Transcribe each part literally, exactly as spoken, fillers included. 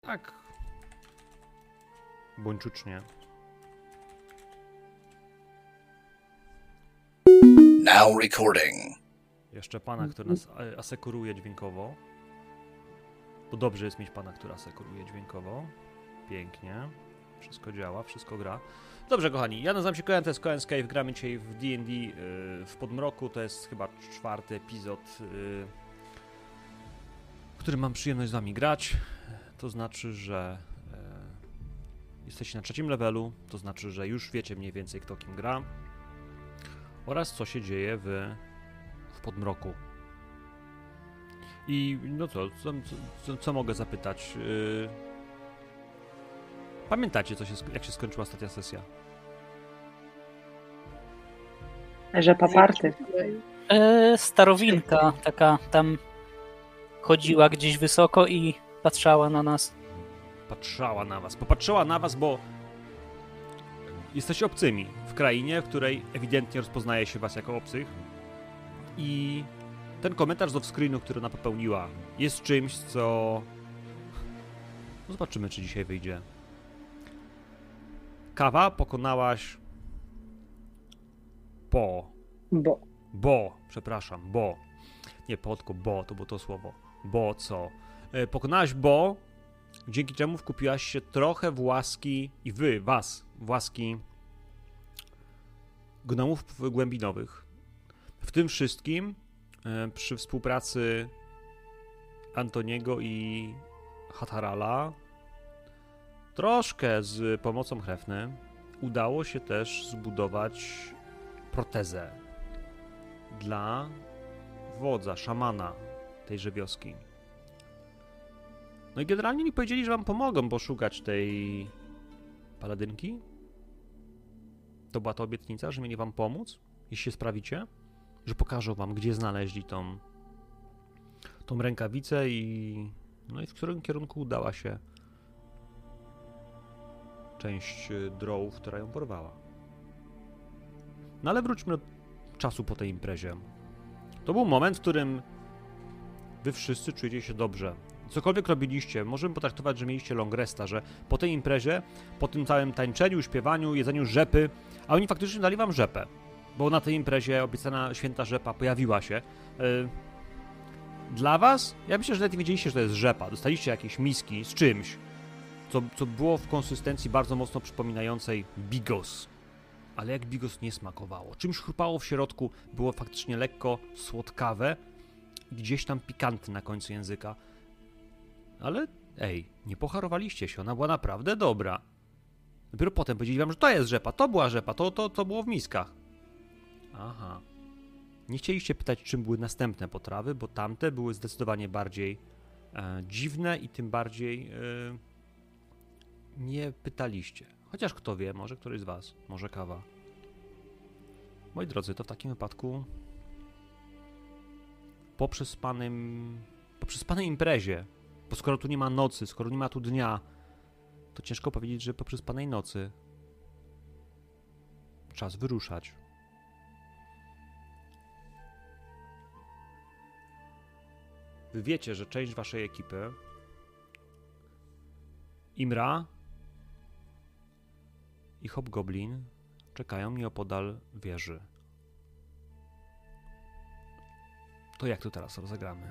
Tak. Buńczucznie. Now recording. Jeszcze pana, który nas asekuruje dźwiękowo. Bo dobrze jest mieć pana, który asekuruje dźwiękowo. Pięknie. Wszystko działa, wszystko gra. Dobrze, kochani, ja nazywam się Koen, to jest Koen's Cave. Gramy dzisiaj w D and D yy, w Podmroku. To jest chyba czwarty epizod, yy, w którym mam przyjemność z wami grać. To znaczy, że yy, jesteście na trzecim levelu. To znaczy, że już wiecie mniej więcej, kto kim gra. Oraz co się dzieje w, w Podmroku. I no co, co, co, co mogę zapytać? Yy... Pamiętacie, co się, jak się skończyła ostatnia sesja? Że paparty. E, starowinka taka tam chodziła gdzieś wysoko i patrzała na nas. Patrzała na was. Popatrzyła na was, bo jesteście obcymi w krainie, w której ewidentnie rozpoznaje się was jako obcych. I ten komentarz z off-screenu, który ona popełniła, jest czymś, co... No zobaczymy, czy dzisiaj wyjdzie. Kawa, pokonałaś po... Bo. Bo, przepraszam, bo. Nie po, tylko bo, to było to słowo. Bo co? E, pokonałaś bo, dzięki czemu wkupiłaś się trochę w łaski, i wy, was, w łaski gnomów głębinowych. W tym wszystkim e, przy współpracy Antoniego i Hatarala, troszkę z pomocą Hrefny, udało się też zbudować protezę dla wodza, szamana tejże wioski. No i generalnie mi powiedzieli, że wam pomogą poszukać tej paladynki. To była ta obietnica, że mieli wam pomóc, jeśli się sprawicie, że pokażą wam, gdzie znaleźli tą tą rękawicę i no i w którym kierunku udała się część drołów, która ją porwała. No ale wróćmy do czasu po tej imprezie. To był moment, w którym wy wszyscy czujecie się dobrze. Cokolwiek robiliście, możemy potraktować, że mieliście long resta, że po tej imprezie, po tym całym tańczeniu, śpiewaniu, jedzeniu rzepy, a oni faktycznie dali wam rzepę, bo na tej imprezie obiecana święta rzepa pojawiła się. Yy, dla was? Ja myślę, że nawet wiedzieliście, że to jest rzepa. Dostaliście jakieś miski z czymś, co, co było w konsystencji bardzo mocno przypominającej bigos. Ale jak bigos nie smakowało. Czymś chrupało w środku, było faktycznie lekko słodkawe i gdzieś tam pikantne na końcu języka. Ale ej, nie pocharowaliście się, ona była naprawdę dobra. Dopiero potem powiedzieli wam, że to jest rzepa, to była rzepa, to, to, to było w miskach. Aha. Nie chcieliście pytać, czym były następne potrawy, bo tamte były zdecydowanie bardziej e, dziwne i tym bardziej e, nie pytaliście. Chociaż kto wie, może któryś z was, może kawa. Moi drodzy, to w takim wypadku po przespanym, po przespanej imprezie, bo skoro tu nie ma nocy, skoro nie ma tu dnia, to ciężko powiedzieć, że po przespanej nocy czas wyruszać. Wy wiecie, że część waszej ekipy, Imra i Hobgoblin, czekają nieopodal wieży. To jak to teraz rozegramy?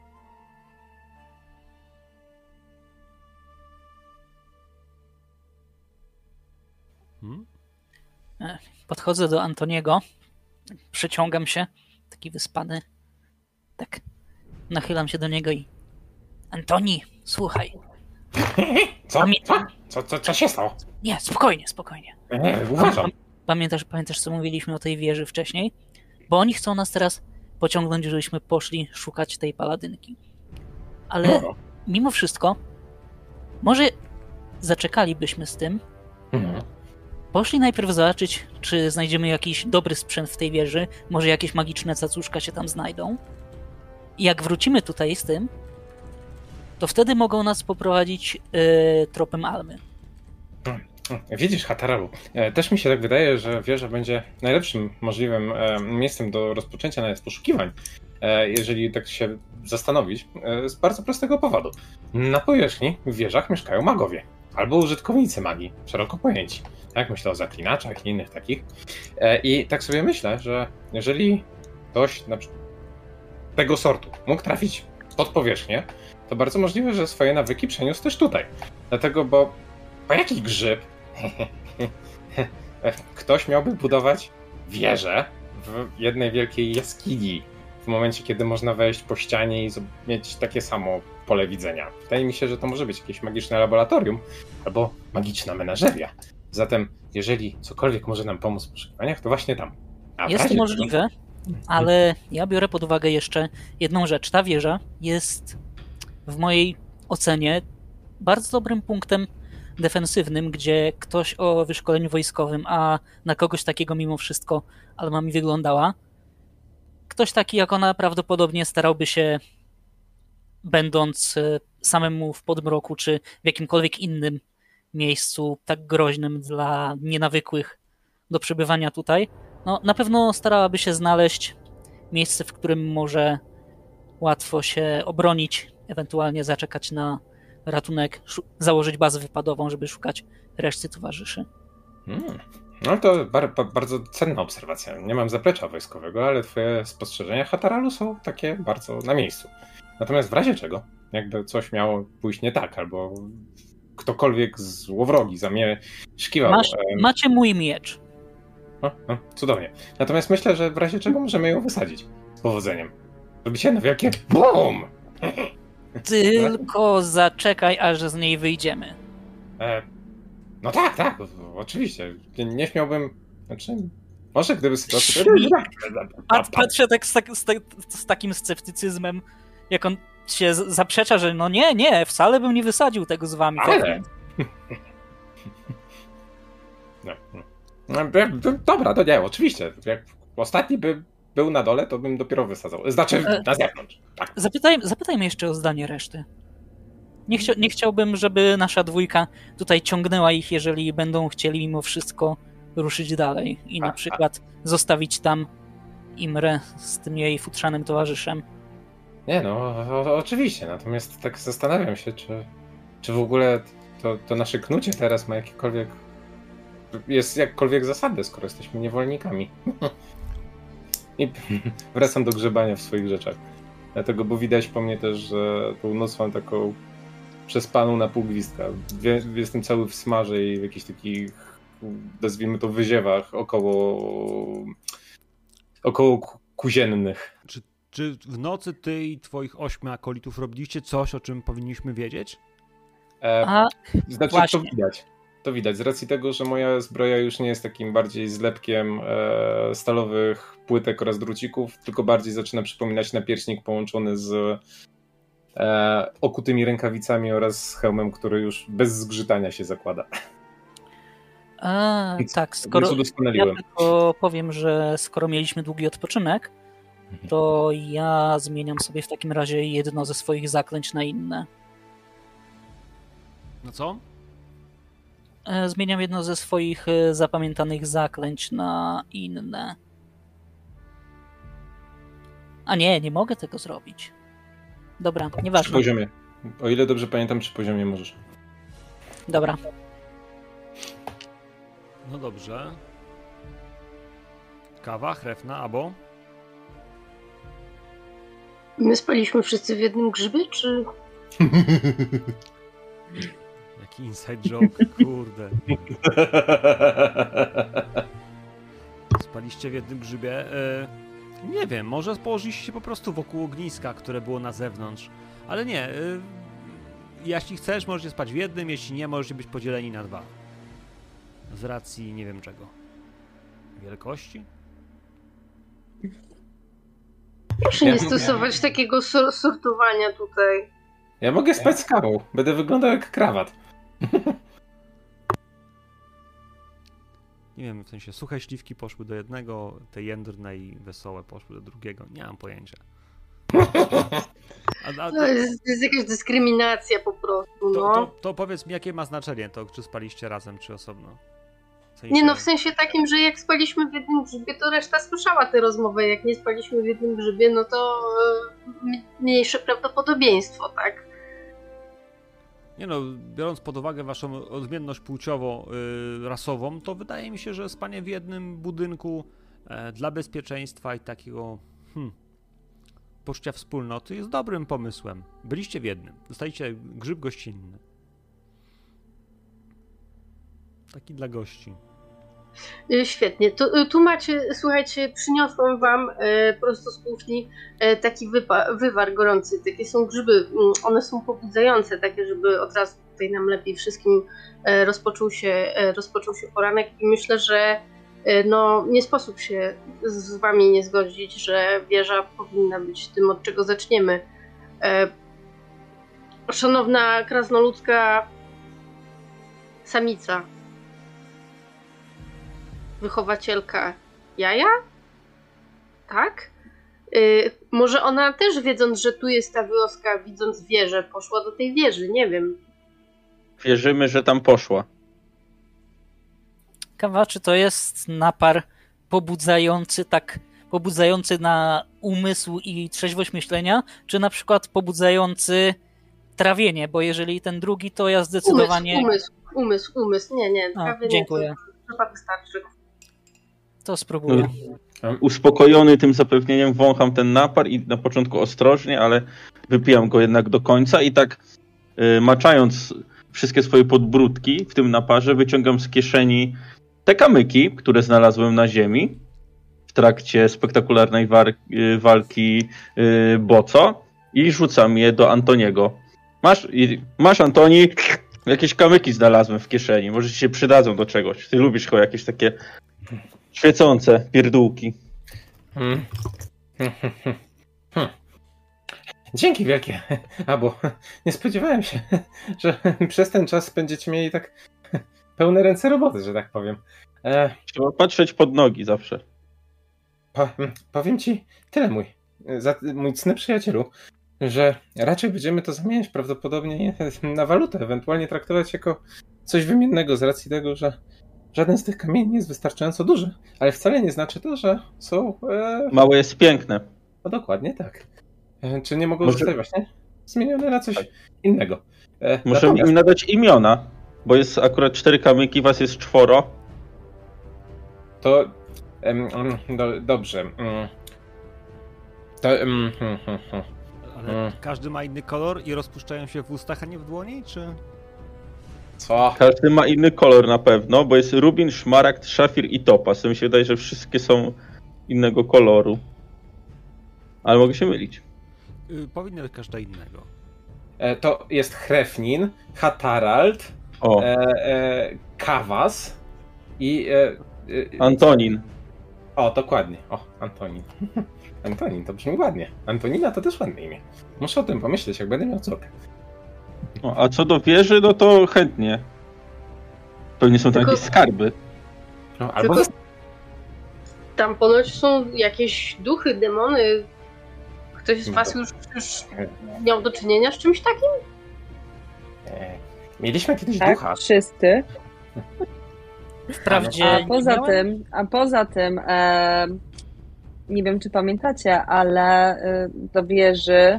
Hmm? Podchodzę do Antoniego, przeciągam się, taki wyspany, tak nachylam się do niego i... Antoni, słuchaj. Co? Pamię... Co? Co? Co się stało? Nie, spokojnie, spokojnie. Nie, uważam. Pamiętasz, pamiętasz, co mówiliśmy o tej wieży wcześniej? Bo oni chcą nas teraz pociągnąć, żebyśmy poszli szukać tej paladynki. Ale no. Mimo wszystko, może zaczekalibyśmy z tym, Mhm. poszli najpierw zobaczyć, czy znajdziemy jakiś dobry sprzęt w tej wieży, może jakieś magiczne cacuszka się tam znajdą. I jak wrócimy tutaj z tym, to wtedy mogą nas poprowadzić yy, tropem Almy. Widzisz, Hataralu, też mi się tak wydaje, że wieża będzie najlepszym możliwym miejscem do rozpoczęcia nawet poszukiwań. e, jeżeli tak się zastanowić, e, z bardzo prostego powodu. Na powierzchni w wieżach mieszkają magowie, albo użytkownicy magii, szeroko pojęci. Tak, myślę o zaklinaczach i innych takich. E, I tak sobie myślę, że jeżeli ktoś na przykład tego sortu mógł trafić pod powierzchnię, to bardzo możliwe, że swoje nawyki przeniósł też tutaj. Dlatego, bo po jaki grzyb ktoś miałby budować wieżę w jednej wielkiej jaskini, w momencie, kiedy można wejść po ścianie i mieć takie samo pole widzenia. Wydaje mi się, że to może być jakieś magiczne laboratorium albo magiczna menażeria. Zatem, jeżeli cokolwiek może nam pomóc w poszukiwaniach, to właśnie tam. A w Jest to razie możliwe, ale ja biorę pod uwagę jeszcze jedną rzecz. Ta wieża jest w mojej ocenie bardzo dobrym punktem defensywnym, gdzie ktoś o wyszkoleniu wojskowym, a na kogoś takiego mimo wszystko Alma mi wyglądała. Ktoś taki jak ona prawdopodobnie starałby się, będąc samemu w podmroku, czy w jakimkolwiek innym miejscu tak groźnym dla nienawykłych do przebywania tutaj, no na pewno starałaby się znaleźć miejsce, w którym może łatwo się obronić, ewentualnie zaczekać na ratunek, założyć bazę wypadową, żeby szukać reszty towarzyszy. Hmm. No to bar ba bardzo cenna obserwacja. Nie mam zaplecza wojskowego, ale twoje spostrzeżenia Hataralu są takie bardzo na miejscu. Natomiast w razie czego, jakby coś miało pójść nie tak, albo ktokolwiek złowrogi zamieszkiwał... Masz, em... Macie mój miecz. O, o, cudownie. Natomiast myślę, że w razie czego możemy ją wysadzić z powodzeniem. Robi się na wielkie BUM! Tylko zaczekaj, aż z niej wyjdziemy. E, no tak, tak, oczywiście. Nie, nie śmiałbym... Znaczy, może gdyby sytuacja... Pat, patrzę tak z, tak, z, tak, z takim sceptycyzmem, jak on się z, zaprzecza, że no nie, nie, wcale bym nie wysadził tego z wami. Ale... No, no. No, dobra, to nie, oczywiście. Jak ostatni by był na dole, to bym dopiero wysadzał. Znaczy, na zewnątrz. Tak. Zapytaj, zapytajmy jeszcze o zdanie reszty. Nie, chcia, nie chciałbym, żeby nasza dwójka tutaj ciągnęła ich, jeżeli będą chcieli mimo wszystko ruszyć dalej i na a, przykład a. zostawić tam Imrę z tym jej futrzanym towarzyszem. Nie no, o, o, oczywiście. Natomiast tak zastanawiam się, czy, czy w ogóle to, to nasze knucie teraz ma jakiekolwiek... jest jakkolwiek zasadne, skoro jesteśmy niewolnikami. I wracam do grzebania w swoich rzeczach. Dlatego, bo widać po mnie też, że tą noc mam taką przespaną na pół gwizdka. Jestem cały w smarze i w jakichś takich, nazwijmy to, wyziewach około około kuziennych. Czy, czy w nocy ty i twoich ośmiu akolitów robiliście coś, o czym powinniśmy wiedzieć? E, A, znaczy, właśnie. to widać. To widać, z racji tego, że moja zbroja już nie jest takim bardziej zlepkiem e, stalowych płytek oraz drucików, tylko bardziej zaczyna przypominać napierśnik połączony z e, okutymi rękawicami oraz z hełmem, który już bez zgrzytania się zakłada. A, Więc, tak, skoro więc ja udoskonaliłem. tylko powiem, że skoro mieliśmy długi odpoczynek, to ja zmieniam sobie w takim razie jedno ze swoich zaklęć na inne. No co? E, Zmieniam jedno ze swoich e, zapamiętanych zaklęć na inne. A nie, nie mogę tego zrobić. Dobra, Przy nieważne. poziomie. O ile dobrze pamiętam, przy poziomie możesz. Dobra. No dobrze. Kawa, chrewna, abo? My spaliśmy wszyscy w jednym grzybie, czy... Jaki inside joke, kurde. Spaliście w jednym grzybie. E, nie wiem, może położyliście się po prostu wokół ogniska, które było na zewnątrz. Ale nie, e, jeśli chcesz, możecie spać w jednym, jeśli nie, możecie być podzieleni na dwa. Z racji nie wiem czego. Wielkości? Proszę Ja nie mówię- stosować takiego sor- sortowania tutaj. Ja mogę spać z kawą. Będę wyglądał jak krawat. Nie wiem, w sensie suche śliwki poszły do jednego, te jędrne i wesołe poszły do drugiego. Nie mam pojęcia. A, a, To jest, to jest jakaś dyskryminacja po prostu, to, no. to, to powiedz mi, jakie ma znaczenie to, czy spaliście razem, czy osobno. W sensie... Nie no, w sensie takim, że jak spaliśmy w jednym grzybie, to reszta słyszała tę rozmowę. Jak nie spaliśmy w jednym grzybie, no to e, mniejsze prawdopodobieństwo, tak? Nie no, biorąc pod uwagę waszą odmienność płciowo-rasową, to wydaje mi się, że spanie w jednym budynku e, dla bezpieczeństwa i takiego hmm, poczucia wspólnoty jest dobrym pomysłem. Byliście w jednym, dostaliście grzyb gościnny. Taki dla gości. E, Świetnie. Tu, e, tu macie, słuchajcie, przyniosłam wam e, prosto z kuchni e, taki wypa- wywar gorący. Takie są grzyby, mm, one są pobudzające, takie, żeby od razu tutaj nam lepiej wszystkim e, rozpoczął się, e, rozpoczął się poranek i myślę, że e, no, nie sposób się z wami nie zgodzić, że wieża powinna być tym, od czego zaczniemy. E, szanowna krasnoludzka samica, wychowacielka Jaja? Tak? Yy, może ona też, wiedząc, że tu jest ta wioska, widząc wieżę, poszła do tej wieży, nie wiem. Wierzymy, że tam poszła. Kawa, czy to jest napar pobudzający, tak pobudzający na umysł i trzeźwość myślenia, czy na przykład pobudzający trawienie, bo jeżeli ten drugi, to ja zdecydowanie... Umysł, umysł, umysł, umysł. nie, nie, A, trawienie dziękuję. to chyba wystarczy. To spróbuję. Uspokojony tym zapewnieniem wącham ten napar i na początku ostrożnie, ale wypijam go jednak do końca i tak y, maczając wszystkie swoje podbródki w tym naparze, wyciągam z kieszeni te kamyki, które znalazłem na ziemi w trakcie spektakularnej war- y, walki y, Boco i rzucam je do Antoniego. Masz, i, masz Antoni, jakieś kamyki znalazłem w kieszeni, może ci się przydadzą do czegoś. Ty lubisz chyba jakieś takie świecące pierdółki. Hmm. Hmm, hmm, hmm. Hmm. Dzięki wielkie. Albo nie spodziewałem się, że przez ten czas będziecie mieli tak pełne ręce roboty, że tak powiem. E, Trzeba patrzeć pod nogi zawsze. po, powiem ci tyle, mój, za, mój cny przyjacielu, że raczej będziemy to zamieniać prawdopodobnie na walutę, ewentualnie traktować jako coś wymiennego z racji tego, że żaden z tych kamieni nie jest wystarczająco duży, ale wcale nie znaczy to, że są... E... Małe jest piękne. No dokładnie tak. E, czy nie mogą Może- zostać właśnie zmienione na coś innego. E, Możemy natomiast- im nadać imiona, bo jest akurat cztery kamyki, was jest czworo. To... em, em, do, dobrze. em, to... em, hmm, hmm, hmm. Ale Mm. każdy ma inny kolor i rozpuszczają się w ustach, a nie w dłoni, czy... Co? Każdy ma inny kolor na pewno, bo jest rubin, szmaragd, szafir i topaz. To mi się wydaje, że wszystkie są innego koloru. Ale mogę się mylić. Y, powinna być każda innego. E, to jest Hrefnin, Hatarald, O, e, e, Kawas i... E, e, Antonin. O, dokładnie. O, Antonin. Antonin, to brzmi ładnie. Antonina to też ładne imię. Muszę o tym pomyśleć, jak będę miał córkę. No, a co do wieży, no to chętnie. Pewnie są tam Tylko- jakieś skarby. No, albo Tylko tam ponoć są jakieś duchy, demony. Ktoś z No was to- już, już miał do czynienia z czymś takim? E, mieliśmy kiedyś Tak, ducha. wszyscy. Wprawdzie A nie poza miałem- tym, a poza tym e, nie wiem, czy pamiętacie, ale e, do wieży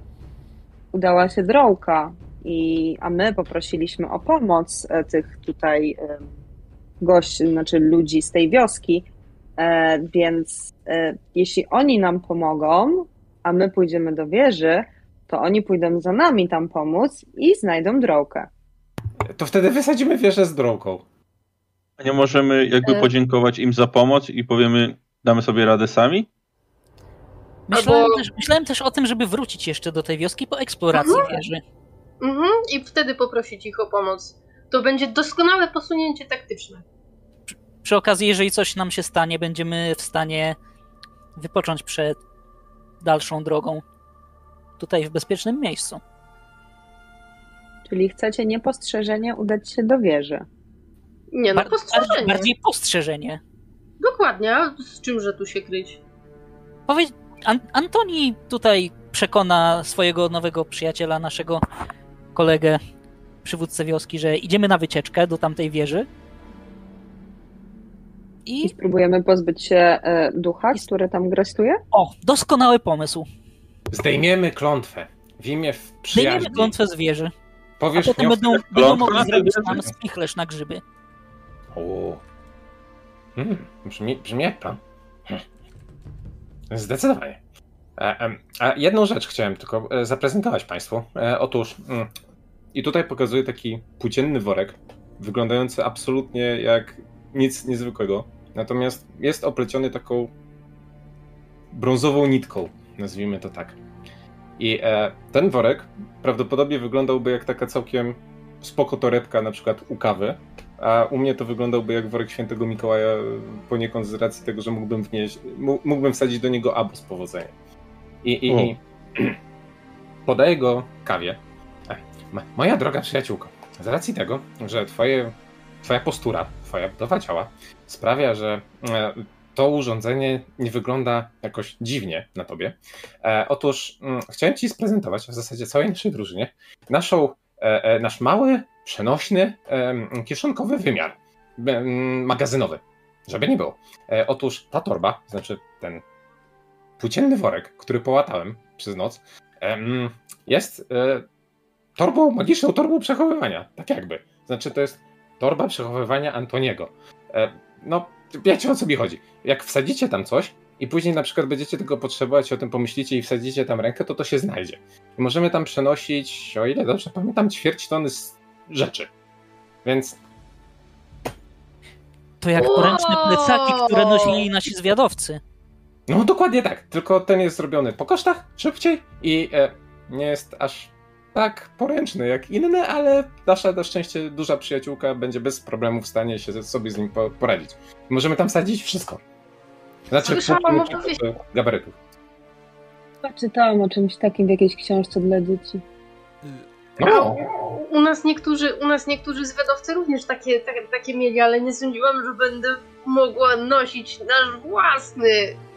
udała się Drołka, i, a my poprosiliśmy o pomoc e, tych tutaj e, gości, znaczy ludzi z tej wioski, e, więc e, jeśli oni nam pomogą, a my pójdziemy do wieży, to oni pójdą za nami tam pomóc i znajdą Drołkę. To wtedy wysadzimy wieżę z drogą. A nie możemy jakby E. podziękować im za pomoc i powiemy, damy sobie radę sami? Myślałem, Albo- też, myślałem też o tym, żeby wrócić jeszcze do tej wioski po eksploracji wieży. Mhm, i wtedy poprosić ich o pomoc. To będzie doskonałe posunięcie taktyczne. Przy okazji, jeżeli coś nam się stanie, będziemy w stanie wypocząć przed dalszą drogą. Tutaj w bezpiecznym miejscu. Czyli chcecie niepostrzeżenie udać się do wieży. Nie no, Bar- postrzeżenie. bardziej, bardziej postrzeżenie. Dokładnie, a z czymże tu się kryć? Powiedz, An- Antoni tutaj przekona swojego nowego przyjaciela, naszego kolegę, przywódcę wioski, że idziemy na wycieczkę do tamtej wieży. I I spróbujemy pozbyć się e, ducha, I- który tam grasuje? o, doskonały pomysł. Zdejmiemy klątwę w imię w Zdejmiemy przyjaźni. klątwę zwierzy, a Powiesz potem będą, będą klątwa mogli na zrobić zwierzę. nam spichlerz na grzyby. O. Hmm, brzmi, brzmi jak plan. Hmm. Zdecydowanie. E, em, a jedną rzecz chciałem tylko e, zaprezentować Państwu. E, otóż, mm, i tutaj pokazuję taki płócienny worek, wyglądający absolutnie jak nic niezwykłego. Natomiast jest opleciony taką brązową nitką, nazwijmy to tak. I e, ten worek prawdopodobnie wyglądałby jak taka całkiem spoko torebka, na przykład u kawy, a u mnie to wyglądałby jak worek świętego Mikołaja poniekąd z racji tego, że mógłbym wnieść, mógłbym wsadzić do niego abo z powodzeniem. I, i, i podaję go kawie. E, moja droga przyjaciółko, z racji tego, że twoje, twoja postura, twoja budowa ciała sprawia, że e, to urządzenie nie wygląda jakoś dziwnie na tobie. E, otóż mm, chciałem ci sprezentować, a w zasadzie całej naszej drużynie, naszą, e, e, nasz mały, przenośny, e, kieszonkowy wymiar e, magazynowy, żeby nie było. E, otóż ta torba, znaczy ten płócienny worek, który połatałem przez noc, e, jest e, torbą, magiczną torbą przechowywania, tak jakby. Znaczy to jest torba przechowywania Antoniego. E, no, wiecie o co mi chodzi. Jak wsadzicie tam coś i później na przykład będziecie tego potrzebować, o tym pomyślicie i wsadzicie tam rękę, to to się znajdzie. I możemy tam przenosić, o ile dobrze pamiętam, ćwierć tony z rzeczy. Więc To jak Wow! poręczne plecaki, które nosili nasi zwiadowcy. no dokładnie tak, tylko ten jest zrobiony po kosztach, szybciej i e, nie jest aż tak poręczny jak inne, ale nasza na szczęście duża przyjaciółka będzie bez problemu w stanie się sobie z nim po- poradzić. Możemy tam wsadzić wszystko. Znaczy, Słyszałam pół- o pół- czymś- do gabarytów. Czytałam o czymś takim w jakiejś książce dla dzieci. No, U nas niektórzy, u nas niektórzy zwiadowcy również takie, takie, takie mieli, ale nie sądziłam, że będę mogła nosić nasz własny.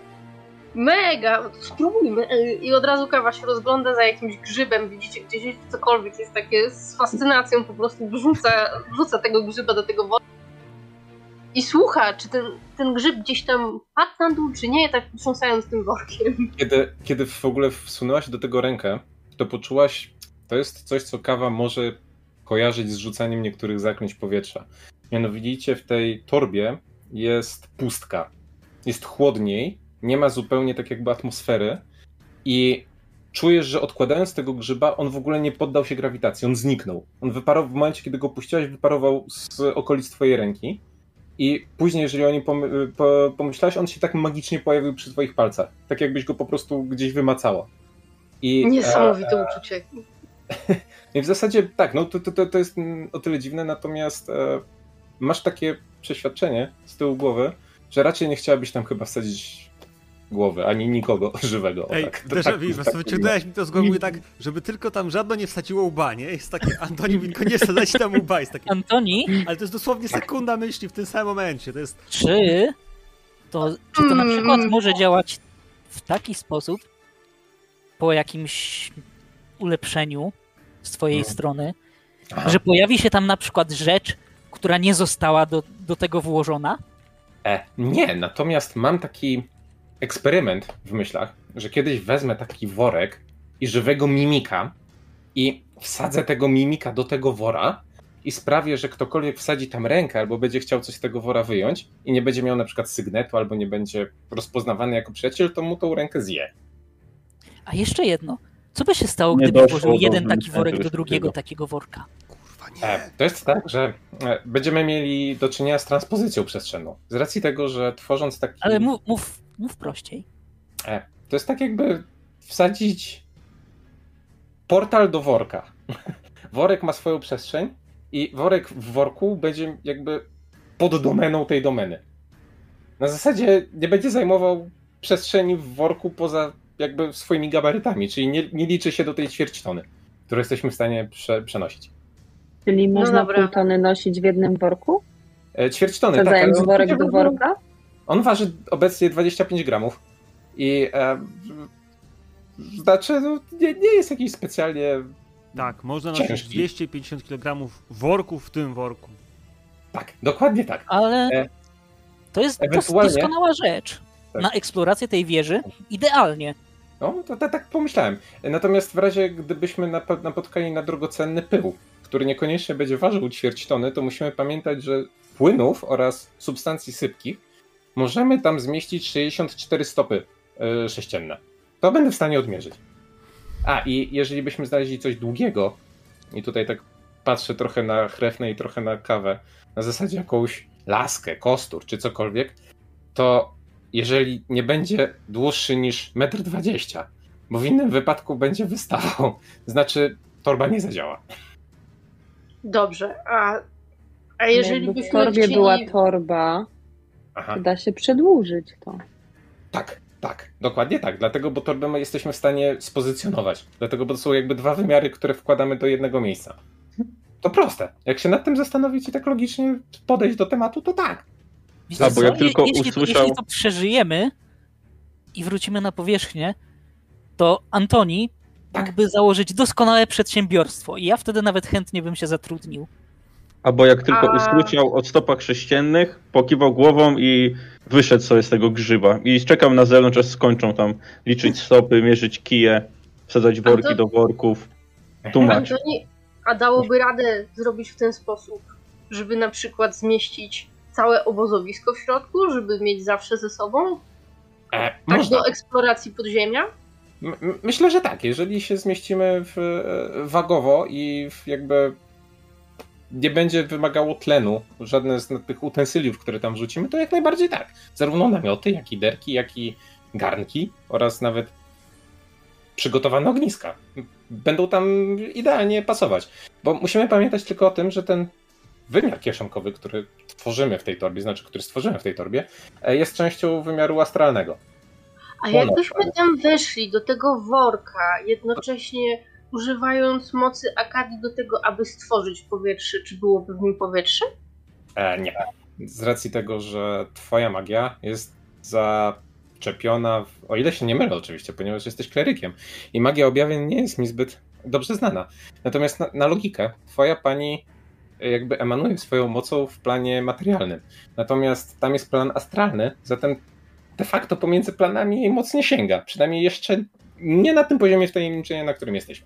Mega! Spróbujmy. I od razu kawa się rozgląda za jakimś grzybem. Widzicie gdzieś cokolwiek jest takie z fascynacją, po prostu wrzuca, wrzuca tego grzyba do tego wody. I słucha, czy ten, ten grzyb gdzieś tam padł na dół, czy nie, tak potrząsając tym workiem. kiedy, kiedy w ogóle wsunęłaś do tego rękę, to poczułaś, to jest coś, co kawa może kojarzyć z rzucaniem niektórych zaklęć powietrza. Mianowicie w tej torbie jest pustka. Jest chłodniej, nie ma zupełnie tak jakby atmosfery i czujesz, że odkładając tego grzyba, on w ogóle nie poddał się grawitacji, on zniknął. On wyparował, w momencie, kiedy go puściłaś, wyparował z okolic twojej ręki i później, jeżeli o nim pom- po- pomyślałeś, on się tak magicznie pojawił przy twoich palcach. Tak jakbyś go po prostu gdzieś wymacała. I, Niesamowite uczucie. I w zasadzie tak, no to, to, to jest o tyle dziwne, natomiast e, masz takie przeświadczenie z tyłu głowy, że raczej nie chciałabyś tam chyba wsadzić głowy, ani nikogo żywego. O Ej, tak, to déjà tak, vu, tak, tak, wyciągnąłeś mi to z głowy, mówię tak, żeby tylko tam żadno nie wsadziło łba, nie? Jest takie, Antoni mówi, tylko nie wsadzać tam łba, jest takie, Antoni, ale to jest dosłownie sekunda myśli w tym samym momencie, to jest... czy to, czy to na przykład może działać w taki sposób, po jakimś ulepszeniu z twojej No. strony, Aha. że pojawi się tam na przykład rzecz, która nie została do, do tego włożona? E, nie, natomiast mam taki eksperyment w myślach, że kiedyś wezmę taki worek i żywego mimika i wsadzę tego mimika do tego wora i sprawię, że ktokolwiek wsadzi tam rękę albo będzie chciał coś z tego wora wyjąć i nie będzie miał na przykład sygnetu albo nie będzie rozpoznawany jako przyjaciel, to mu tą rękę zje. A jeszcze jedno. Co by się stało, Nie gdybyś doszło włożył do jeden taki wymyślenia worek do czegoś drugiego takiego. takiego worka? Kurwa, nie. E, to jest tak, że e, będziemy mieli do czynienia z transpozycją przestrzenną. Z racji tego, że tworząc taki... Ale mów, mów, mów prościej. E, to jest tak jakby wsadzić portal do worka. Worek ma swoją przestrzeń i worek w worku będzie jakby pod domeną tej domeny. Na zasadzie nie będzie zajmował przestrzeni w worku poza jakby swoimi gabarytami, czyli nie, nie liczy się do tej ćwierć tony, którą jesteśmy w stanie prze, przenosić. Czyli No można dobra. pół tony nosić w jednym worku? E, ćwierć tony, tak. Wsadzając ale on worek będzie do w- worka? On waży obecnie dwadzieścia pięć gramów i e, znaczy no, nie, nie jest jakiś specjalnie Tak, można nosić Ciężki. dwieście pięćdziesiąt kilogramów worków w tym worku. tak, dokładnie tak. Ale E. To jest dos- Ewentualnie- doskonała rzecz. Tak. Na eksplorację tej wieży idealnie. No, to, to tak pomyślałem. Natomiast w razie, gdybyśmy nap- napotkali na drogocenny pył, który niekoniecznie będzie ważył ćwierć tony, to musimy pamiętać, że płynów oraz substancji sypkich możemy tam zmieścić sześćdziesiąt cztery stopy yy, sześcienne. To będę w stanie odmierzyć. A, i jeżeli byśmy znaleźli coś długiego, i tutaj tak patrzę trochę na chrefnę i trochę na kawę, na zasadzie jakąś laskę, kostur czy cokolwiek, to jeżeli nie będzie dłuższy niż metr dwadzieścia, bo w innym wypadku będzie wystawał, znaczy torba nie zadziała. Dobrze, a, a jeżeli Jakby w byśmy torbie chcieli... była torba, Aha. to da się przedłużyć to. Tak, tak, dokładnie tak. Dlatego, bo torbę my jesteśmy w stanie spozycjonować. Dlatego, bo to są jakby dwa wymiary, które wkładamy do jednego miejsca. To proste. Jak się nad tym zastanowić i tak logicznie podejść do tematu, to tak. Wiecie A, bo co? jak tylko jeśli, usłyszał- jeśli to przeżyjemy i wrócimy na powierzchnię, to Antoni Tak. mógłby założyć doskonałe przedsiębiorstwo i ja wtedy nawet chętnie bym się zatrudnił. Albo jak tylko A- usłyszał o stopach sześciennych, pokiwał głową i wyszedł sobie z tego grzyba. I czekał na zewnątrz, aż skończą tam liczyć stopy, mierzyć kije, wsadzać worki to- do worków. Tłumacz. Antoni, a dałoby radę zrobić w ten sposób, żeby na przykład zmieścić całe obozowisko w środku, żeby mieć zawsze ze sobą? E, Tak można. do eksploracji podziemia? M- m- myślę, że tak. Jeżeli się zmieścimy w, e, wagowo i w jakby nie będzie wymagało tlenu żadne z tych utensyliów, które tam wrzucimy, to jak najbardziej tak. Zarówno namioty, jak i derki, jak i garnki oraz nawet przygotowane ogniska. Będą tam idealnie pasować. Bo musimy pamiętać tylko o tym, że ten wymiar kieszonkowy, który tworzymy w tej torbie, znaczy który stworzymy w tej torbie, e, jest częścią wymiaru astralnego. A Ono, jakbyśmy ale- tam weszli do tego worka, jednocześnie używając mocy Akadii do tego, aby stworzyć powietrze, czy byłoby w nim powietrze? E, nie. Z racji tego, że twoja magia jest zaczepiona, w, o ile się nie mylę oczywiście, ponieważ jesteś klerykiem i magia objawień nie jest mi zbyt dobrze znana. Natomiast na, na logikę twoja pani jakby emanuje swoją mocą w planie materialnym. Natomiast tam jest plan astralny, zatem de facto pomiędzy planami jej moc nie sięga. Przynajmniej jeszcze nie na tym poziomie wtajemniczenia, na którym jesteśmy.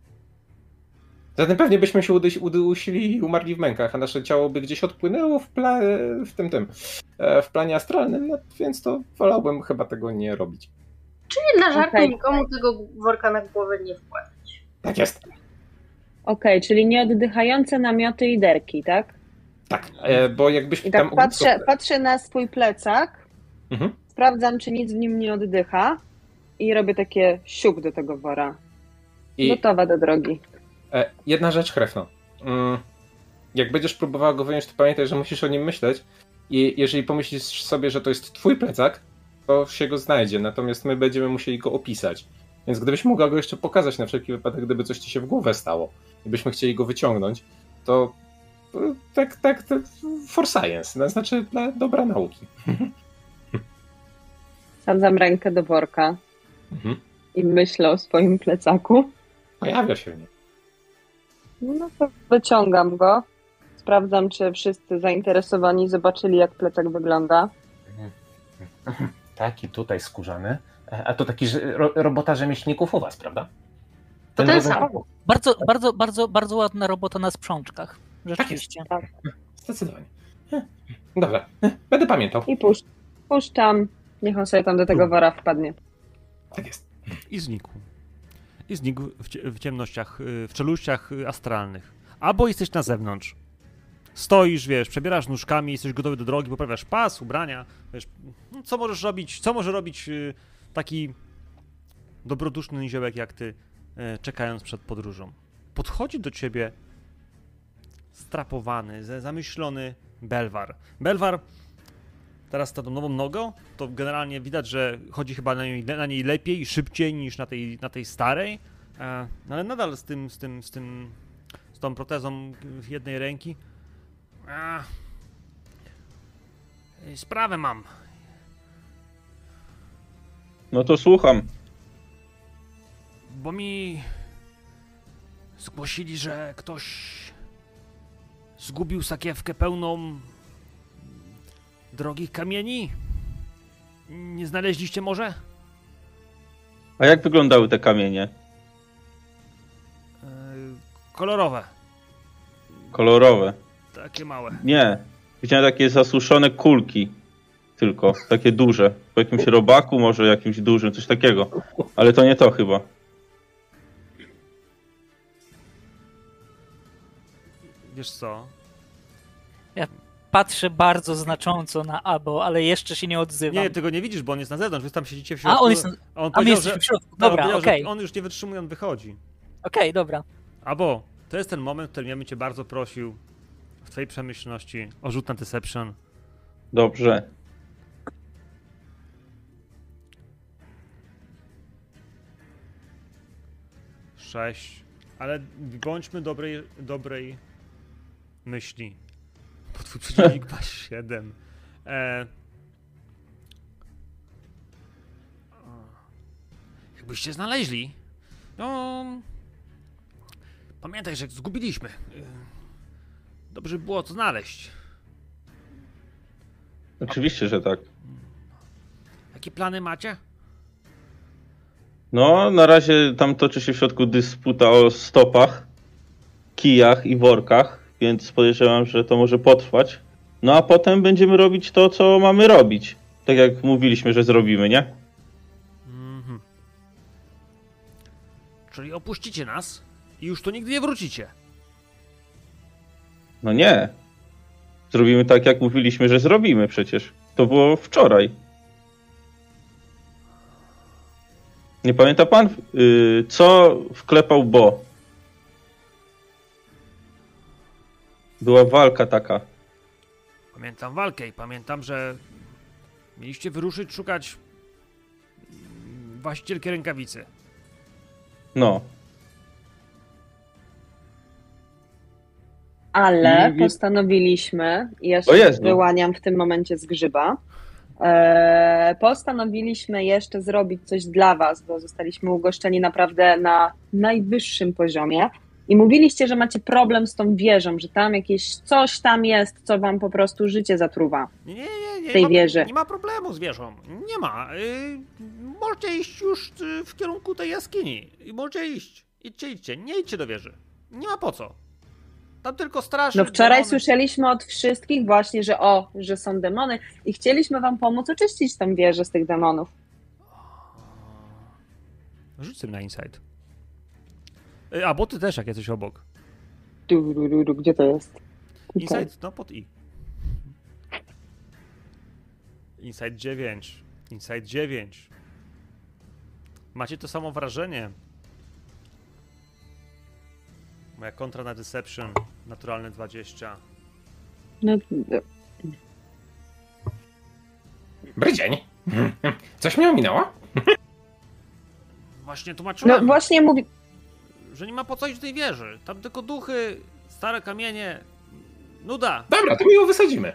Zatem pewnie byśmy się udy- udusili i umarli w mękach, a nasze ciało by gdzieś odpłynęło w, pla- w tym tym, e, w planie astralnym, no, więc to wolałbym chyba tego nie robić. Czyli dla żartu Okej. nikomu tego worka na głowę nie wkładać. Tak jest. Okej, czyli nieoddychające namioty i derki, tak? Tak, e, bo jakbyśmy I tak tam... patrzę, patrzę na swój plecak, Mhm. sprawdzam, czy nic w nim nie oddycha i robię takie siuk do tego wora. I Gotowa do drogi. e, jedna rzecz, Hrefno. Mm, jak będziesz próbowała go wyjąć, to pamiętaj, że musisz o nim myśleć i jeżeli pomyślisz sobie, że to jest twój plecak, to się go znajdzie, natomiast my będziemy musieli go opisać. Więc gdybyś mogła go jeszcze pokazać na wszelki wypadek, gdyby coś ci się w głowę stało i byśmy chcieli go wyciągnąć, to to tak, tak, to for science, to znaczy dla dobra nauki. Sadzam rękę do worka Mhm. i myślę o swoim plecaku. Pojawia się w nim. No to wyciągam go. Sprawdzam, czy wszyscy zainteresowani zobaczyli, jak plecak wygląda. Taki tutaj skórzany. A to taki ro, robota rzemieślników u was, prawda? To ten sam. Bardzo, bardzo, bardzo, bardzo ładna robota na sprzączkach. Rzeczywiście. Zdecydowanie. Dobra, będę pamiętał. I pusz- puszczam. Niech on sobie tam do tego wora wpadnie. Tak jest. I znikł. I znikł w, cie- w ciemnościach, y, w czeluściach y, astralnych. Albo jesteś na zewnątrz. Stoisz, wiesz, przebierasz nóżkami, jesteś gotowy do drogi, poprawiasz pas, ubrania, wiesz, no, co możesz robić, co może robić y, taki dobroduszny niziołek jak ty, y, czekając przed podróżą. Podchodzi do ciebie strapowany, za- zamyślony Belwar. Belwar teraz z tą nową nogą, to generalnie widać, że chodzi chyba na niej, na niej lepiej i szybciej niż na tej, na tej starej, e, no ale nadal z tym, z tym, z tym, z tą protezą w jednej ręki. A, sprawę mam. No to słucham. Bo mi zgłosili, że ktoś zgubił sakiewkę pełną drogich kamieni? Nie znaleźliście może? A jak wyglądały te kamienie? Yy, kolorowe. Kolorowe. Takie małe. Nie. Widziałem takie zasuszone kulki. Tylko. Takie duże. Po jakimś robaku, może jakimś dużym, coś takiego. Ale to nie to chyba. Wiesz co? Patrzę bardzo znacząco na Abo, ale jeszcze się nie odzywam. Nie, tego nie widzisz, bo on jest na zewnątrz, wy tam siedzicie w środku. A, on jest... A on A my powiedział, jesteśmy że... w środku. tak, on Dobra, powiedział, okej. że on już nie wytrzymuje, on wychodzi. Okej, dobra. Abo, to jest ten moment, w którym ja bym cię bardzo prosił w twojej przemyślności o rzut na Deception. Dobrze. Sześć. Ale bądźmy dobrej, dobrej myśli. Bo twój przeciwnik ma siedem. E... Jakbyście znaleźli, no... Pamiętaj, że zgubiliśmy. Dobrze by było to znaleźć. Oczywiście, że tak. Jakie plany macie? No, na razie tam toczy się w środku dysputa o stopach, kijach i workach, więc podejrzewam, że to może potrwać. No a potem będziemy robić to, co mamy robić. Tak jak mówiliśmy, że zrobimy, nie? Mhm. Czyli opuścicie nas i już tu nigdy nie wrócicie. No nie. Zrobimy tak, jak mówiliśmy, że zrobimy przecież. To było wczoraj. Nie pamięta pan, yy, co wklepał Bo? Była walka taka. Pamiętam walkę i pamiętam, że mieliście wyruszyć szukać właścicielki rękawicy. No. Ale I- postanowiliśmy, ja O się Jezu. wyłaniam w tym momencie z grzyba, e, postanowiliśmy jeszcze zrobić coś dla was, bo zostaliśmy ugoszczeni naprawdę na najwyższym poziomie i mówiliście, że macie problem z tą wieżą, że tam jakieś coś tam jest, co wam po prostu życie zatruwa. Nie, nie, nie, nie, tej nie, ma, wieży. nie ma problemu z wieżą. Nie ma. Yy, możecie iść już y, w kierunku tej jaskini. I możecie iść. Idźcie, idźcie. Nie idźcie do wieży. Nie ma po co. Tam tylko straszy. No wczoraj demony. słyszeliśmy od wszystkich właśnie, że o, że są demony i chcieliśmy wam pomóc oczyścić tą wieżę z tych demonów. Rzuć sobie na insight. Y, A, bo ty też jak jesteś obok. Du, du, du, du, gdzie to jest? Insight, no pod i. Insight dziewięć. Insight dziewięć. Macie to samo wrażenie. Moja kontra na Deception. Naturalne dwadzieścia. No, Dobry dzień. Coś mnie ominęło? Właśnie no tłumaczyłem, właśnie mówi... że nie ma po co iść do tej wieży. Tam tylko duchy, stare kamienie. Nuda. Dobra, to mi ją wysadzimy.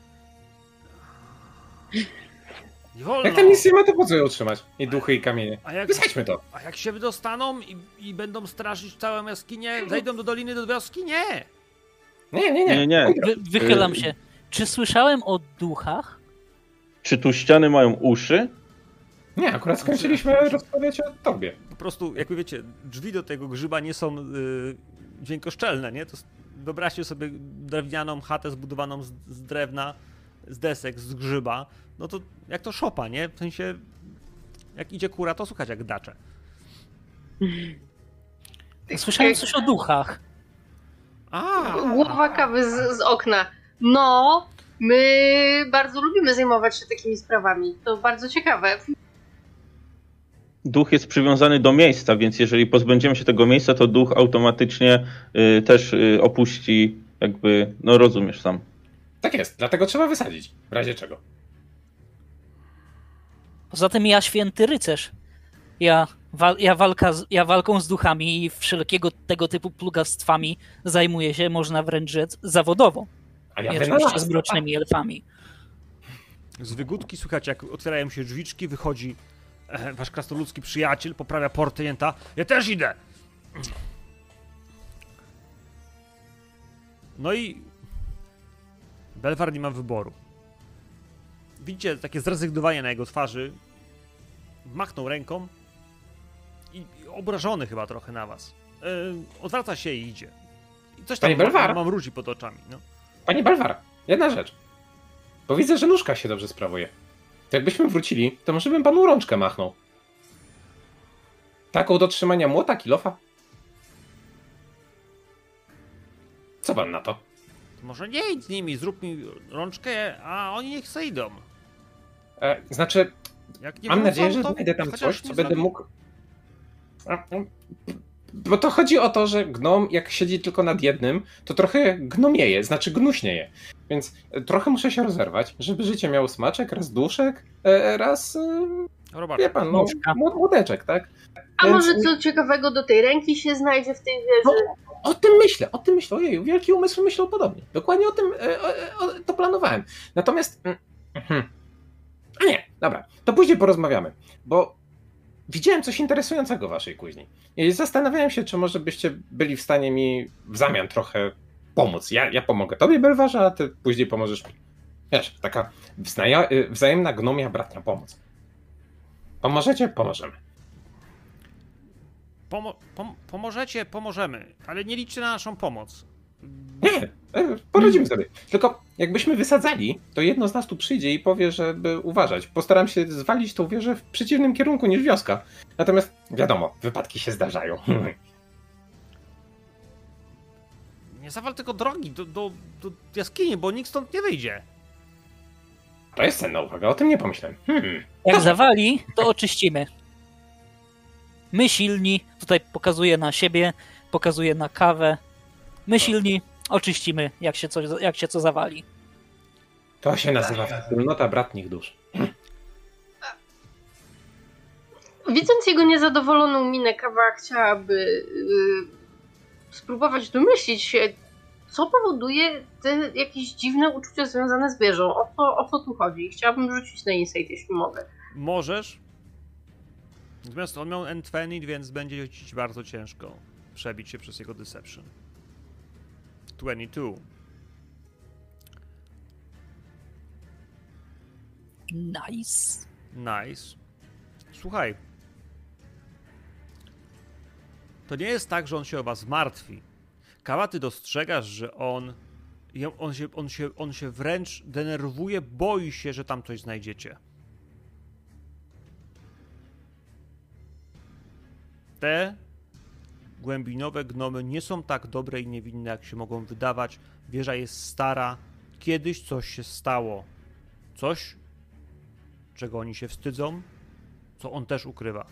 Nie wolno. Jak tam nic nie ma, to po co ją utrzymać? I duchy, i kamienie. A jak, Wysadźmy to. a jak się wydostaną i, i będą straszyć całą jaskinię, zejdą do doliny, do wioski? Nie. Nie, nie, nie. Nie, nie. Wy, wychylam się. Czy słyszałem o duchach? Czy tu ściany mają uszy? Nie, akurat skończyliśmy rozmawiać o tobie. Po prostu, jak wy wiecie, drzwi do tego grzyba nie są y, dźwiękoszczelne, nie? To s- wyobraźcie sobie drewnianą chatę zbudowaną z, z drewna, z desek, z grzyba. No to jak to szopa, nie? W sensie, jak idzie kura, to słuchać jak dacze. Słyszałem coś o duchach. A, Głowa kawy z, z okna. No, my bardzo lubimy zajmować się takimi sprawami. To bardzo ciekawe. Duch jest przywiązany do miejsca, więc jeżeli pozbędziemy się tego miejsca, to duch automatycznie y, też y, opuści, jakby, no rozumiesz sam. Tak jest, dlatego trzeba wysadzić. W razie czego. Poza tym ja święty rycerz. Ja, wal, ja, walka z, ja walką z duchami i wszelkiego tego typu plugastwami zajmuję się, można wręcz rzec, zawodowo. A I ja oczywiście wynalazłem. z mrocznymi elfami. z wygódki słychać, jak otwierają się drzwiczki, wychodzi e, wasz krasnoludzki przyjaciel, poprawia portjęta. Ja też idę! No i Belwar nie ma wyboru. widzicie takie zrezygnowanie na jego twarzy. Machnął ręką i, i obrażony chyba trochę na was. Yy, odwraca się i idzie. I coś tam Panie Belwar? mam, mam róży pod oczami. No. Panie Belwar, jedna rzecz. Bo widzę, że nóżka się dobrze sprawuje. To jakbyśmy wrócili, to może bym panu rączkę machnął. Taką do trzymania młota, kilofa? Co pan na to? To może nie idź z nimi, zrób mi rączkę, a oni niech se idą. E, znaczy, Jak nie mam wrócą, nadzieję, że to znajdę tam chociaż coś, nie co będę zrobi- mógł... A, no, Bo to chodzi o to, że gnom, jak siedzi tylko nad jednym, to trochę gnomieje, znaczy gnuśnieje. Więc trochę muszę się rozerwać, żeby życie miało smaczek, raz duszek, e, raz, e, Robaczek. wie pan, no, Nóżka. młod- młodeczek, tak? A Więc- może co ciekawego do tej ręki się znajdzie w tej wieży? O tym myślę, o tym myślę. Ojeju, wielki umysł myślał podobnie. Dokładnie o tym e, e, o, to planowałem. Natomiast... mm, mhm. A nie, dobra, to później porozmawiamy, bo widziałem coś interesującego w waszej kuźni. I zastanawiałem się, czy może byście byli w stanie mi w zamian trochę pomóc. Ja, ja pomogę tobie, Belwarze, a ty później pomożesz mi. Wiesz, taka wznaja- wzajemna gnomia, bratnia pomoc. Pomożecie? Pomożemy. Pomo- pom- pomożecie, pomożemy, ale nie liczcie na naszą pomoc. Nie, e, poradzimy sobie. Tylko jakbyśmy wysadzali, to jedno z nas tu przyjdzie i powie, żeby uważać. Postaram się zwalić tą wieżę w przeciwnym kierunku niż wioska. Natomiast wiadomo, wypadki się zdarzają. Nie zawal tylko drogi do, do, do jaskini, bo nikt stąd nie wyjdzie. To jest cenna uwaga, o tym nie pomyślałem. Hmm. Jak zawali, to oczyścimy. My silni, tutaj pokazuję na siebie, pokazuję na kawę. My silni, oczyścimy, jak się, coś, jak się co zawali. To się nazywa wspólnota bratnich dusz. Widząc jego niezadowoloną minę, Kawa chciałaby yy, spróbować domyślić się, co powoduje te jakieś dziwne uczucia związane z wieżą. O co, o co tu chodzi? Chciałabym rzucić na insight, jeśli mogę. Możesz. Natomiast on miał N dwadzieścia, więc będzie ci bardzo ciężko przebić się przez jego deception. dwadzieścia dwa. Nice. Nice. Słuchaj. To nie jest tak, że on się o was martwi. Kawa, ty dostrzegasz, że on, on, się, on, się, on się wręcz denerwuje, boi się, że tam coś znajdziecie. Te głębinowe gnomy nie są tak dobre i niewinne, jak się mogą wydawać. Wieża jest stara. Kiedyś coś się stało. Coś, czego oni się wstydzą, co on też ukrywa.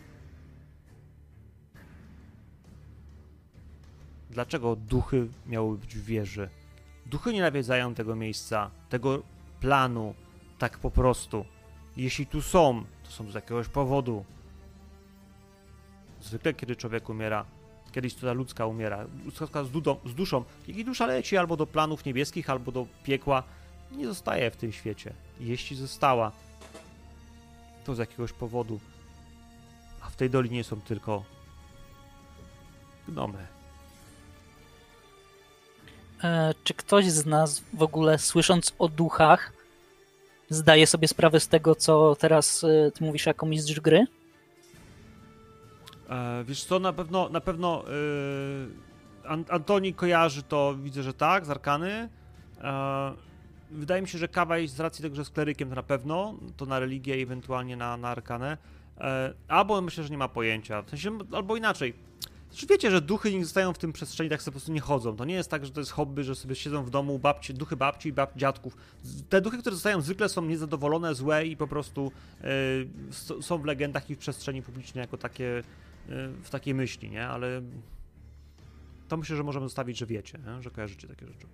Dlaczego duchy miały być w wieży? Duchy nie nawiedzają tego miejsca, tego planu, tak po prostu. Jeśli tu są, to są z jakiegoś powodu. Zwykle, kiedy człowiek umiera, kiedy istota ludzka umiera, ludzka z, dudą, z duszą, jej dusza leci albo do planów niebieskich, albo do piekła, nie zostaje w tym świecie. Jeśli została, to z jakiegoś powodu. A w tej dolinie są tylko gnomy. E, czy ktoś z nas w ogóle, słysząc o duchach, zdaje sobie sprawę z tego, co teraz e, ty mówisz jako mistrz gry? E, wiesz co, na pewno, na pewno e, An- Antoni kojarzy to, widzę, że tak, z Arkany. E, wydaje mi się, że Kawa jest z racji tego, że jest klerykiem, to na pewno, to na religię i ewentualnie na, na Arkanę. E, albo myślę, że nie ma pojęcia, w sensie, albo inaczej. Znaczy wiecie, że duchy nie zostają w tym przestrzeni, tak sobie po prostu nie chodzą. To nie jest tak, że to jest hobby, że sobie siedzą w domu babci, duchy babci i bab, dziadków. Te duchy, które zostają, zwykle są niezadowolone, złe i po prostu yy, są w legendach i w przestrzeni publicznej jako takie, yy, w takiej myśli, nie? Ale to myślę, że możemy zostawić, że wiecie, nie? Że kojarzycie takie rzeczy.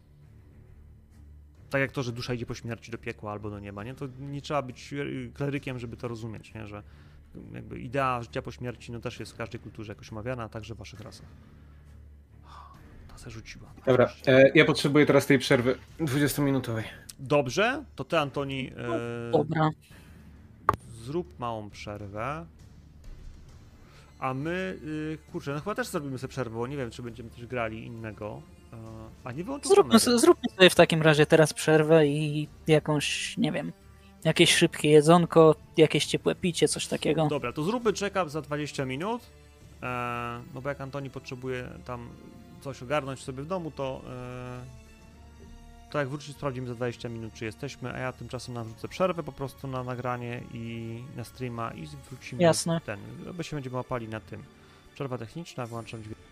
Tak jak to, że dusza idzie po śmierci do piekła albo do nieba, nie? To nie trzeba być klerykiem, żeby to rozumieć, nie? Że jakby idea życia po śmierci no też jest w każdej kulturze jakoś omawiana, a także w waszych rasach. Ta se rzuciła. Dobra, e, ja potrzebuję teraz tej przerwy dwudziestominutowej. Dobrze, to ty, Antoni, e, Dobra. zrób małą przerwę. A my, y, kurczę, no chyba też zrobimy sobie przerwę, bo nie wiem, czy będziemy coś grali innego. E, a nie wyłączył Zróbmy, kamery. sobie- zróbmy sobie w takim razie teraz przerwę i jakąś, nie wiem, Jakieś szybkie jedzonko, jakieś ciepłe picie, coś takiego. Dobra, to zróbmy check-up za dwadzieścia minut. E, no bo jak Antoni potrzebuje tam coś ogarnąć sobie w domu, to, e, to jak wróci, sprawdzimy za dwadzieścia minut, czy jesteśmy, a ja tymczasem nam wrzucę przerwę po prostu na nagranie i na streama i wrócimy. Jasne. Ten, bo się będziemy łapali na tym. Przerwa techniczna, włączam dźwięk.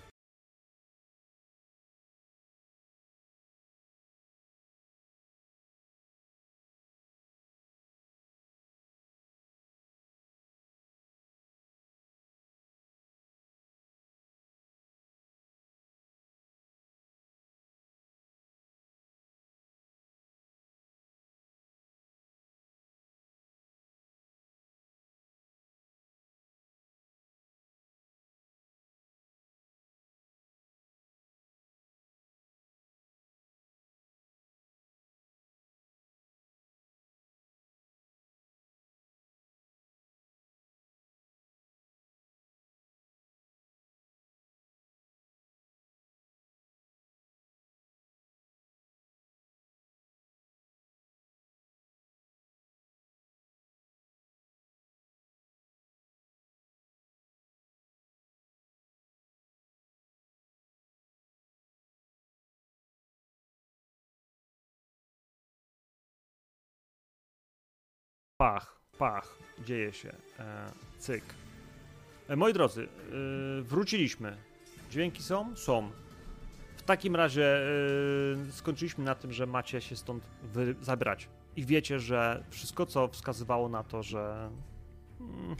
Pach, pach, dzieje się. E, cyk. E, moi drodzy, e, wróciliśmy. Dźwięki są? Są. W takim razie e, skończyliśmy na tym, że macie się stąd wy- zabrać. I wiecie, że wszystko, co wskazywało na to, że... Mm,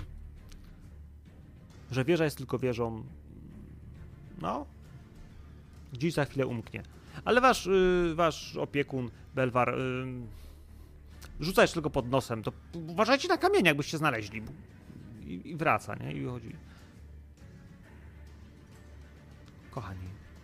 że wieża jest tylko wieżą... No... Gdzieś za chwilę umknie. Ale wasz, y, wasz opiekun, Belwar... Y, rzuca jeszcze tylko pod nosem, to uważajcie na kamienie, jakbyście znaleźli. I, i wraca, nie? I wychodzi. Kochani.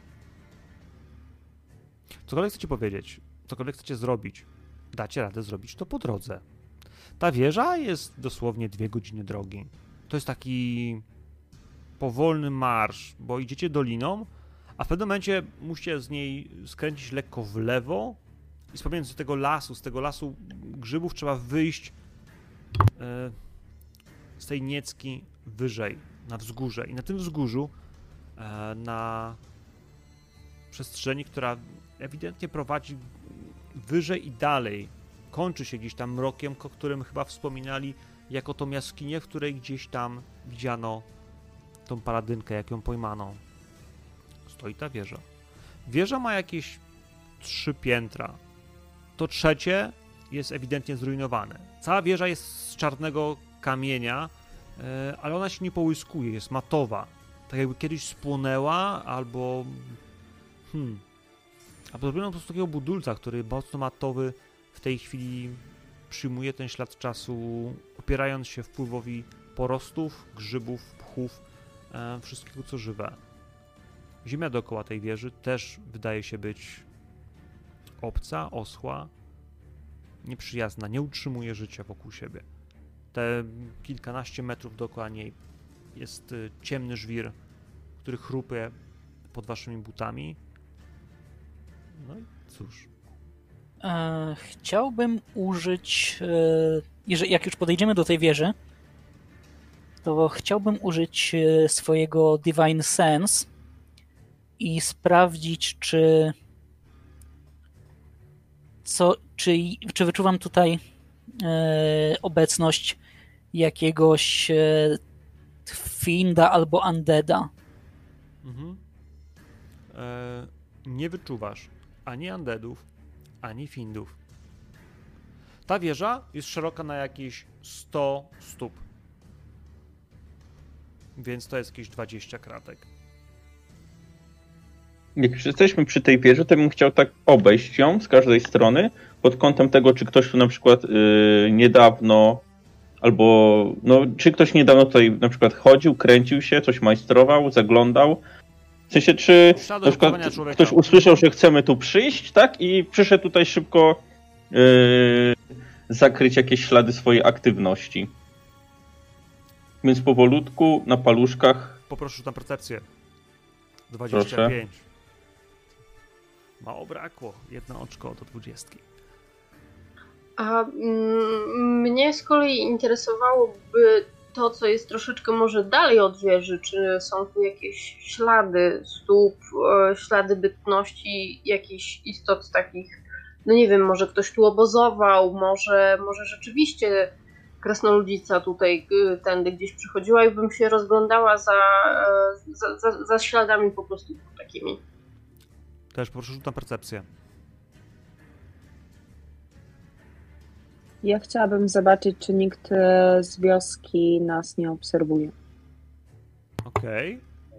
Cokolwiek chcecie powiedzieć, cokolwiek chcecie zrobić, dacie radę zrobić to po drodze. Ta wieża jest dosłownie dwie godziny drogi. To jest taki powolny marsz, bo idziecie doliną, a w pewnym momencie musicie z niej skręcić lekko w lewo i z pomiędzy tego lasu, z tego lasu grzybów trzeba wyjść yy, z tej niecki wyżej, na wzgórze. I na tym wzgórzu, yy, na przestrzeni, która ewidentnie prowadzi wyżej i dalej, kończy się gdzieś tam mrokiem, o którym chyba wspominali, jako tą jaskinię, w której gdzieś tam widziano tą paladynkę, jak ją pojmano. Stoi ta wieża. Wieża ma jakieś trzy piętra. To trzecie jest ewidentnie zrujnowane. Cała wieża jest z czarnego kamienia, yy, ale ona się nie połyskuje, jest matowa. Tak jakby kiedyś spłonęła, albo... Hmm... Albo zrobiono po prostu takiego budulca, który mocno matowy w tej chwili przyjmuje ten ślad czasu, opierając się wpływowi porostów, grzybów, pchów, e, wszystkiego co żywe. Ziemia dookoła tej wieży też wydaje się być obca, oschła, nieprzyjazna, nie utrzymuje życia wokół siebie. Te kilkanaście metrów dookoła niej jest y, ciemny żwir, który chrupie pod waszymi butami. No i cóż. E, chciałbym użyć, e, jeżeli, jak już podejdziemy do tej wieży, to chciałbym użyć e, swojego Divine Sense i sprawdzić, czy co, czy, czy wyczuwam tutaj e, obecność jakiegoś e, Finda albo Undeada. Mhm. E, nie wyczuwasz ani undeadów, ani findów. Ta wieża jest szeroka na jakieś sto stóp. Więc to jest jakieś dwadzieścia kratek. Jak już jesteśmy przy tej wieży, to bym chciał tak obejść ją z każdej strony pod kątem tego, czy ktoś tu na przykład yy, niedawno albo no, czy ktoś niedawno tutaj na przykład chodził, kręcił się, coś majstrował, zaglądał. W sensie, czy Śladu na przykład człowieka. ktoś usłyszał, że chcemy tu przyjść, tak? I przyszedł tutaj szybko yy, zakryć jakieś ślady swojej aktywności. Więc powolutku, na paluszkach. Poproszę na percepcję. dwadzieścia pięć. Proszę. Mało brakło. Jedno oczko do dwudziestki. A mm, mnie z kolei interesowałoby to, co jest troszeczkę może dalej od wieży. Czy są tu jakieś ślady stóp, e, ślady bytności jakichś istot takich, no nie wiem, może ktoś tu obozował, może, może rzeczywiście krasnoludzica tutaj y, tędy gdzieś przychodziła i bym się rozglądała za, e, za, za, za śladami po prostu takimi. Też proszę rzut na percepcję. Ja chciałabym zobaczyć, czy nikt e, z wioski nas nie obserwuje. Okej.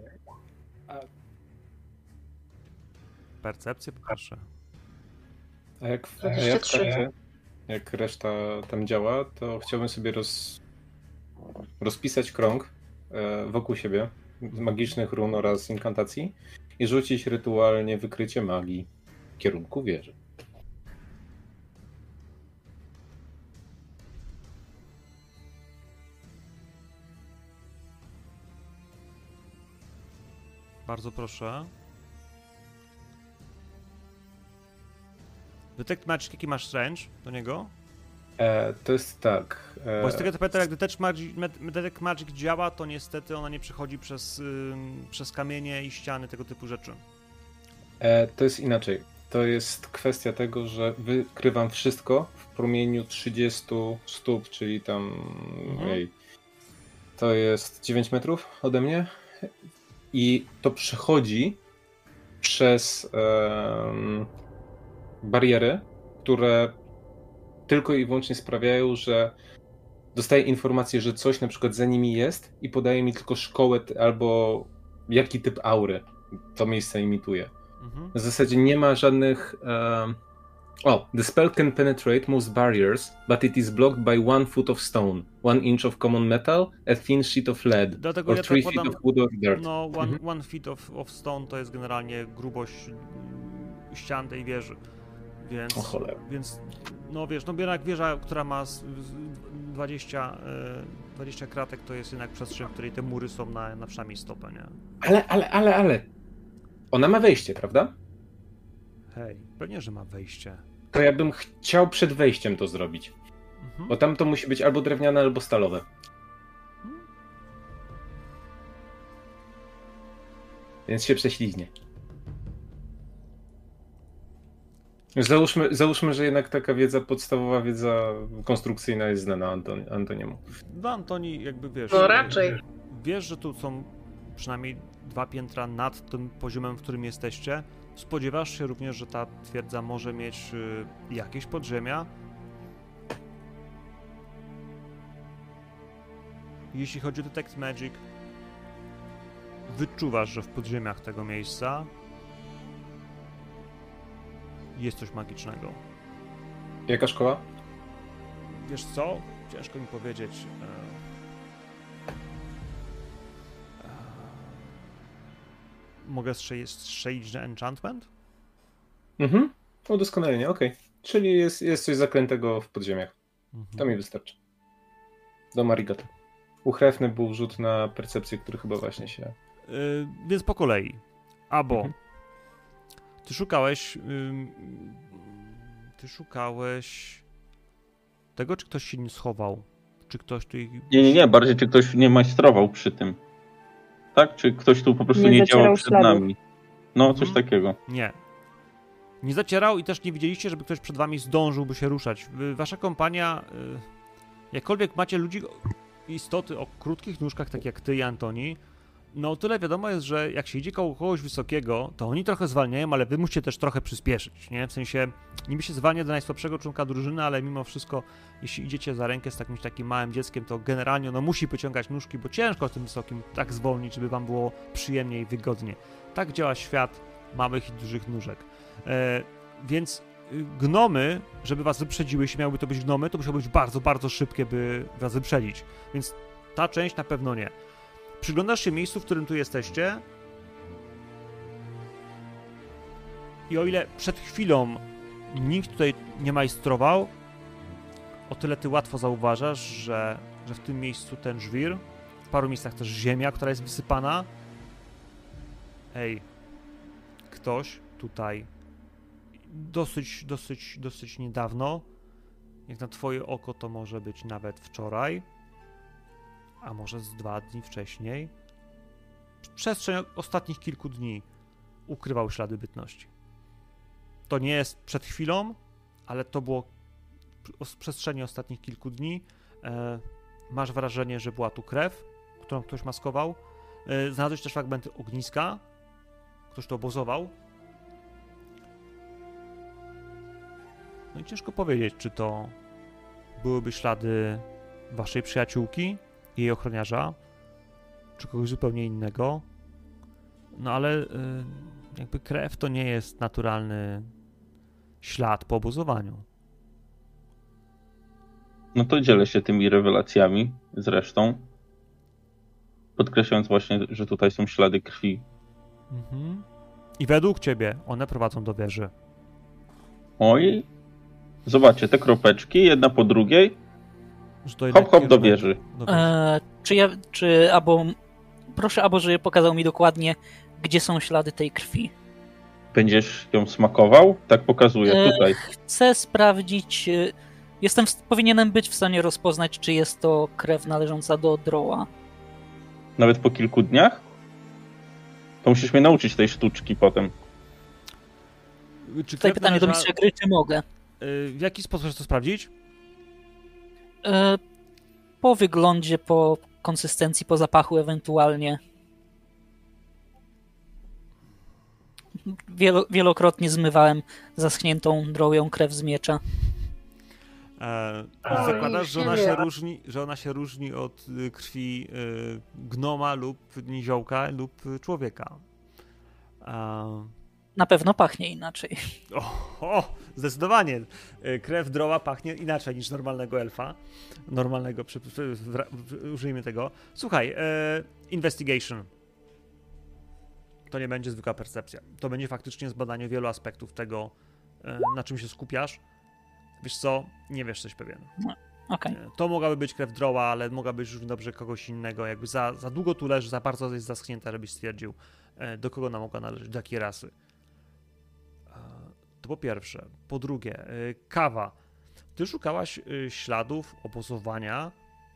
Percepcję proszę. A jak, a dwadzieścia jak, trzy. tak, jak reszta tam działa, to chciałbym sobie roz, rozpisać krąg e, wokół siebie z magicznych run oraz inkantacji i rzucić rytualnie wykrycie magii w kierunku wieży. Bardzo proszę. Detect Magic, jaki masz range do niego? E, to jest tak. E, Bo z tego co pamiętam, jak Detect Magic, Detect Magic działa, to niestety ona nie przechodzi przez, ym, przez kamienie i ściany, tego typu rzeczy. e, to jest inaczej. To jest kwestia tego, że wykrywam wszystko w promieniu trzydziestu stóp, czyli tam. Mhm. Ej, to jest dziewięć metrów ode mnie. I to przechodzi przez um, bariery, które tylko i wyłącznie sprawiają, że dostaję informację, że coś na przykład za nimi jest i podaje mi tylko szkołę albo jaki typ aury to miejsce imituje. Mhm. W zasadzie nie ma żadnych... Um... O, the spell can penetrate most barriers, but it is blocked by one foot of stone, one inch of common metal, a thin sheet of lead, Dlatego or ja three tak feet podam, of wood or dirt. no one, Mhm. one feet of, of stone to jest generalnie grubość mm, ścian tej wieży, więc, O cholera. więc no wiesz, no jednak wieża, która ma z- z- dwadzieścia, e, dwadzieścia kratek, to jest jednak przestrzeń, w której te mury są na, na przynajmniej stopę, nie? Ale, ale, ale, ale. Ona ma wejście, prawda? Hej, pewnie, że ma wejście. To ja bym chciał przed wejściem to zrobić. Mhm. Bo tam to musi być albo drewniane, albo stalowe. Więc się prześlizgnie. Załóżmy, załóżmy, że jednak taka wiedza, podstawowa wiedza konstrukcyjna jest znana Anton, Antoniemu. No Antoni, jakby wiesz... No raczej. Wiesz, że tu są przynajmniej dwa piętra nad tym poziomem, w którym jesteście. Spodziewasz się również, że ta twierdza może mieć y, jakieś podziemia. Jeśli chodzi o Detect Magic, wyczuwasz, że w podziemiach tego miejsca jest coś magicznego. Jaka szkoła? Wiesz co? Ciężko mi powiedzieć. E... E... Mogę strzelić, strzelić na enchantment? Mhm. Udoskonalenie, okej. Czyli jest, jest coś zaklętego w podziemiach. Mhm. To mi wystarczy. Do Marigoty. Uchrefny był rzut na percepcję, który chyba właśnie się... Yy, więc po kolei. Abo Mhm. ty szukałeś. Ym, ty szukałeś tego, czy ktoś się nie schował? Czy ktoś tu ich. Nie, nie, nie, bardziej czy ktoś nie majstrował przy tym. Tak? Czy ktoś tu po prostu Nie nie, zacierał działał przed śladów. nami? No, coś Mhm. takiego. Nie. Nie zacierał i też nie widzieliście, żeby ktoś przed wami zdążyłby się ruszać. Wy- Wasza kompania. Yy, jakkolwiek macie ludzi, istoty o krótkich nóżkach, tak jak ty i Antoni. No o tyle wiadomo jest, że jak się idzie koło kogoś wysokiego, to oni trochę zwalniają, ale wy musicie też trochę przyspieszyć, nie? W sensie, niby się zwalnia do najsłabszego członka drużyny, ale mimo wszystko, jeśli idziecie za rękę z jakimś takim małym dzieckiem, to generalnie ono musi pociągać nóżki, bo ciężko tym wysokim tak zwolnić, żeby wam było przyjemnie i wygodnie. Tak działa świat małych i dużych nóżek. E, więc y, gnomy, żeby was wyprzedziły, jeśli miałyby to być gnomy, to musiały być bardzo, bardzo szybkie, by was wyprzedzić. Więc ta część na pewno nie. Przyglądasz się miejscu, w którym tu jesteście i o ile przed chwilą nikt tutaj nie majstrował, o tyle ty łatwo zauważasz, że, że w tym miejscu ten żwir, w paru miejscach też ziemia, która jest wysypana. Ej, ktoś tutaj dosyć, dosyć, dosyć niedawno Jak na twoje oko to może być nawet wczoraj, a może z dwa dni wcześniej. Przestrzeń ostatnich kilku dni ukrywał ślady bytności. To nie jest przed chwilą, ale to było w przestrzeni ostatnich kilku dni. E, masz wrażenie, że była tu krew, którą ktoś maskował. E, znalazłeś też fragmenty ogniska. Ktoś to obozował. No i ciężko powiedzieć, czy to byłyby ślady waszej przyjaciółki, jej ochroniarza, czy kogoś zupełnie innego. No ale y, jakby krew to nie jest naturalny ślad po obozowaniu. No to dzielę się tymi rewelacjami z resztą, podkreślając właśnie, że tutaj są ślady krwi. Mhm. I według ciebie one prowadzą do wieży. Oj, zobaczcie, te kropeczki, jedna po drugiej, Że to hop, jednak hop do kierunek wieży. do wieży. E, czy ja, czy Abo, proszę Abo, żeby pokazał mi dokładnie, gdzie są ślady tej krwi. Będziesz ją smakował? Tak pokazuję, E, tutaj. Chcę sprawdzić, e, jestem, w- powinienem być w stanie rozpoznać, czy jest to krew należąca do Droła. Nawet po kilku dniach? To musisz mnie nauczyć tej sztuczki potem. Czy Tutaj krew pytanie do należa- mistrza gry, czy mogę? y, W jaki sposób chcesz to sprawdzić? E, Po wyglądzie, po konsystencji, po zapachu ewentualnie. Wielo, wielokrotnie zmywałem zaschniętą droją krew z miecza. E, Oj, zakładasz, że ona się nie. różni, że ona się różni od y, krwi y, gnoma lub niziołka lub y, człowieka. E, Na pewno pachnie inaczej. o, o, zdecydowanie. Y, Krew droła pachnie inaczej niż normalnego elfa. Normalnego, przy, przy, wra- w- użyjmy tego. Słuchaj, e, investigation. To nie będzie zwykła percepcja. To będzie faktycznie zbadanie wielu aspektów tego, e, na czym się skupiasz. Wiesz co? Nie wiesz, coś pewien. Okej. To mogłaby być krew droła, ale mogłaby być równie dobrze kogoś innego. Jakby za, za długo tu leży, za bardzo jest zaschnięta, żebyś stwierdził, e, do kogo ona mogła należeć, do jakiej rasy. E, To po pierwsze. Po drugie, e, kawa. Ty szukałaś e, śladów obozowania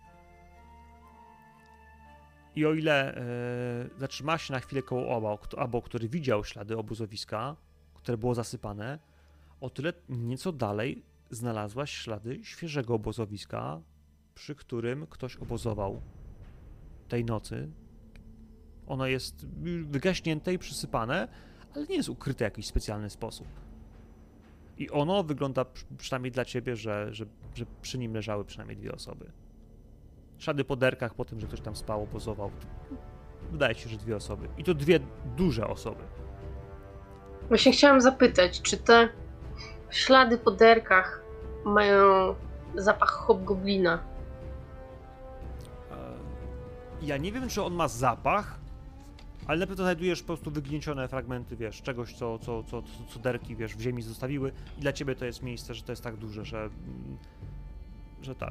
i o ile e, zatrzymałaś się na chwilę koło Abo, Abo, który widział ślady obozowiska, które było zasypane, o tyle nieco dalej znalazłaś ślady świeżego obozowiska, przy którym ktoś obozował tej nocy. Ono jest wygaśnięte i przysypane, ale nie jest ukryte w jakiś specjalny sposób. I ono wygląda przy- przynajmniej dla ciebie, że, że, że przy nim leżały przynajmniej dwie osoby. Ślady po derkach po tym, że ktoś tam spał, obozował. Wydaje się, że dwie osoby. I to dwie duże osoby. Właśnie chciałam zapytać, czy te ślady po derkach mają zapach hobgoblina? E, Ja nie wiem, czy on ma zapach, ale na pewno znajdujesz po prostu wygniecione fragmenty, wiesz, czegoś, co, co, co, co, co derki, wiesz, w ziemi zostawiły i dla ciebie to jest miejsce, że to jest tak duże, że, mm, że tak.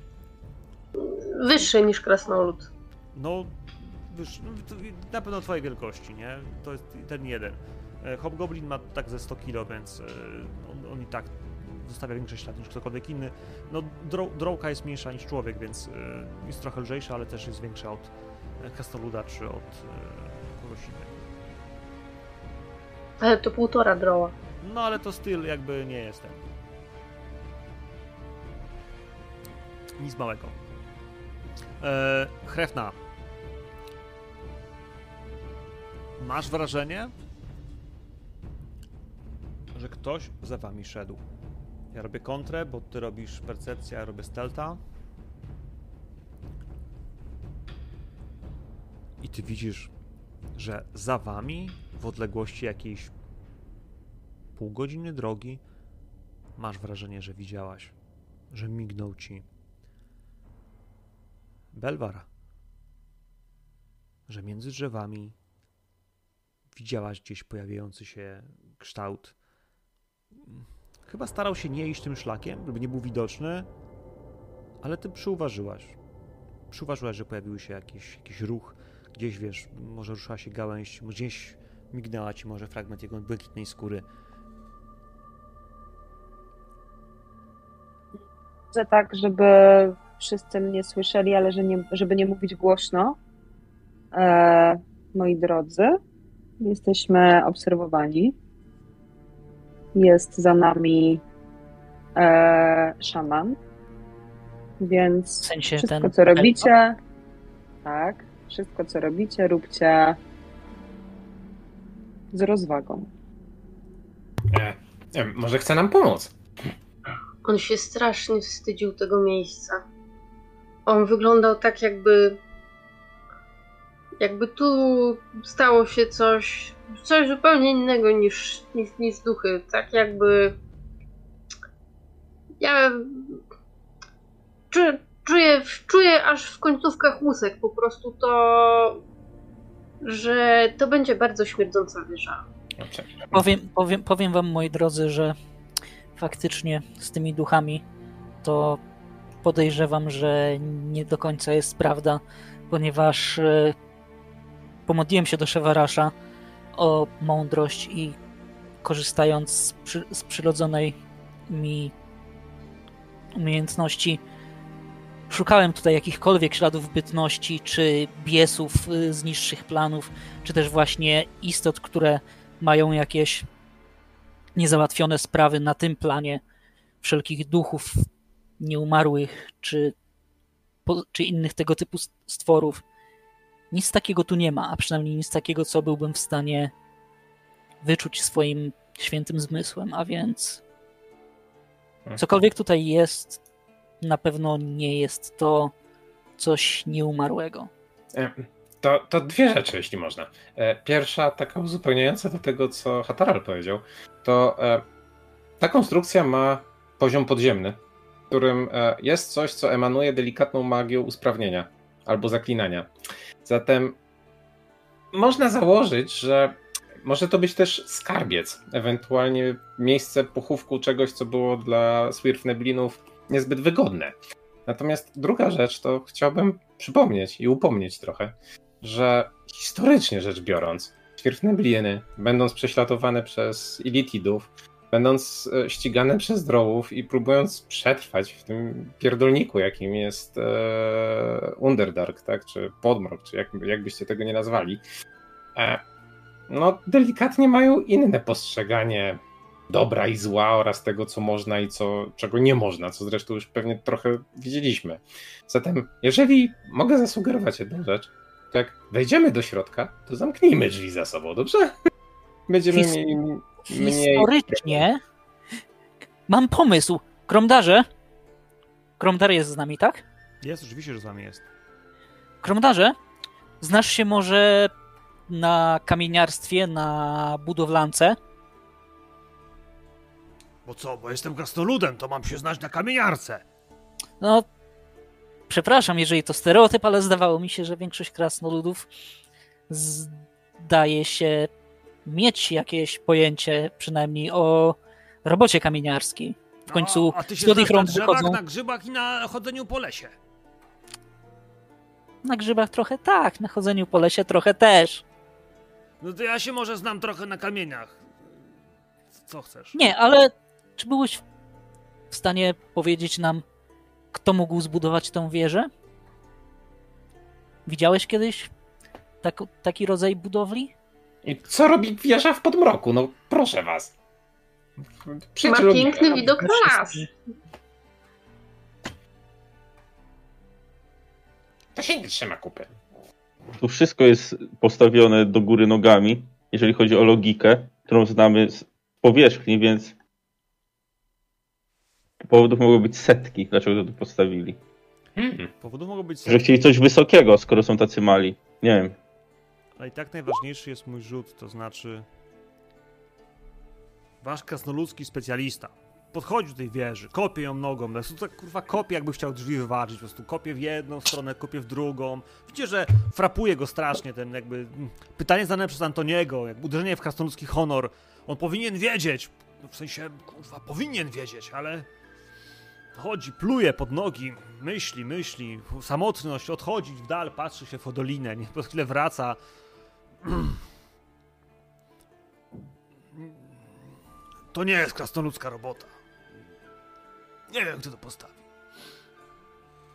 Wyższy niż krasnolud. No, wiesz, no, to na pewno twojej wielkości, nie? To jest ten jeden. E, Hobgoblin ma tak ze sto kilo, więc e, on, on i tak zostawia większy ślad niż ktokolwiek inny. No, dro, drołka jest mniejsza niż człowiek, więc e, jest trochę lżejsza, ale też jest większa od e, krasnoluda czy od e, kogoś innego. Ale to półtora droła. No, ale to styl jakby nie jest ten. Nic małego. E, Hrefna. Masz wrażenie, że ktoś za wami szedł. Ja robię kontrę, bo ty robisz percepcję, ja robię stealtha. I ty widzisz, że za wami, w odległości jakiejś pół godziny drogi, masz wrażenie, że widziałaś, że mignął ci Belwar, że między drzewami widziałaś gdzieś pojawiający się kształt. Chyba starał się nie iść tym szlakiem, żeby nie był widoczny, ale ty przyuważyłaś. Przyuważyłaś, że pojawił się jakiś, jakiś ruch, gdzieś, wiesz, może ruszyła się gałęź, gdzieś mignęła ci może fragment jego błękitnej skóry. że tak, żeby wszyscy mnie słyszeli, ale że nie, żeby nie mówić głośno. E, moi drodzy, jesteśmy obserwowani. Jest za nami e, szaman, W więc sensie wszystko, ten co robicie, tak, wszystko, co robicie, róbcie z rozwagą. E, nie wiem, może chce nam pomóc. On się strasznie wstydził tego miejsca. On wyglądał tak, jakby. Jakby tu stało się coś. Coś zupełnie innego niż, niż, niż duchy. Tak jakby. Ja. Czuję, czuję, czuję aż w końcówkach łusek po prostu to. Że to będzie bardzo śmierdząca wieża. Powiem, powiem, powiem wam, moi drodzy, że faktycznie z tymi duchami to podejrzewam, że nie do końca jest prawda, ponieważ e, pomodliłem się do Szewarasza o mądrość i korzystając z, przy, z przyrodzonej mi umiejętności szukałem tutaj jakichkolwiek śladów bytności, czy biesów y, z niższych planów, czy też właśnie istot, które mają jakieś niezałatwione sprawy na tym planie, wszelkich duchów nieumarłych, czy, po, czy innych tego typu stworów. Nic takiego tu nie ma, a przynajmniej nic takiego, co byłbym w stanie wyczuć swoim świętym zmysłem, a więc cokolwiek tutaj jest, na pewno nie jest to coś nieumarłego. To, to dwie rzeczy, jeśli można. Pierwsza, taka uzupełniająca do tego, co Hataral powiedział, to ta konstrukcja ma poziom podziemny, w którym jest coś, co emanuje delikatną magią usprawnienia albo zaklinania. Zatem można założyć, że może to być też skarbiec, ewentualnie miejsce pochówku czegoś, co było dla Swirfneblinów niezbyt wygodne. Natomiast druga rzecz, to chciałbym przypomnieć i upomnieć trochę, że historycznie rzecz biorąc, Swirfnebliny, będąc prześladowane przez Illithidów, będąc ścigane przez Drołów i próbując przetrwać w tym pierdolniku, jakim jest e, Underdark, tak, czy Podmrok, czy jak, jak byście tego nie nazwali, e, no delikatnie mają inne postrzeganie dobra i zła oraz tego, co można i co, czego nie można, co zresztą już pewnie trochę widzieliśmy. Zatem, jeżeli mogę zasugerować jedną rzecz, to jak wejdziemy do środka, to zamknijmy drzwi za sobą, dobrze? Będziemy His- mieli mniej... Historycznie mam pomysł. Kromdarze? Kromdar jest z nami, tak? Jest, oczywiście, że z wami jest. Kromdarze? Znasz się może na kamieniarstwie, na budowlance? Bo co, bo jestem krasnoludem, to mam się znać na kamieniarce. No, przepraszam, jeżeli to stereotyp, ale zdawało mi się, że większość krasnoludów zdaje się mieć jakieś pojęcie przynajmniej o robocie kamieniarskiej. W końcu No, a ty się wśród znasz ich na rąk drzewach, wychodzą... na grzybach i na chodzeniu po lesie. Na grzybach trochę tak, na chodzeniu po lesie trochę też. No to ja się może znam trochę na kamieniach. Co chcesz? Nie, ale czy byłeś w stanie powiedzieć nam, kto mógł zbudować tę wieżę? Widziałeś kiedyś tak, taki rodzaj budowli? I co robi wieża w Podmroku? No proszę was. Ma Przecież piękny widok na las. To się nie trzyma kupy. Tu wszystko jest postawione do góry nogami, jeżeli chodzi o logikę, którą znamy z powierzchni, więc powodów mogły być setki, dlaczego to tu postawili. Hmm. Powodów mogą być... Że chcieli coś wysokiego, skoro są tacy mali. Nie wiem. Ale i tak najważniejszy jest mój rzut, to znaczy... Wasz krasnoludzki specjalista podchodzi do tej wieży, kopie ją nogą, to tak kurwa kopie, jakby chciał drzwi wyważyć, po prostu kopie w jedną stronę, kopie w drugą. Widzicie, że frapuje go strasznie ten jakby... Pytanie zadane przez Antoniego, jak uderzenie w krasnoludzki honor. On powinien wiedzieć, w sensie, kurwa, powinien wiedzieć, ale... Chodzi, pluje pod nogi, myśli, myśli, samotność, odchodzi w dal, patrzy się w dolinę, nie, po chwilę wraca. To nie jest krasnoludzka robota. Nie wiem, kto to postawi.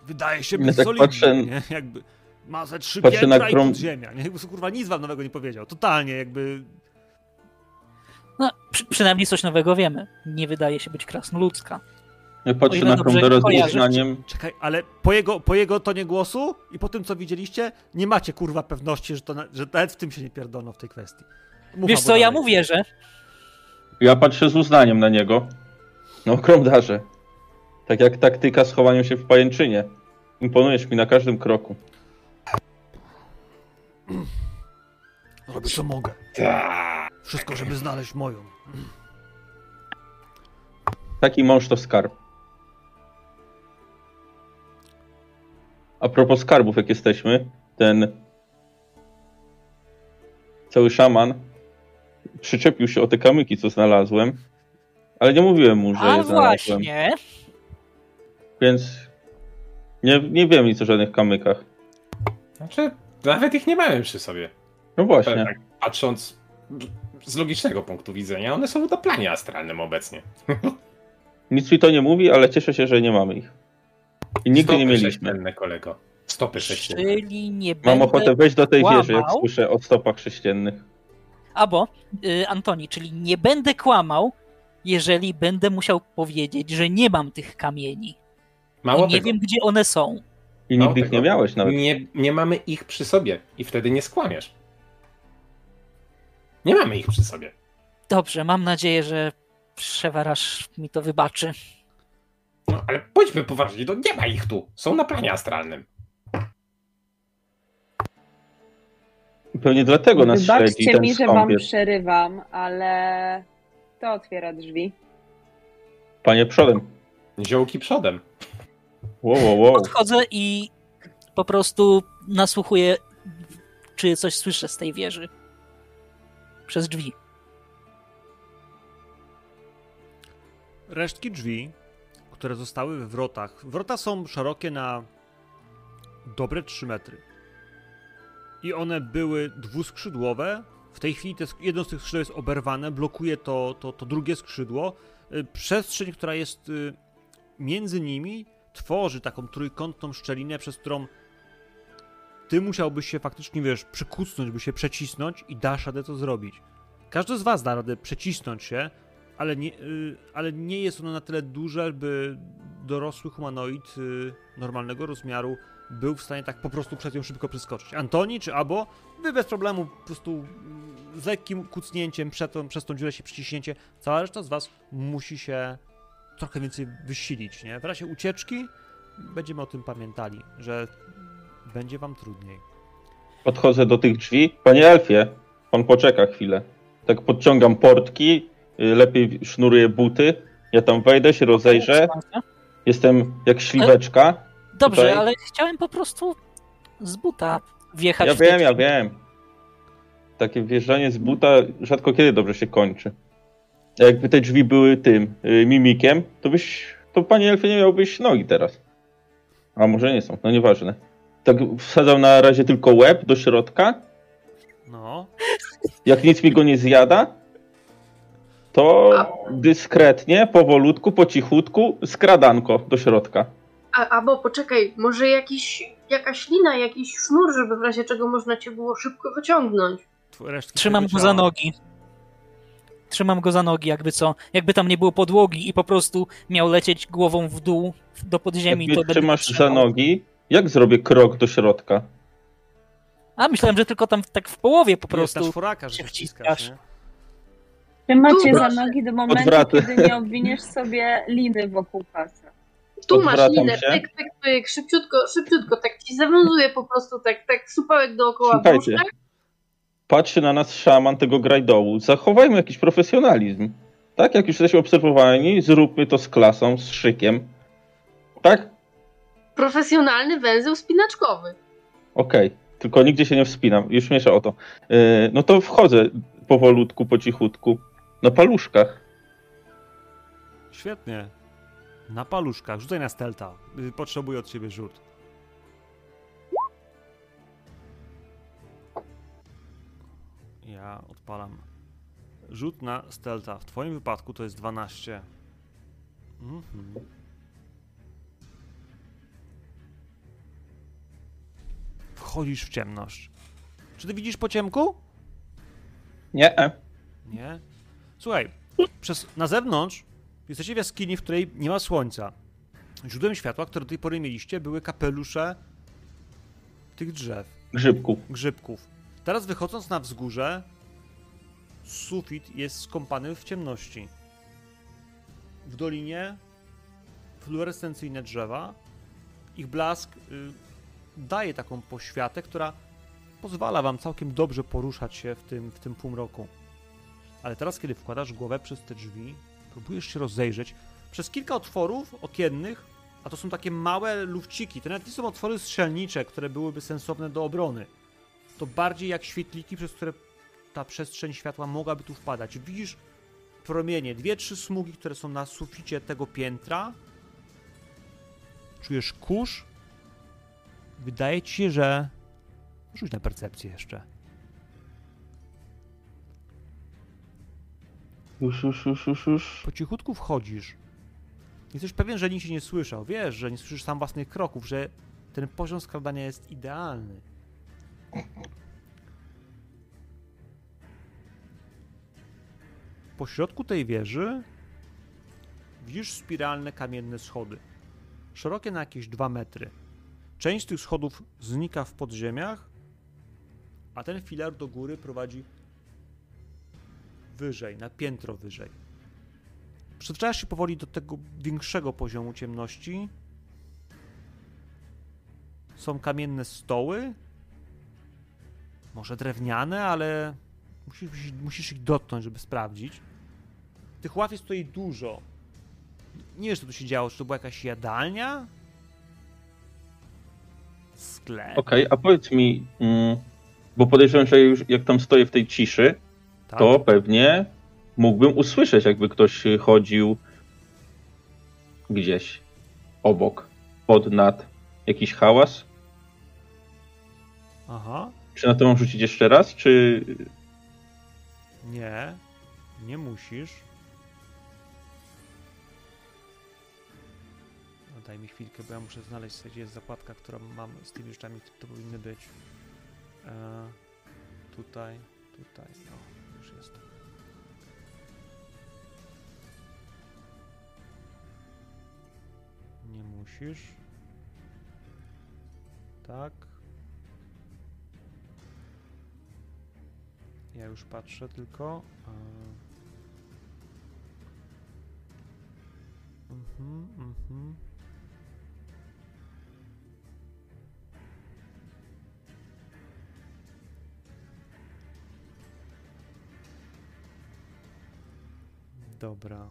wydaje się Ja być tak solidny, patrzę- nie? Jakby ma ze trzy patrzę na piętra i grom- podziemia, nie? Jakby kurwa nic wam nowego nie powiedział. Totalnie jakby... No, przy, przynajmniej coś nowego wiemy. Nie wydaje się być krasnoludzka. Ja O patrzę ile na dobrze Kromdora z kojarzę. uznaniem. Czekaj, ale po jego, po jego tonie głosu i po tym, co widzieliście, nie macie kurwa pewności, że, to na, że nawet w tym się nie pierdolą w tej kwestii. Mów, Wiesz albo co, ja dalej. mówię, że Ja patrzę z uznaniem na niego. No, Kromdarze. Tak jak taktyka z chowaniem się w pajęczynie. Imponujesz mi na każdym kroku. Robię co mogę. Tak. Wszystko, żeby znaleźć moją. Taki mąż to skarb. A propos skarbów, jak jesteśmy, ten cały szaman przyczepił się o te kamyki, co znalazłem, ale nie mówiłem mu, że a je znalazłem. właśnie, Więc nie, nie wiem nic o żadnych kamykach. Znaczy, nawet ich nie mamy przy sobie. No właśnie. Tak, patrząc z logicznego punktu widzenia, one są na planie astralnym obecnie. Nic mi to nie mówi, ale cieszę się, że nie mamy ich. I nigdy Stopy nie mieliśmy. sześcienne, kolego. Stopy sześcienne. czyli nie Mam będę... ochotę wejść do tej kłamał. wieży, jak słyszę o stopach chrześcijannych. Albo, y, Antoni, czyli nie będę kłamał, jeżeli będę musiał powiedzieć, że nie mam tych kamieni. Mało I nie tego, wiem, gdzie one są. I Mało nigdy ich tego. nie miałeś nawet. nie, nie mamy ich przy sobie i wtedy nie skłamiesz. Nie mamy ich przy sobie. Dobrze, mam nadzieję, że Przewaraż mi to wybaczy. No, ale bądźmy poważni, no nie ma ich tu. Są na planie astralnym. Pewnie dlatego nas śledzi Wybaczcie ten mi, że wam skąpiec. przerywam, ale kto otwiera drzwi? Panie przodem. Ziołki przodem. Wow, wow, wow. Podchodzę i po prostu nasłuchuję, czy coś słyszę z tej wieży. Przez drzwi. Resztki drzwi, które zostały w wrotach. Wrota są szerokie na dobre trzy metry. I one były dwuskrzydłowe. W tej chwili te, jedno z tych skrzydeł jest oberwane, blokuje to, to, to drugie skrzydło. Y, Przestrzeń, która jest y, między nimi, tworzy taką trójkątną szczelinę, przez którą ty musiałbyś się faktycznie, wiesz, przykucnąć, by się przecisnąć i dasz radę to zrobić. Każdy z was da radę przecisnąć się, ale nie, y, ale nie jest ono na tyle duże, by dorosły humanoid y, normalnego rozmiaru był w stanie tak po prostu przez nią szybko przeskoczyć. Antoni czy Abo, wy bez problemu po prostu y, z lekkim kucnięciem przed tą, przez tą dziurę się przyciśnięcie. Cała reszta z was musi się trochę więcej wysilić, nie? W razie ucieczki będziemy o tym pamiętali, że będzie wam trudniej. Podchodzę do tych drzwi. Panie Elfie, pan poczeka chwilę. Tak podciągam portki, y, lepiej sznuruję buty. Ja tam wejdę, się rozejrzę. Jestem jak śliweczka. Dobrze, Tutaj- ale chciałem po prostu z buta wjechać Ja w te wiem, ja drzwi. wiem. Takie wjeżdżanie z buta rzadko kiedy dobrze się kończy. A jakby te drzwi były tym, y, mimikiem, to byś, to panie Elfie nie miałbyś nogi teraz. A może nie są, no nieważne. Tak wsadzam na razie tylko łeb do środka. No, Jak nic mi go nie zjada, to dyskretnie, powolutku, po cichutku, skradanko do środka. A, albo poczekaj, może jakiś, jakaś lina, jakiś sznur, żeby w razie czego można cię było szybko wyciągnąć. twoje resztki Trzymam twojego go za ciała. nogi. Trzymam go za nogi, jakby co. Jakby tam nie było podłogi i po prostu miał lecieć głową w dół do podziemi, Jak to mnie będę trzymasz go za trzymał. nogi, jak zrobię krok do środka? A myślałem, że tylko tam tak w połowie po Jest prostu. ta czworaka, że się się wciskasz. wciskasz, nie? Trzymacie Tu, za proszę. nogi do momentu, Odwraty. kiedy nie obwiniesz sobie liny wokół pasa. Tu masz Odwracam linę, się. pyk, pyk, pyk, szybciutko, szybciutko, tak ci zawiązuje po prostu, tak, tak supełek dookoła Słuchajcie, brzuszka. patrzy na nas szaman tego grajdołu. Zachowajmy jakiś profesjonalizm. Tak, jak już jesteśmy obserwowani, zróbmy to z klasą, z szykiem. Tak? Profesjonalny węzeł spinaczkowy. Okej. Tylko nigdzie się nie wspinam. Już miesza o to. Yy, no to wchodzę powolutku, po cichutku. Na paluszkach. Świetnie. Na paluszkach. Rzucaj na stealtha. Y, Potrzebuję od ciebie rzut. Ja odpalam. Rzut na stealtha. W twoim wypadku to jest dwanaście. Mhm. wchodzisz w ciemność. Czy ty widzisz po ciemku? Nie. e. Nie. Słuchaj, przez, na zewnątrz jesteście w jaskini, w której nie ma słońca. Źródłem światła, które do tej pory mieliście, były kapelusze tych drzew, Grzybków. grzybków. Teraz wychodząc na wzgórze, sufit jest skąpany w ciemności. W dolinie fluorescencyjne drzewa. Ich blask y, daje taką poświatę, która pozwala wam całkiem dobrze poruszać się w tym, w tym półmroku. Ale teraz, kiedy wkładasz głowę przez te drzwi, próbujesz się rozejrzeć przez kilka otworów okiennych, a to są takie małe lufciki. To nawet nie są otwory strzelnicze, które byłyby sensowne do obrony. To bardziej jak świetliki, przez które ta przestrzeń światła mogłaby tu wpadać. Widzisz promienie, dwie, trzy smugi, które są na suficie tego piętra. Czujesz kurz. Wydaje ci się, że... Rzuć na percepcję jeszcze. Już, już, już, już, już. Po cichutku wchodzisz. Jesteś pewien, że nikt się nie słyszał. Wiesz, że nie słyszysz sam własnych kroków, że ten poziom skradania jest idealny. Po środku tej wieży widzisz spiralne kamienne schody. Szerokie na jakieś dwa metry. Część z tych schodów znika w podziemiach, a ten filar do góry prowadzi wyżej, na piętro wyżej. Przyzwyczajasz się powoli do tego większego poziomu ciemności. Są kamienne stoły. Może drewniane, ale musisz, musisz ich dotknąć, żeby sprawdzić. Tych ław jest tutaj dużo. Nie wiesz, co tu się działo. Czy to była jakaś jadalnia? Sklep? Okej, a powiedz mi, mm, bo podejrzewam, że już jak tam stoję w tej ciszy, Tak? to pewnie mógłbym usłyszeć, jakby ktoś chodził gdzieś obok, pod, nad, jakiś hałas. Aha. Czy na to mam rzucić jeszcze raz, czy... Nie. Nie musisz. No, daj mi chwilkę, bo ja muszę znaleźć sobie, gdzie jest zakładka, którą mam z tymi rzeczami, które to powinny być. E, tutaj, tutaj, no, już jest. Nie musisz. Tak. Ja już patrzę tylko. Mhm, mhm. Dobra.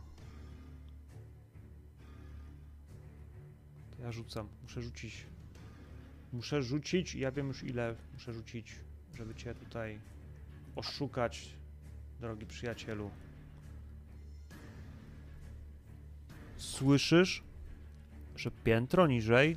To ja rzucam. Muszę rzucić. Muszę rzucić. Ja wiem już ile muszę rzucić, żeby cię tutaj oszukać, drogi przyjacielu. Słyszysz, że piętro niżej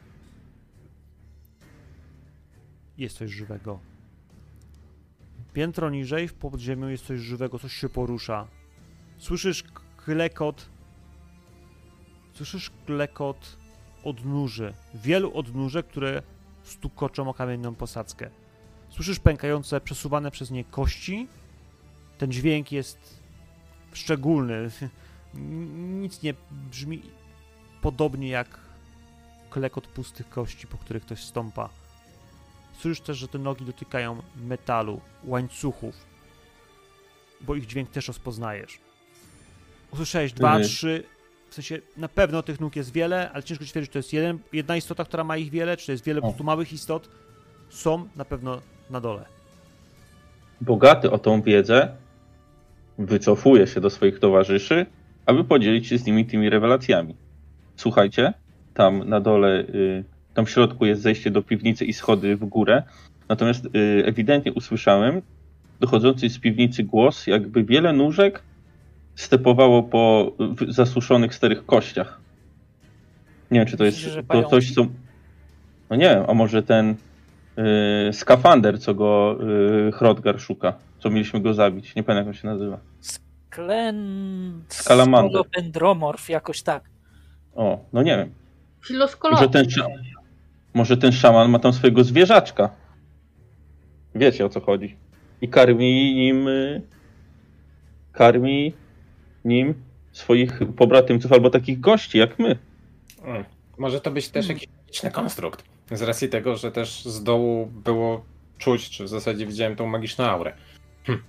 jest coś żywego. Piętro niżej w podziemiu jest coś żywego, coś się porusza. Słyszysz klekot. Słyszysz klekot odnóży. Wielu odnóży, które stukoczą o kamienną posadzkę. Słyszysz pękające, przesuwane przez nie kości. Ten dźwięk jest szczególny. Nic nie brzmi podobnie jak klekot pustych kości, po których ktoś stąpa. Słyszysz też, że te nogi dotykają metalu, łańcuchów, bo ich dźwięk też rozpoznajesz. Usłyszałeś dwa, Mhm. trzy, w sensie na pewno tych nóg jest wiele, ale ciężko stwierdzić, czy to jest jeden, jedna istota, która ma ich wiele, czy to jest wiele po prostu małych istot. Są na pewno na dole. Bogaty o tą wiedzę, wycofuje się do swoich towarzyszy, aby podzielić się z nimi tymi rewelacjami. Słuchajcie, tam na dole, y, tam w środku jest zejście do piwnicy i schody w górę, natomiast y, ewidentnie usłyszałem dochodzący z piwnicy głos, jakby wiele nóżek stepowało po w- zasuszonych starych kościach. Nie wiem, czy to jest Myślisz, że to pająki? coś, co... No nie wiem, a może ten y, skafander, co go y, Hrodgar szuka, co mieliśmy go zabić. Nie pamiętam, jak on się nazywa. Sklen... Skalamander. Skolopendromorf, jakoś tak. O, no nie wiem. Filoskologia. Może ten, sza- Może ten szaman ma tam swojego zwierzaczka. Wiecie, o co chodzi. I karmi nim... y, Karmi nim swoich pobratymców albo takich gości, jak my. Hmm. Może to być też jakiś magiczny konstrukt. Z racji tego, że też z dołu było czuć, czy w zasadzie widziałem tą magiczną aurę. Hm.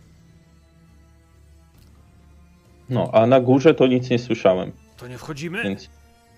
No, a na górze to nic nie słyszałem, To nie wchodzimy? więc...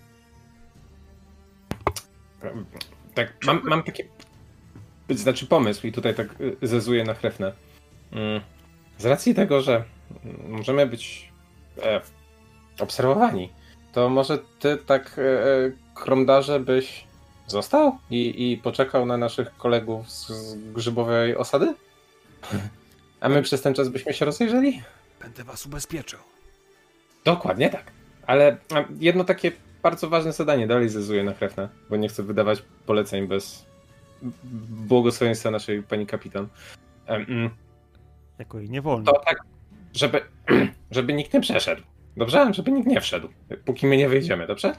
Tak, mam, mam taki... Znaczy pomysł i tutaj tak y, zezuję na chrefnę. Mm. Z racji tego, że możemy być e, obserwowani, to może ty tak, e, kromdarze, byś został i, i poczekał na naszych kolegów z, z grzybowej osady? A my przez ten czas byśmy się rozejrzeli? Będę was ubezpieczał. Dokładnie tak. Ale a, jedno takie bardzo ważne zadanie dalej zezuję na chrefnę, bo nie chcę wydawać poleceń bez błogosławieństwa naszej pani kapitan. Um, Jako jej nie wolno. To tak, żeby, żeby nikt nie przeszedł. Dobrze? Żeby nikt nie wszedł. Póki my nie wyjdziemy, dobrze?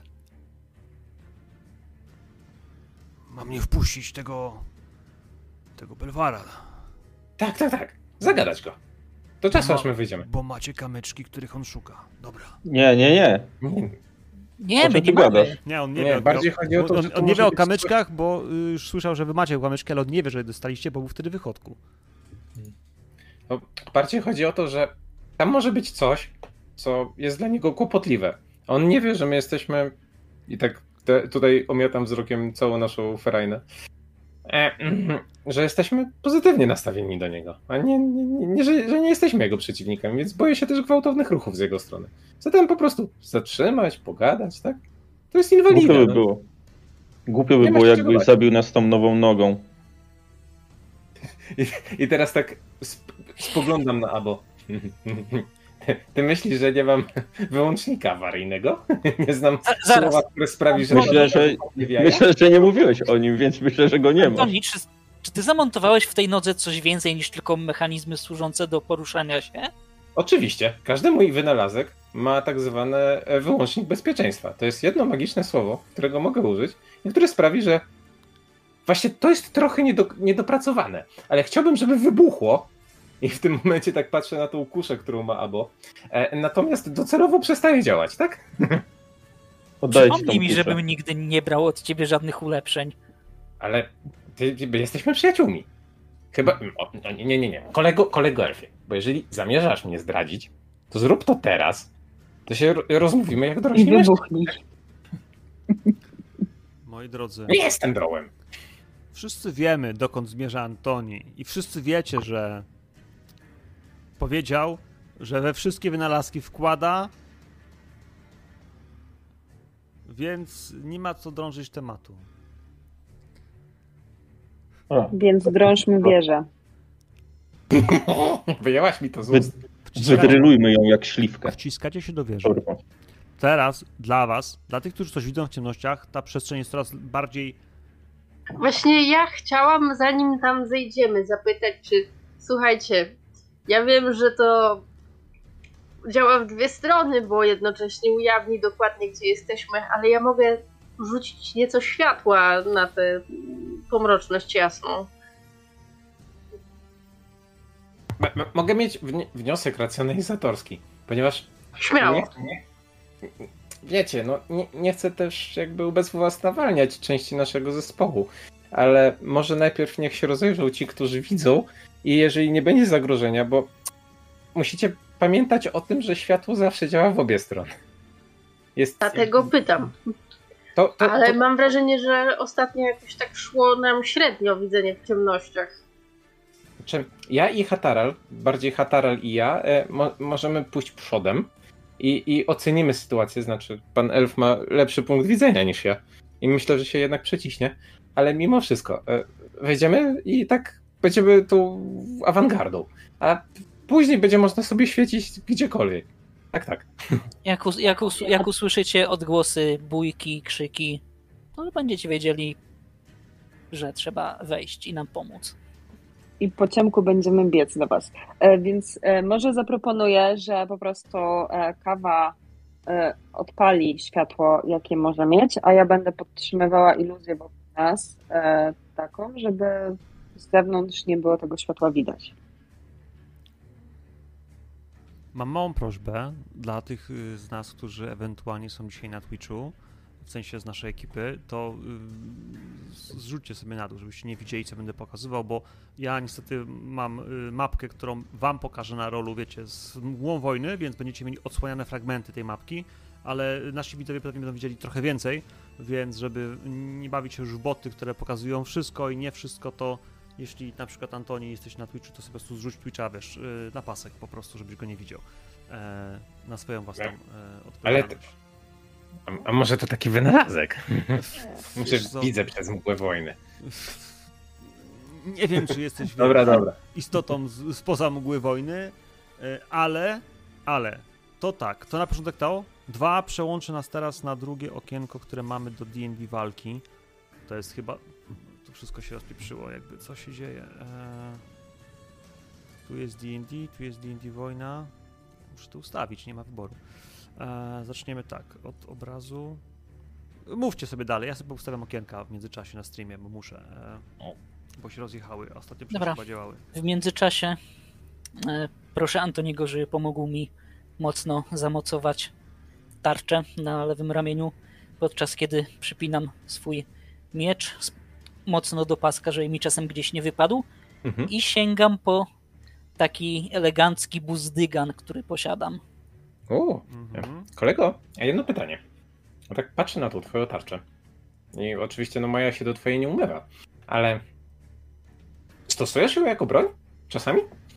Mam nie wpuścić tego... tego Belwara. Tak, tak, tak. Zagadać go. Do czasu, No. aż my wyjdziemy. Bo macie kamyczki, których on szuka. Dobra. Nie, nie, nie. Nie, Nie, O my czym nie ty mamy. gadasz? Nie, on nie, Nie, wie. bardziej o, chodzi o to, on, że to on nie może wie o być kamyczkach, bo y, już słyszał, że wy macie kamyczki, ale on nie wie, że je dostaliście, bo był wtedy w wychodku. to bardziej chodzi o to, że tam może być coś, co jest dla niego kłopotliwe. On nie wie, że my jesteśmy... I tak te, tutaj omiatam wzrokiem całą naszą ferajnę. E, mm, że jesteśmy pozytywnie nastawieni do niego, a nie, nie, nie, nie że, że nie jesteśmy jego przeciwnikami, więc boję się też gwałtownych ruchów z jego strony. Zatem po prostu zatrzymać, pogadać, tak? To jest Głupio inwalidzka. by No. było. Głupio by Nie ma było, się czego jakby bać. zabił nas tą nową nogą. I, I teraz tak sp- spoglądam na Abo. Ty myślisz, że nie mam wyłącznika awaryjnego? Nie znam A, zaraz. słowa, które sprawi, że... Myślę, że, myślę, że nie mówiłeś o nim, więc myślę, że go nie ma. Antoni, czy, czy ty zamontowałeś w tej nodze coś więcej niż tylko mechanizmy służące do poruszania się? Oczywiście, każdy mój wynalazek ma tak zwany e, wyłącznik bezpieczeństwa. To jest jedno magiczne słowo, którego mogę użyć i które sprawi, że właśnie to jest trochę niedo, niedopracowane, ale chciałbym, żeby wybuchło i w tym momencie tak patrzę na tą kuszę, którą ma Abo. E, natomiast docelowo przestaje działać, tak? Oddaję ci tą Przypomnij mi, kuszę. żebym nigdy nie brał od ciebie żadnych ulepszeń. Ale ty, ty, jesteśmy przyjaciółmi. Chyba... O, no, nie, nie, nie, nie. Kolego, kolego Elfie, bo jeżeli zamierzasz mnie zdradzić, to zrób to teraz. To się ro- rozmówimy jak I dorośli mężczyźni. wybuchnij. Moi drodzy, Nie jestem drołem. wszyscy wiemy, dokąd zmierza Antoni. I wszyscy wiecie, że powiedział, że we wszystkie wynalazki wkłada, więc nie ma co drążyć tematu. O, Więc drążmy wieżę. Wyjęłaś mi to z Wy- ust. Wydrylujmy ją jak śliwkę. Wciskacie się do wieży. Kurwa. Teraz dla was, dla tych, którzy coś widzą w ciemnościach, ta przestrzeń jest coraz bardziej... Właśnie ja chciałam, zanim tam zejdziemy, zapytać, czy słuchajcie, ja wiem, że to działa w dwie strony, bo jednocześnie ujawni dokładnie, gdzie jesteśmy, ale ja mogę rzucić nieco światła na tę pomroczność jasną. M- m- mogę mieć wni- wniosek racjonalizatorski, ponieważ Śmiało. Nie, nie, wiecie, no nie, nie chcę też jakby ubezwłasnawalniać części naszego zespołu, ale może najpierw niech się rozejrzą ci, którzy widzą i jeżeli nie będzie zagrożenia, bo musicie pamiętać o tym, że światło zawsze działa w obie strony. Jest... Dlatego pytam. To, to, Ale to, mam wrażenie, że ostatnio jakoś tak szło nam średnio widzenie w ciemnościach. Znaczy, ja i Hataral, bardziej Hataral i ja, e, mo- możemy pójść przodem i, i ocenimy sytuację. Znaczy, pan Elf ma lepszy punkt widzenia niż ja i myślę, że się jednak przeciśnie, ale mimo wszystko e, wejdziemy i tak będziemy tą awangardą, a później będzie można sobie świecić gdziekolwiek. Tak, tak. Jak, us- jak, us- jak usłyszycie odgłosy, bójki, krzyki, to będziecie wiedzieli, że trzeba wejść i nam pomóc. I po ciemku będziemy biec do was. E, Więc e, może zaproponuję, że po prostu e, kawa e, odpali światło, jakie może mieć, a ja będę podtrzymywała iluzję, bo nas e, taką, żeby z zewnątrz nie było tego światła widać. Mam małą prośbę dla tych y, z nas, którzy ewentualnie są dzisiaj na Twitchu, w sensie z naszej ekipy, to y, z- zrzućcie sobie na dół, żebyście nie widzieli, co będę pokazywał, bo ja niestety mam y, mapkę, którą wam pokażę na rolu, wiecie, z mgłą wojny, więc będziecie mieli odsłaniane fragmenty tej mapki, ale nasi widzowie pewnie będą widzieli trochę więcej, więc żeby nie bawić się już w boty, które pokazują wszystko i nie wszystko, to jeśli na przykład Antoni jesteś na Twitchu, to sobie po prostu zrzuć Twitcha, wiesz, y, na pasek po prostu, żebyś go nie widział. E, na swoją własną e, Ale odpowiedzialność. A, a może to taki wynalazek? Muszę Wiesz co? widzę przez mgłę wojny. Nie wiem, czy jesteś Dobra, wiesz, dobra. istotą z, spoza mgły wojny, e, ale, ale, to tak, to na początek to. Dwa, przełączę nas teraz na drugie okienko, które mamy do D and D walki. To jest chyba, tu wszystko się rozpieprzyło, jakby, co się dzieje. E, tu jest D and D, tu jest D and D wojna. Muszę to ustawić, nie ma wyboru. E, zaczniemy tak, od obrazu. Mówcie sobie dalej, ja sobie ustawiam okienka w międzyczasie na streamie, bo muszę, e, bo się rozjechały, a ostatnio przecież Dobra. chyba działały. W międzyczasie e, proszę Antoniego, żeby pomógł mi mocno zamocować tarczę na lewym ramieniu, podczas kiedy przypinam swój miecz s- mocno do paska, żeby mi czasem gdzieś nie wypadł Mhm. i sięgam po taki elegancki buzdygan, który posiadam. U, Mhm. kolego, a jedno pytanie. Bo tak patrzę na tą twoją tarczę. I oczywiście no moja się do twojej nie umywa. Ale stosujesz ją jako broń? Czasami?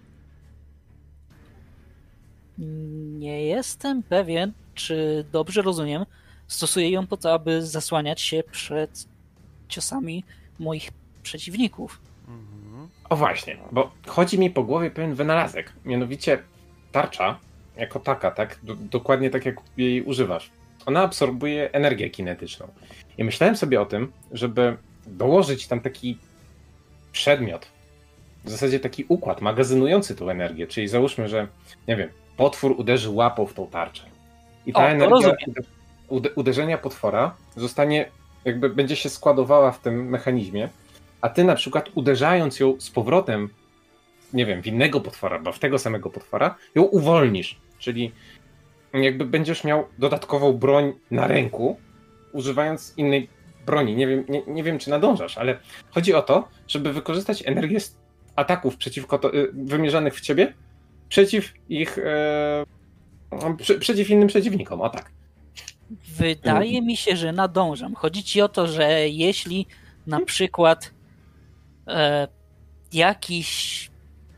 Nie jestem pewien, czy dobrze rozumiem. Stosuję ją po to, aby zasłaniać się przed ciosami moich przeciwników. Mhm. O właśnie, bo chodzi mi po głowie pewien wynalazek. Mianowicie tarcza, jako taka, tak? Do, dokładnie tak jak jej używasz. Ona absorbuje energię kinetyczną. I myślałem sobie o tym, żeby dołożyć tam taki przedmiot, w zasadzie taki układ magazynujący tą energię. Czyli załóżmy, że, nie wiem, potwór uderzy łapą w tą tarczę. I ta O, to energia rozumiem. ude- uderzenia potwora zostanie, jakby będzie się składowała w tym mechanizmie, a ty na przykład uderzając ją z powrotem, nie wiem, w innego potwora, bo w tego samego potwora, ją uwolnisz. Czyli jakby będziesz miał dodatkową broń na ręku, używając innej broni. Nie wiem, nie, nie wiem czy nadążasz, ale chodzi o to, żeby wykorzystać energię z ataków przeciwko to, y, wymierzanych w ciebie, przeciw ich, e, przy, przeciw innym przeciwnikom, o tak. Wydaje mi się, że nadążam. Chodzi ci o to, że jeśli na przykład e, jakiś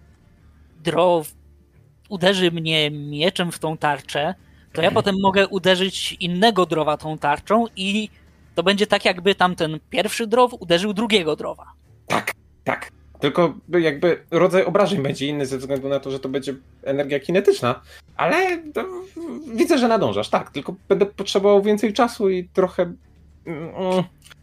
drow uderzy mnie mieczem w tą tarczę, to ja potem mogę uderzyć innego drowa tą tarczą i to będzie tak, jakby tamten pierwszy drow uderzył drugiego drowa. Tak, tak. Tylko jakby rodzaj obrażeń będzie inny ze względu na to, że to będzie energia kinetyczna, ale to widzę, że nadążasz, tak, tylko będę potrzebował więcej czasu i trochę mm,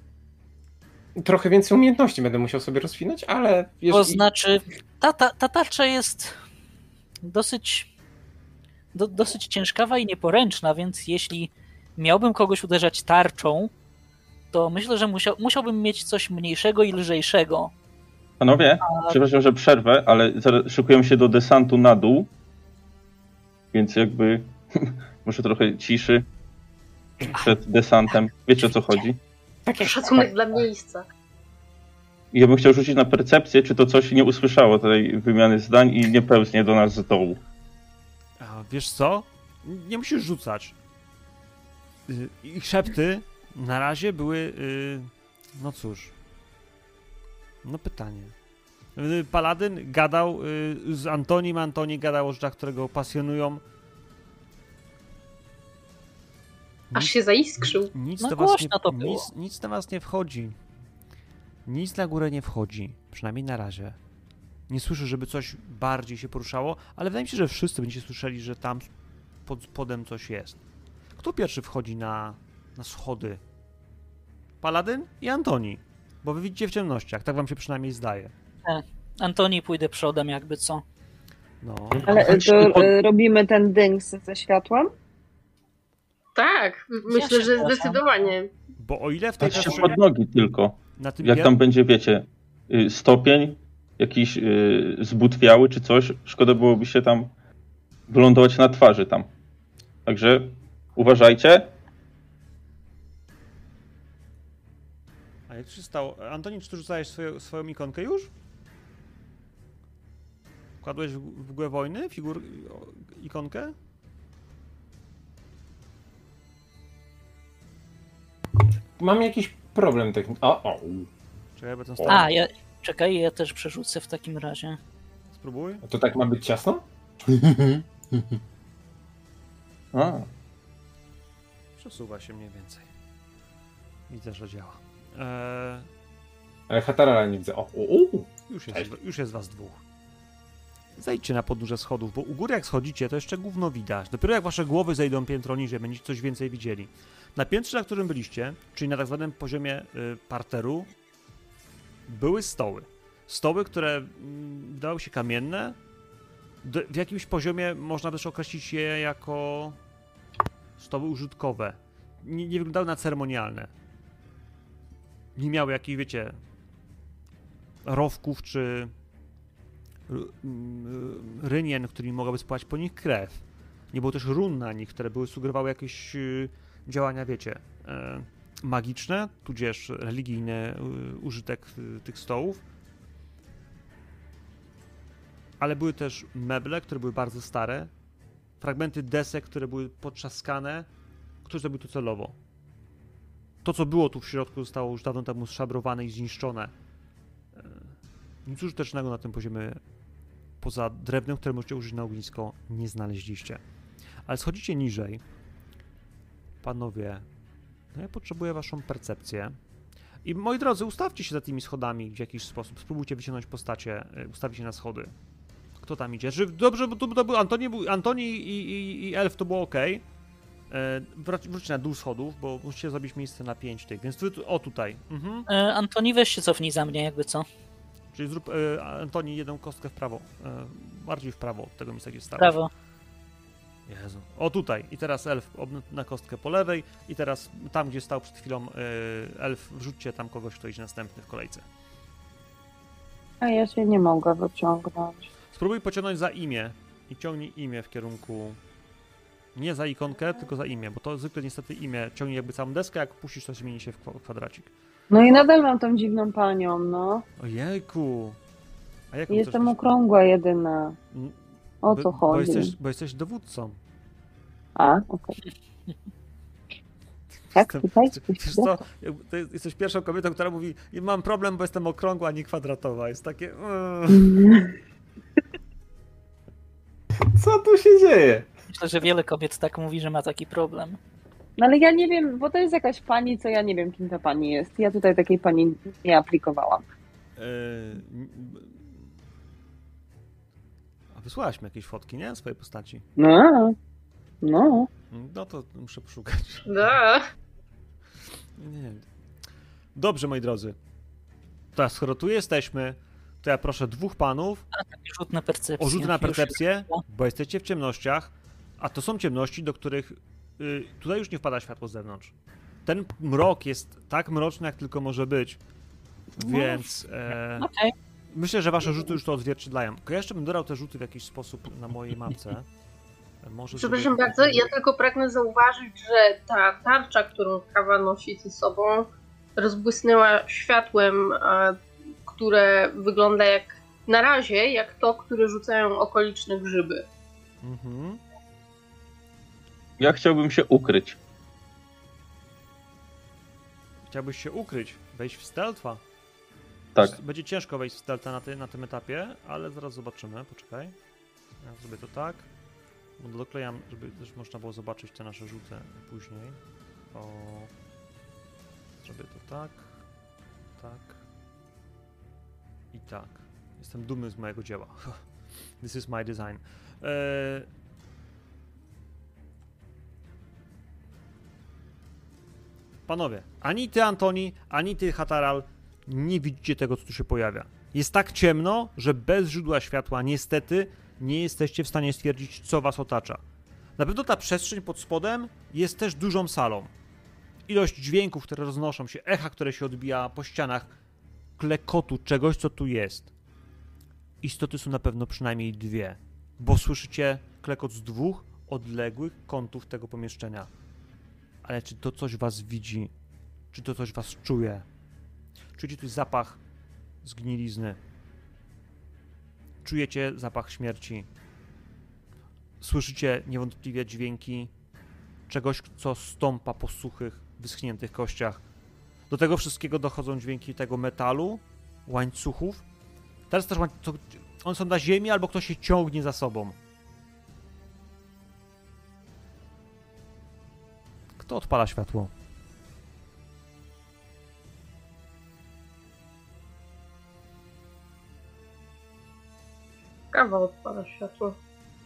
trochę więcej umiejętności będę musiał sobie rozwinąć, ale To jeżeli... znaczy, ta, ta, ta tarcza jest dosyć, do, dosyć ciężkawa i nieporęczna, więc jeśli miałbym kogoś uderzać tarczą, to myślę, że musiał, musiałbym mieć coś mniejszego i lżejszego. Panowie, przepraszam, że przerwę, ale zaraz szykujemy się do desantu na dół, więc jakby może trochę ciszy przed desantem. Wiecie, o co chodzi? Szacunek dla miejsca. I ja bym chciał rzucić na percepcję, czy to coś nie usłyszało tej wymiany zdań i nie pełznie do nas z dołu. A wiesz co? Nie musisz rzucać. Y, Ich szepty na razie były, y, no cóż, no pytanie. Y, Paladyn gadał y, z Antonim, Antoni gadał o rzeczach, które go pasjonują. Aż się zaiskrzył. Nic No do was nie, głośno to było. nic, nic do was nie wchodzi. Nic na górę nie wchodzi. Przynajmniej na razie. Nie słyszę, żeby coś bardziej się poruszało, ale wydaje mi się, że wszyscy będziecie słyszeli, że tam pod spodem coś jest. Kto pierwszy wchodzi na, na schody? Paladyn i Antoni. Bo wy widzicie w ciemnościach, tak wam się przynajmniej zdaje. Antoni pójdę przodem, jakby co. No. Ale to e, robimy ten ding ze światłem? Tak, myślę, się że zgadzam. zdecydowanie. Bo o ile w tej Patrzcie przestrzeni... pod nogi tylko. Na tym Jak pier- tam będzie, wiecie, y, stopień jakiś y, zbutwiały czy coś, szkoda byłoby się tam wylądować na twarzy tam. Także uważajcie. A jak się stało? Antoni, czy ty rzucałeś swoją, swoją ikonkę już? Kładłeś w, w mgłę wojny figur... ikonkę? Mam jakiś problem techniczny. O, o. Czekaj, bo ten O. A, ja, czekaj, ja też przerzucę w takim razie. Spróbuj. To tak ma być ciasno? A, Przesuwa się mniej więcej. Widzę, że działa. Eee, Ale Hatarala nie widzę. O, o, o. już, jest, Cześć. już jest was dwóch. Zejdźcie na podnóże schodów, bo u góry jak schodzicie, to jeszcze gówno widać. Dopiero jak wasze głowy zejdą piętro niżej, będziecie coś więcej widzieli. Na piętrze, na którym byliście, czyli na tak zwanym poziomie y, parteru, były stoły. Stoły, które mm, wydawały się kamienne. D- w jakimś poziomie można też określić je jako stoły użytkowe. Nie, nie wyglądały na ceremonialne. Nie miały jakichś, wiecie, rowków czy r- mm, rynien, którymi mogłaby spływać po nich krew. Nie było też run na nich, które były sugerowały jakieś y, działania, wiecie, e, magiczne, tudzież religijny y, użytek y, tych stołów. Ale były też meble, które były bardzo stare, fragmenty desek, które były potrzaskane. Ktoś zrobił to celowo. To, co było tu w środku, zostało już dawno temu zszabrowane i zniszczone. E, Nic użytecznego na tym poziomie, poza drewnem, które możecie użyć na ognisko, nie znaleźliście. Ale schodzicie niżej. Panowie, no ja potrzebuję waszą percepcję. I moi drodzy, ustawcie się za tymi schodami w jakiś sposób. Spróbujcie wyciągnąć postacie, y, ustawić się na schody. Kto tam idzie? Czy dobrze, bo to, to był Antoni, był, Antoni i, i, i Elf to było ok. E, wróć, wróćcie na dół schodów, bo musicie zrobić miejsce na pięć tych, więc wy, tu- o tutaj. Mhm. E, Antoni, weź się cofnij za mnie, jakby co. Czyli zrób e, Antoni jedną kostkę w prawo. E, bardziej w prawo od tego miejsca, gdzie stałeś. Prawo. Jezu. O tutaj. I teraz elf ob- na kostkę po lewej. I teraz tam, gdzie stał przed chwilą e, elf, wrzućcie tam kogoś, kto idzie następny w kolejce. A ja się nie mogę wyciągnąć. Spróbuj pociągnąć za imię i ciągnij imię w kierunku... Nie za ikonkę, tylko za imię, bo to zwykle niestety imię ciągnie jakby całą deskę, jak puścisz, to zmieni się w kwa- kwadracik. No i nadal mam tą dziwną panią, no. Ojejku! A jak Jestem okrągła jedyna. O co bo, chodzi? Bo jesteś, bo jesteś dowódcą. A, okej. Tak, Jestem- tutaj? Wiesz co, jakby ty jesteś pierwszą kobietą, która mówi, mam problem, bo jestem okrągła, a nie kwadratowa. Jest takie... mm. Co tu się dzieje? Myślę, że wiele kobiet tak mówi, że ma taki problem. No ale ja nie wiem, bo to jest jakaś pani, co ja nie wiem, kim ta pani jest. Ja tutaj takiej pani nie aplikowałam. Yy, A wysłałaś mi jakieś fotki, nie? Swojej postaci. No, no. No to muszę poszukać. Da. Nie wiem. Dobrze, moi drodzy. Teraz, skoro tu jesteśmy, to ja proszę dwóch panów Rzut na percepcję. o rzut na Już. percepcję, bo jesteście w ciemnościach, a to są ciemności, do których y, tutaj już nie wpada światło z zewnątrz. Ten mrok jest tak mroczny, jak tylko może być, więc e, Okej. myślę, że wasze rzuty już to odzwierciedlają. Tylko ja jeszcze bym dodał te rzuty w jakiś sposób na mojej mapce. Może Przepraszam żeby- bardzo, ja tylko pragnę zauważyć, że ta tarcza, którą Kawa nosi ze sobą, rozbłysnęła światłem, a, które wygląda jak na razie jak to, które rzucają okoliczne grzyby. Mhm. ja chciałbym się ukryć. Chciałbyś się ukryć, wejść w stealtha. Tak. Będzie ciężko wejść w stealtha na, ty, na tym etapie, ale zaraz zobaczymy. Poczekaj. Ja zrobię to tak. Bo doklejam, żeby też można było zobaczyć te nasze rzuty później. O... Zrobię to tak. Tak. I tak. Jestem dumny z mojego dzieła. This is my design. Eee... Panowie, ani ty, Antoni, ani ty, Hataral, nie widzicie tego, co tu się pojawia. Jest tak ciemno, że bez źródła światła niestety nie jesteście w stanie stwierdzić, co was otacza. Na pewno ta przestrzeń pod spodem jest też dużą salą. ilość dźwięków, które roznoszą się, echa, które się odbija po ścianach, klekotu czegoś, co tu jest. Istoty są na pewno przynajmniej dwie, bo słyszycie klekot z dwóch odległych kątów tego pomieszczenia. Ale czy to coś was widzi? Czy to coś was czuje? Czujecie tu zapach zgnilizny. Czujecie zapach śmierci. Słyszycie niewątpliwie dźwięki czegoś, co stąpa po suchych, wyschniętych kościach. Do tego wszystkiego dochodzą dźwięki tego metalu, łańcuchów. Teraz też łańcuch, one są na ziemi, albo ktoś się ciągnie za sobą. Kto odpala światło? Kawa odpala światło.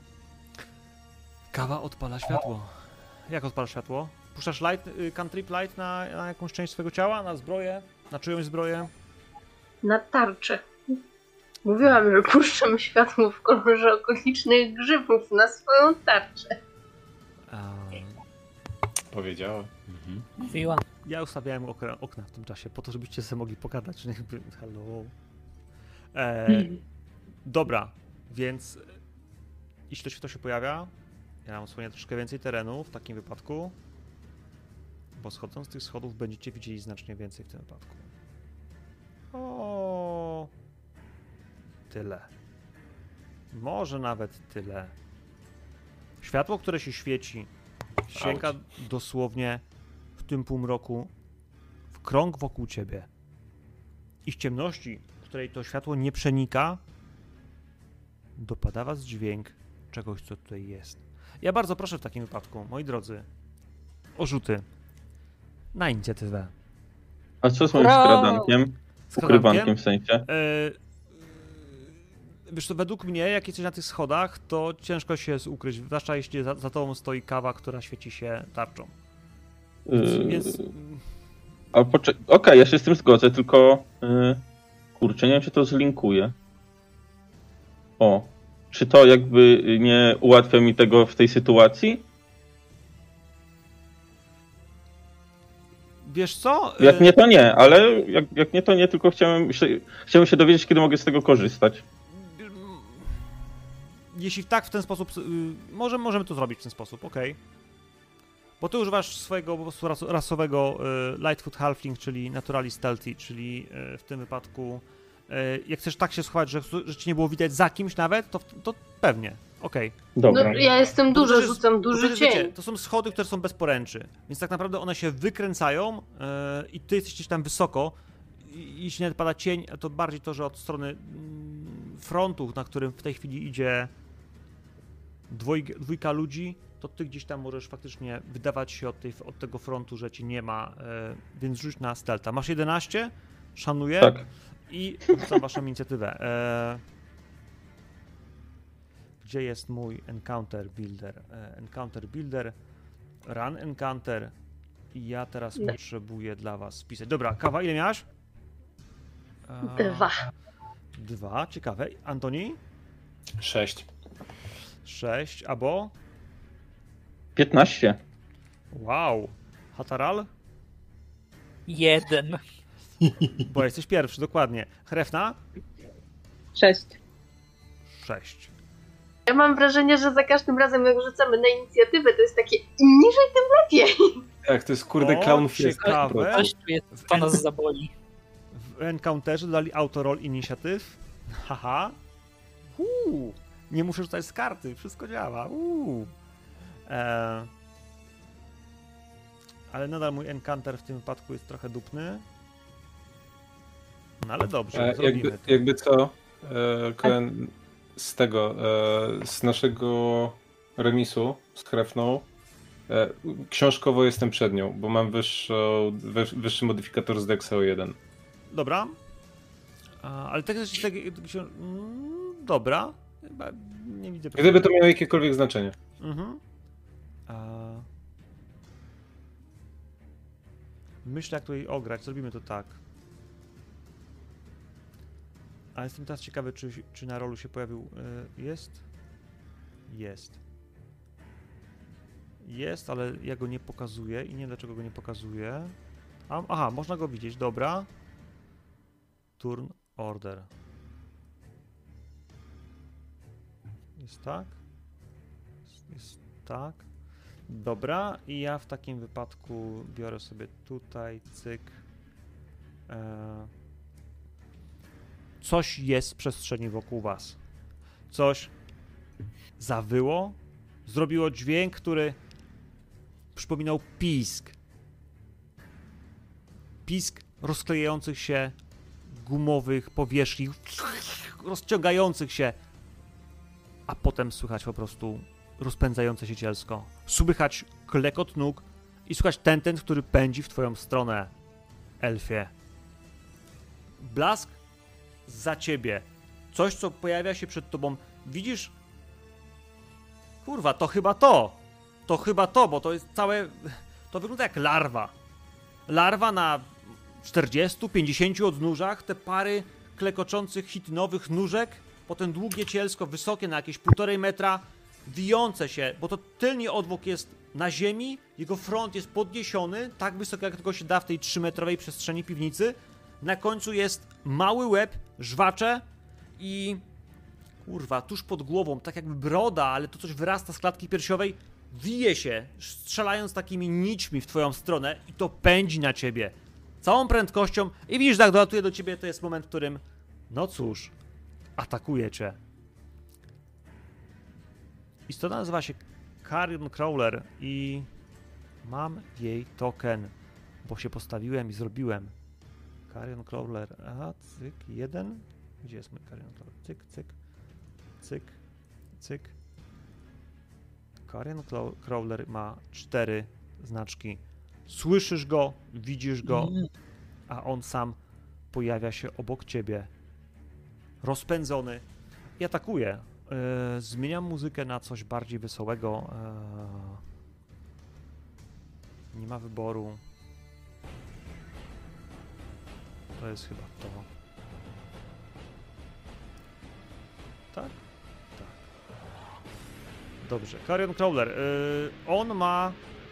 Kawa odpala światło. Jak odpala światło? Puszczasz light, y, cantrip light na, na jakąś część swojego ciała? Na zbroję? Na czyjąś zbroję? Na tarczę. Mówiłam, że puszczam światło w kolorze okolicznych grzybów na swoją tarczę. A, Powiedziałem. mhm. Mówiła. Ja ustawiałem okna, okna w tym czasie, po to, żebyście sobie mogli pogadać. Jakby, hello. E, dobra, więc jeśli to światło się pojawia, ja mam swoje troszkę więcej terenu w takim wypadku, bo schodząc z tych schodów będziecie widzieli znacznie więcej w tym wypadku. O, tyle. Może nawet tyle. Światło, które się świeci, sięga dosłownie w tym półmroku w krąg wokół ciebie. I z ciemności, w której to światło nie przenika, dopada was dźwięk czegoś, co tutaj jest. Ja bardzo proszę w takim wypadku, moi drodzy, o rzuty na inicjatywę. A co z moim Hurra! skradankiem? Z Ukrywankiem w sensie? E, wiesz co, według mnie, jak jesteś na tych schodach, to ciężko się jest ukryć, zwłaszcza jeśli za, za tobą stoi kawa, która świeci się tarczą. Yy, Więc... A poczek- Okej, okay, ja się z tym zgodzę, tylko yy, kurczę, nie wiem, czy to zlinkuje. O, czy to jakby nie ułatwia mi tego w tej sytuacji? Wiesz co? Jak nie, to nie, ale jak, jak nie, to nie, tylko chciałem się, chciałem się dowiedzieć, kiedy mogę z tego korzystać. Jeśli tak, w ten sposób, y, może, możemy to zrobić w ten sposób, okej. Okay. Bo ty używasz swojego po prostu ras, rasowego y, Lightfoot Halfling, czyli Naturally Stealthy, czyli y, w tym wypadku, y, jak chcesz tak się schować, że, że ci nie było widać za kimś nawet, to, to pewnie, okej. Okay. Dobra. No, ja jestem To duża, też jest- rzucam To, duży też jest, cień. wiecie, to są schody, które są bez poręczy, więc tak naprawdę one się wykręcają yy, i ty jesteś gdzieś tam wysoko i jeśli nawet pada cień, to bardziej to, że od strony mm, frontu, na którym w tej chwili idzie dwoj, dwójka ludzi, to ty gdzieś tam możesz faktycznie wydawać się od, tej, od tego frontu, że ci nie ma, yy, więc rzuć na stealtha. Masz jedenaście, szanuję Tak. i rzucam waszą inicjatywę. E, Gdzie jest mój Encounter Builder? E, Encounter Builder, Run Encounter i ja teraz Nie. potrzebuję dla was wpisać. Dobra, kawa, ile miałaś? E, Dwa. Dwa, ciekawe. Antoni? Sześć. Sześć, abo? piętnaście. Wow. Hataral? Jeden. Bo jesteś pierwszy, dokładnie. Hrefna? Sześć. Sześć. Ja mam wrażenie, że za każdym razem jak rzucamy na inicjatywę, to jest takie im niżej, tym lepiej. Tak, to jest kurde O, clown fiesta. ciekawe. Coś tu jest, to nas zaboli. W Encounterze dali Autoroll Initiative. Haha. Uuu. Nie muszę rzucać z karty, wszystko działa. Uuu. E... Ale nadal mój Encounter w tym wypadku jest trochę dupny. No ale dobrze, E, zrobimy jakby, to. jakby co, e, Koen, z tego, e, z naszego remisu z Hrefną, e, książkowo jestem przed nią, bo mam wyższą, wy, wyższy modyfikator z Dexa o jeden. Dobra. A, ale tak jest... Tak, mm, dobra. Chyba nie widzę... Gdyby to miało jakiekolwiek znaczenie. Mhm. A... Myślę, jak tutaj ograć. Zrobimy to tak. Ale jestem teraz ciekawy, czy, czy na rolu się pojawił. Y, jest? Jest. Jest, ale ja go nie pokazuję i nie wiem dlaczego go nie pokazuję. A, aha, można go widzieć, dobra. Turn order. Jest tak? Jest, jest tak. Dobra, i ja w takim wypadku biorę sobie tutaj, cyk. E... Coś jest w przestrzeni wokół was. Coś zawyło, zrobiło dźwięk, który przypominał pisk. Pisk rozklejających się gumowych powierzchni, rozciągających się, a potem słychać po prostu rozpędzające się cielsko. Słychać klekot nóg i słychać ten, ten, który pędzi w twoją stronę, elfie. Blask za ciebie. Coś, co pojawia się przed tobą. Widzisz? Kurwa, to chyba to. To chyba to, bo to jest całe... To wygląda jak larwa. Larwa na czterdziestu pięćdziesięciu odnóżach. Te pary klekoczących chitynowych nóżek. Potem długie cielsko, wysokie na jakieś półtorej metra. Wijące się, bo to tylny odwłok jest na ziemi. Jego front jest podniesiony. Tak wysoko, jak tylko się da w tej trzymetrowej przestrzeni piwnicy. Na końcu jest mały łeb, żwacze i kurwa, tuż pod głową, tak jakby broda, ale to coś wyrasta z klatki piersiowej, wije się, strzelając takimi nićmi w twoją stronę i to pędzi na ciebie całą prędkością i widzisz, jak dolatuje do ciebie, to jest moment, w którym, no cóż, atakuje cię. Istota nazywa się Carrion Crawler i mam jej token, bo się postawiłem i zrobiłem. Carrion Crawler, aha, cyk, jeden. Gdzie jest mój Carrion Crawler? Cyk, cyk, cyk, cyk. Carrion Crawler ma cztery znaczki. Słyszysz go, widzisz go, a on sam pojawia się obok ciebie. Rozpędzony i atakuje. Yy, zmieniam muzykę na coś bardziej wesołego. Yy, nie ma wyboru. To jest chyba to. Tak? Tak. Dobrze. Carrion Crawler. Yy, on ma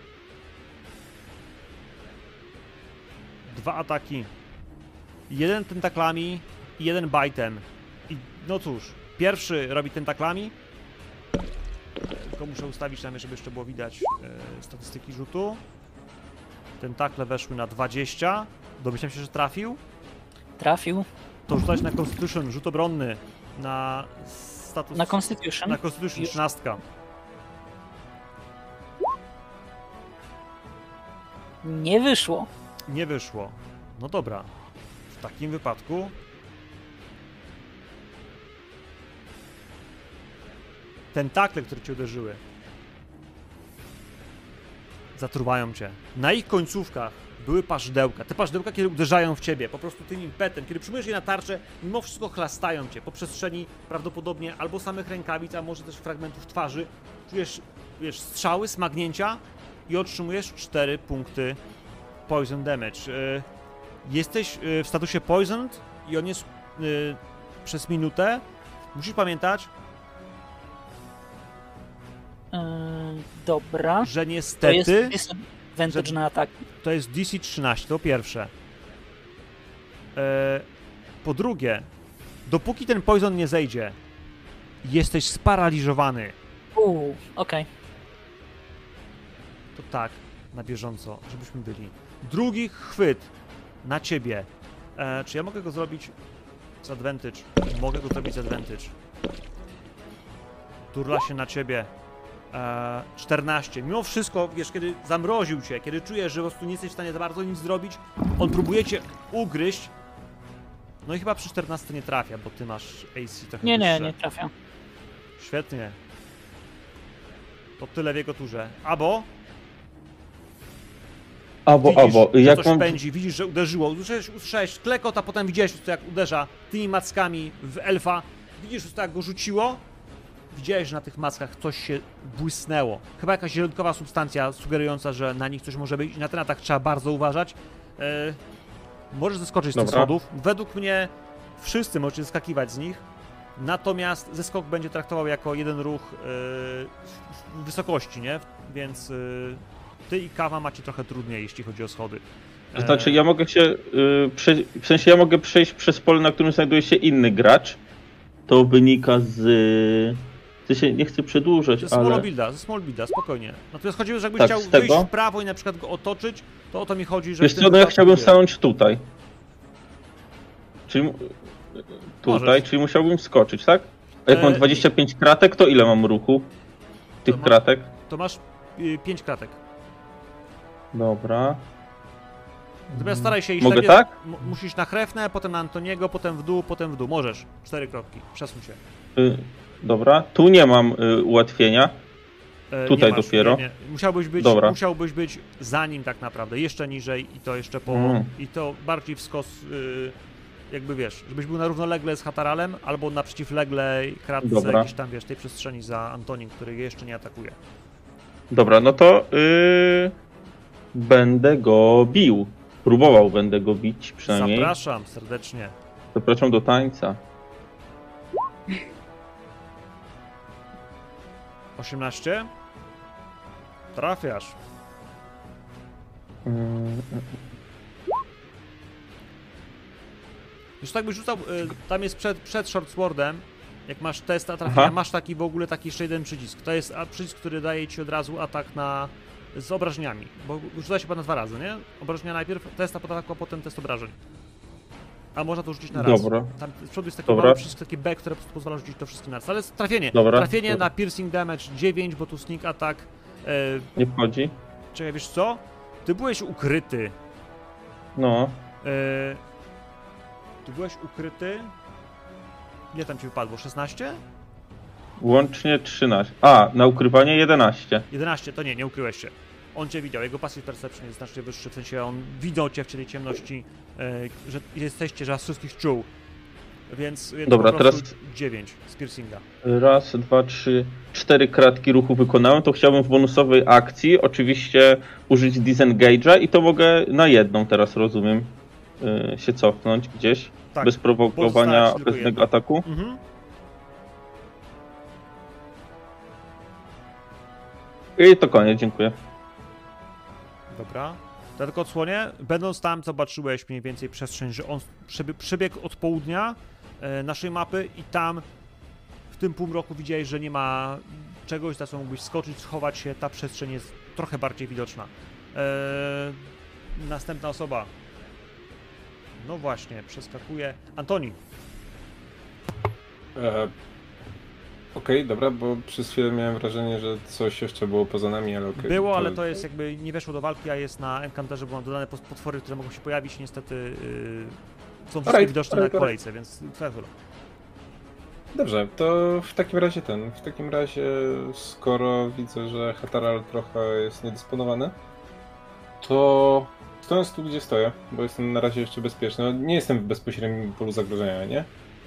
dwa ataki. Jeden tentaklami i jeden bajtem. I no cóż, pierwszy robi tentaklami. Tylko muszę ustawić tam, żeby jeszcze było widać yy, statystyki rzutu. Tentakle weszły na dwadzieścia. Domyślam się, że trafił. Trafił. To rzucać na Constitution, rzut obronny. Na status... Na Constitution? Na Constitution, trzynastka. Nie wyszło. Nie wyszło. No dobra. W takim wypadku... Tentakle, które cię uderzyły, zatruwają cię. Na ich końcówkach były paszdełka. Te paszdełka, kiedy uderzają w ciebie, po prostu tym impetem, kiedy przyjmujesz je na tarczę, mimo wszystko chlastają cię po przestrzeni prawdopodobnie albo samych rękawic, a może też fragmentów twarzy. Czujesz, wiesz, strzały, smagnięcia i otrzymujesz cztery punkty poison damage. Yy, jesteś yy, w statusie poisoned i on jest yy, przez minutę. Musisz pamiętać, Yy, dobra. że niestety... To jest disadvantage że... na atak. To jest D C trzynaście, to pierwsze. E, po drugie, dopóki ten poison nie zejdzie, jesteś sparaliżowany. Uuu, okej. Okay. To tak, na bieżąco, żebyśmy byli. Drugi chwyt na ciebie. E, czy ja mogę go zrobić z advantage? Mogę go zrobić z advantage. Turla się na ciebie. E, czternaście. Mimo wszystko, wiesz, kiedy zamroził cię, kiedy czujesz, że po prostu nie jesteś w stanie za bardzo nic zrobić, on próbuje cię ugryźć. No i chyba przy czternaście nie trafia, bo ty masz A C trochę Nie, nie, wyższe. nie trafia. Świetnie. To tyle w jego turze. Abo... Albo, widzisz, albo, że jak coś mam... pędzi, widzisz, że uderzyło. Usłyszałeś, usłyszałeś klekot, a potem widziałeś, jak uderza tymi mackami w elfa. Widzisz, że to jak go rzuciło. Widziałeś, że na tych mackach coś się błysnęło. Chyba jakaś zielonkowa substancja sugerująca, że na nich coś może być. I na ten atak trzeba bardzo uważać. E, możesz zeskoczyć z tych Dobra. schodów. Według mnie wszyscy możecie zeskakiwać z nich. Natomiast zeskok będzie traktował jako jeden ruch, e, wysokości, nie? Więc y, ty i Kawa macie trochę trudniej, jeśli chodzi o schody. To znaczy, ja mogę się, y, prze, w sensie ja mogę przejść przez pole, na którym znajduje się inny gracz. To wynika z... W sensie nie chcę przedłużać, Ze ale... small builda, ze small builda, spokojnie. Natomiast chodziło, że jakbyś Tak, chciał z tego. wyjść w prawo i na przykład go otoczyć, to o to mi chodzi, że... Wiesz w tym co, no ja wypadku chciałbym wiesz, stanąć tutaj. Czyli... mu- Tutaj, Możesz. czyli musiałbym skoczyć, tak? A jak E, mam dwadzieścia pięć kratek, to ile mam ruchu? Tych To ma- kratek? To masz y, pięć kratek. Dobra. Natomiast staraj się iść Mogę najpierw- tak? m- musisz na Hrefnę, potem na Antoniego, potem w dół, potem w dół. Możesz. Cztery kropki. Przesuń się. Y, dobra, tu nie mam y, ułatwienia. E, Tutaj nie masz, dopiero. Nie, nie. Musiałbyś być, Dobra. musiałbyś być za nim tak naprawdę, jeszcze niżej i to jeszcze po... Mm. I to bardziej w skos, y, jakby wiesz, żebyś był na równolegle z Hataralem, albo na przeciwległej kratce Dobra. jakiejś tam, wiesz, tej przestrzeni za Antonim, który je jeszcze nie atakuje. Dobra, no to y, będę go bił. Próbował będę go bić przynajmniej. Zapraszam serdecznie. Zapraszam do tańca. osiemnaście? Trafiasz. Mm, Już tak byś rzucał, y, tam jest przed, przed Shortswordem, jak masz test a trafienia, Aha. masz taki w ogóle taki jeszcze jeden przycisk. To jest a, przycisk, który daje ci od razu atak na z obrażeniami, bo rzuca się pan na dwa razy, nie? Obrażenia najpierw, test ataku, a potem test obrażeń. A można to rzucić na raz. Dobra. Tam z przodu jest taki Dobra. mały przycisk, taki B, który po prostu pozwala rzucić to wszystkim na raz. Ale jest trafienie. Dobra. Trafienie Dobra. na piercing damage dziewięć, bo tu sneak attack. E, Nie wchodzi? czekaj, wiesz co? Ty byłeś ukryty. No. E, ty byłeś ukryty. Ile tam ci wypadło? szesnaście? Łącznie trzynaście. A, na ukrywanie jedenaście. jedenaście, to nie, nie ukryłeś się. On cię widział, jego passive perception jest znacznie wyższy, w sensie on widział cię w tej ciemności, e, że jesteście, że was wszystkich czuł. Więc, więc Dobra, po prostu teraz- dziewięć z piercinga. Raz, dwa, trzy, cztery kratki ruchu wykonałem, to chciałbym w bonusowej akcji oczywiście użyć disengage'a i to mogę na jedną teraz, rozumiem, yy, się cofnąć gdzieś, Tak, bez prowokowania pozostała ci tylko obecnego jedna. ataku. Mhm. I to koniec, dziękuję. Dobra. To ja tylko odsłonię. Będąc tam, zobaczyłeś mniej więcej przestrzeń, że on przebie- przebiegł od południa e, naszej mapy i tam w tym półmroku widziałeś, że nie ma czegoś, za co mógłbyś skoczyć, schować się. Ta przestrzeń jest trochę bardziej widoczna. E, następna osoba. No właśnie, przeskakuje. Antoni. E, Okej, dobra, bo przez chwilę miałem wrażenie, że coś jeszcze było poza nami, ale okej. Było, ale to jest jakby nie weszło do walki, a jest na Encanterze, bo mam dodane pos- potwory, które mogą się pojawić. Niestety yy, są wszystkie Alright, widoczne alright, na alright. kolejce, więc twoja chwila. Dobrze, to w takim razie ten, w takim razie skoro widzę, że Hataral trochę jest niedysponowany, to stojąc tu, gdzie stoję, bo jestem na razie jeszcze bezpieczny, no, nie jestem w bezpośrednim polu zagrożenia, nie?